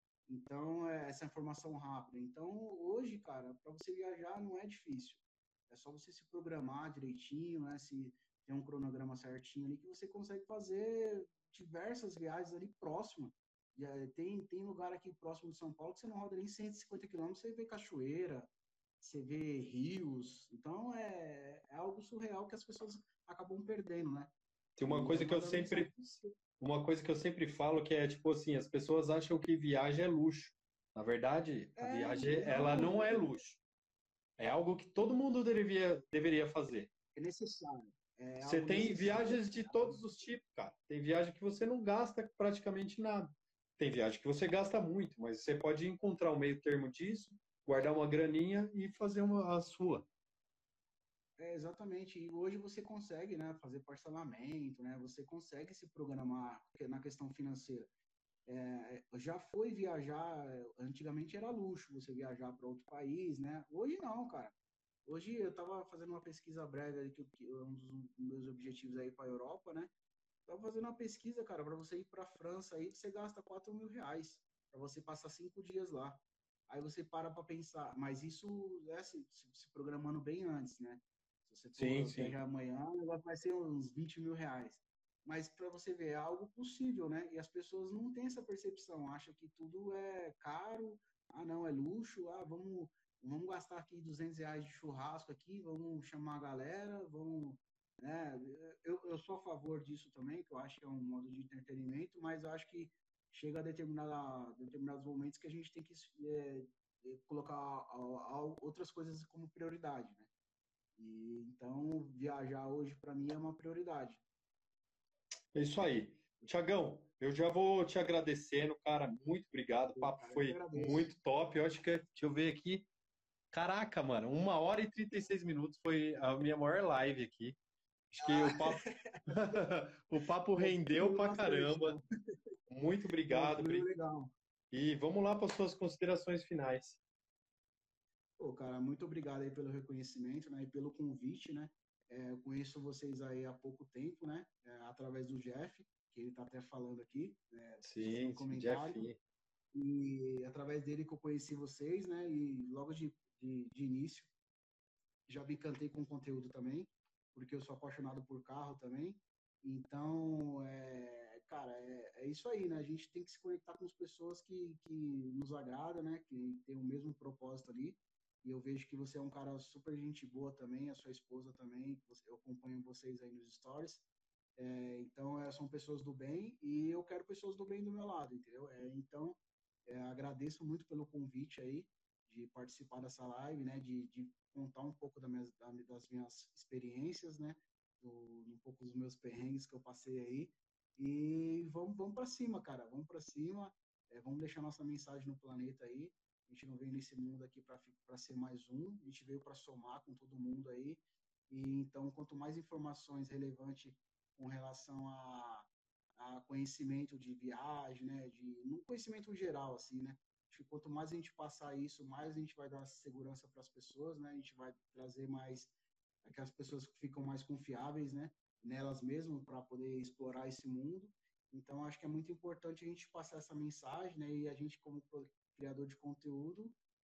S2: Então, é essa informação rápida. Então, hoje, cara, para você viajar não é difícil. É só você se programar direitinho, né? Se tem um cronograma certinho ali que você consegue fazer diversas viagens ali próximo. E, é, tem, tem lugar aqui próximo de São Paulo que você não roda nem cento e cinquenta quilômetros, você vê cachoeira, você vê rios. Então, é, é algo surreal que as pessoas acabam perdendo, né?
S1: Tem uma
S2: E é
S1: coisa que
S2: uma
S1: eu
S2: das mensagens
S1: sempre Uma coisa que eu sempre falo que é tipo assim, as pessoas acham que viagem é luxo. Na verdade, a
S2: é,
S1: viagem ela
S2: não,
S1: não é
S2: exatamente.
S1: luxo. É algo que todo mundo deveria, deveria fazer.
S2: É necessário. É
S1: Você
S2: algo
S1: tem
S2: necessário.
S1: viagens de todos os tipos, cara. Tem viagem que você não gasta praticamente nada. Tem viagem que você gasta muito, mas você pode encontrar o meio termo disso, guardar uma graninha e fazer uma, a sua.
S2: É, exatamente. E hoje você consegue, né, fazer parcelamento, né? Você consegue se programar na questão financeira. É, já foi viajar, antigamente era luxo você viajar para outro país, né? Hoje não, cara. Hoje eu estava fazendo uma pesquisa breve ali, que, eu- que um dos meus objetivos aí para a Europa, né? Tava fazendo uma pesquisa, cara, para você ir para a França aí, você gasta quatro mil reais para você passar cinco dias lá. Aí você para para pensar, mas isso é se, se, se programando bem antes, né? Se você
S1: Sim,
S2: for
S1: sim.
S2: viajar amanhã, o negócio vai ser uns vinte mil reais. Mas para você ver, é algo possível, né? E as pessoas não têm essa percepção, acham que tudo é caro, ah, não, é luxo, ah, vamos, vamos gastar aqui duzentos reais de churrasco aqui, vamos chamar a galera, vamos, né? Eu, eu sou a favor disso também, que eu acho que é um modo de entretenimento, mas eu acho que chega a determinada, determinados momentos que a gente tem que é, é, colocar a, a, outras coisas como prioridade, né? E então viajar hoje para mim é uma prioridade.
S1: É isso aí. Tiagão, eu já vou te agradecendo, cara. Muito obrigado. O
S2: Pô,
S1: papo
S2: cara, eu que
S1: foi
S2: agradeço.
S1: muito top. Eu acho que, deixa eu ver aqui. Caraca, mano, uma hora e trinta e seis minutos foi a minha maior live aqui. Acho que
S2: Ah,
S1: o papo, o papo
S2: mas
S1: rendeu
S2: fluiu
S1: pra
S2: bastante,
S1: caramba.
S2: então.
S1: Muito
S2: Não,
S1: obrigado.
S2: fluiu
S1: bri-
S2: legal.
S1: E vamos lá para as suas considerações finais.
S2: Pô, cara, muito obrigado aí pelo reconhecimento, né, e pelo convite, né? É, eu conheço vocês aí há pouco tempo, né, é, através do Jeff, que ele tá até falando aqui, né, fazendo
S1: Sim,
S2: um
S1: sim,
S2: comentário,
S1: Jeff.
S2: e através dele que eu conheci vocês, né, e logo de, de, de início já me encantei com o conteúdo também, porque eu sou apaixonado por carro também. Então, é, cara, é, é isso aí, né? A gente tem que se conectar com as pessoas que, que nos agradam, né? Que tem o mesmo propósito ali. E eu vejo que você é um cara super gente boa também, a sua esposa também. Eu acompanho vocês aí nos stories. É, então, é, são pessoas do bem e eu quero pessoas do bem do meu lado, entendeu? É, então, é, agradeço muito pelo convite aí de participar dessa live, né? De, de contar um pouco das minhas, das minhas experiências, né? Do, um pouco dos meus perrengues que eu passei aí. E vamos, vamos para cima, cara. Vamos para cima. É, vamos deixar nossa mensagem no planeta aí. A gente não veio nesse mundo aqui para ser mais um. A gente veio para somar com todo mundo aí. E então, quanto mais informações relevantes com relação a, a conhecimento de viagem, né, de um conhecimento geral assim, né? Acho que quanto mais a gente passar isso, mais a gente vai dar segurança para as pessoas, né? A gente vai trazer mais aquelas pessoas que ficam mais confiáveis, né, nelas mesmas para poder explorar esse mundo. Então, acho que é muito importante a gente passar essa mensagem, né, e a gente, como criador de conteúdo,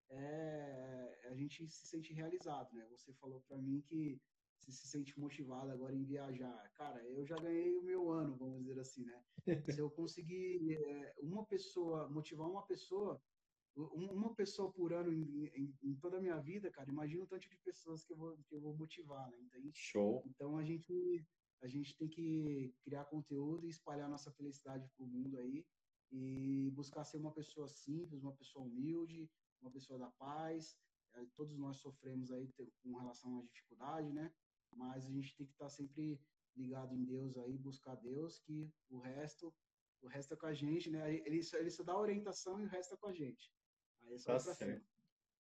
S2: é, a gente se sente realizado, né? Você falou para mim que você se sente motivado agora em viajar. Cara, eu já ganhei o meu ano, vamos dizer assim, né? Se eu conseguir é, uma pessoa, motivar uma pessoa, uma pessoa por ano em, em, em, toda a minha vida, cara, imagina o tanto de pessoas que eu vou, que eu vou motivar, né? Entende?
S1: Show.
S2: Então a gente, a gente tem que criar conteúdo e espalhar nossa felicidade pro mundo aí e buscar ser uma pessoa simples, uma pessoa humilde, uma pessoa da paz. Todos nós sofremos aí com relação à dificuldade, né? Mas a gente tem que estar sempre ligado em Deus aí, buscar Deus, que o resto, o resto é com a gente, né? Ele só, ele só dá orientação e o resto é com a gente. Aí é só
S1: Tá
S2: ir pra cima.
S1: certo.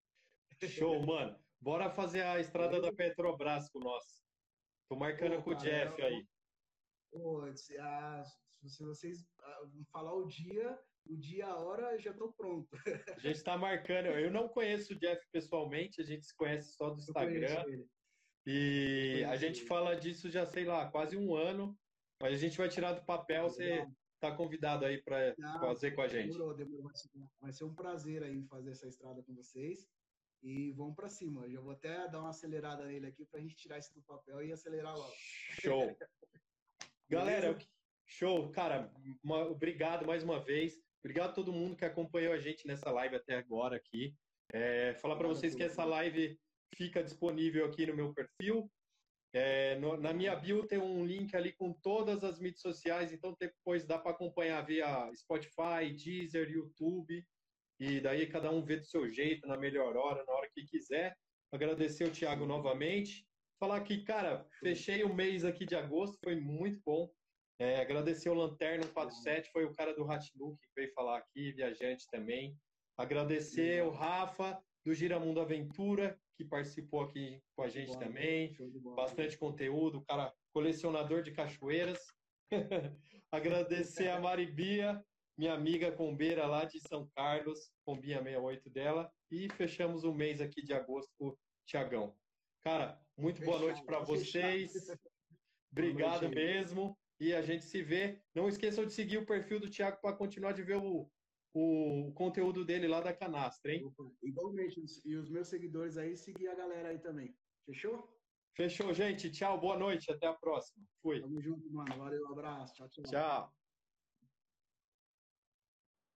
S1: Show, mano. Bora fazer a estrada
S2: Beleza?
S1: da Petrobras com nós. Tô marcando
S2: Pô,
S1: com o
S2: cara,
S1: Jeff
S2: eu,
S1: aí.
S2: pô, se, ah, se vocês ah, falar o dia, o dia, a hora, eu já tô pronto.
S1: A gente tá marcando. Eu não conheço o Jeff pessoalmente, a gente se conhece só do
S2: Eu conheço
S1: Instagram.
S2: ele, eu
S1: E a
S2: conheço
S1: gente
S2: ele.
S1: fala disso já, sei lá, quase um ano. Mas a gente vai tirar do
S2: Pô,
S1: papel. Você
S2: legal.
S1: tá convidado aí para
S2: Ah,
S1: fazer com a gente.
S2: demorou, demorou. Vai ser, vai ser um prazer aí fazer essa estrada com vocês. E vamos para cima. Eu já vou até dar uma acelerada nele aqui para a gente tirar isso do papel e acelerar logo.
S1: Show. Galera,
S2: Beleza?
S1: show. Cara, uma- obrigado mais uma vez. Obrigado a todo mundo que acompanhou a gente nessa live até agora aqui. É, falar para
S2: Nada,
S1: vocês que
S2: pô.
S1: essa live fica disponível aqui no meu perfil. É, no, na minha bio tem um link ali com todas as mídias sociais, então depois dá para acompanhar via Spotify, Deezer, YouTube, e daí cada um vê do seu jeito, na melhor hora, na hora que quiser. Agradecer o Thiago novamente. Falar que, cara,
S2: Show.
S1: fechei o mês aqui de agosto, foi muito bom. É, agradecer o Lanterna cento e quarenta e sete, foi o cara do Ratlook que veio falar aqui, viajante também. Agradecer o
S2: Legal.
S1: Rafa, do Giramundo Aventura, que participou aqui com a
S2: Show de
S1: gente
S2: bola.
S1: também.
S2: Show de bola.
S1: Bastante conteúdo, cara, colecionador de cachoeiras. Agradecer a Maribia, minha amiga combeira lá de São Carlos, combinha sessenta e oito dela. E fechamos o mês aqui de agosto com o Tiagão. Cara, muito boa noite
S2: Fechado,
S1: para
S2: tá fechado.
S1: vocês.
S2: Boa noite
S1: Obrigado
S2: aí.
S1: mesmo. E a gente se vê. Não esqueçam de seguir o perfil do Thiago para continuar de ver o, o conteúdo dele lá da Canastra, hein?
S2: Opa, igualmente. E os meus seguidores aí, seguir a galera aí também. Fechou?
S1: Fechou, gente. Tchau, boa noite. Até a próxima. Fui.
S2: Tamo junto, mano. Valeu, um abraço. Tchau, tchau.
S1: Tchau.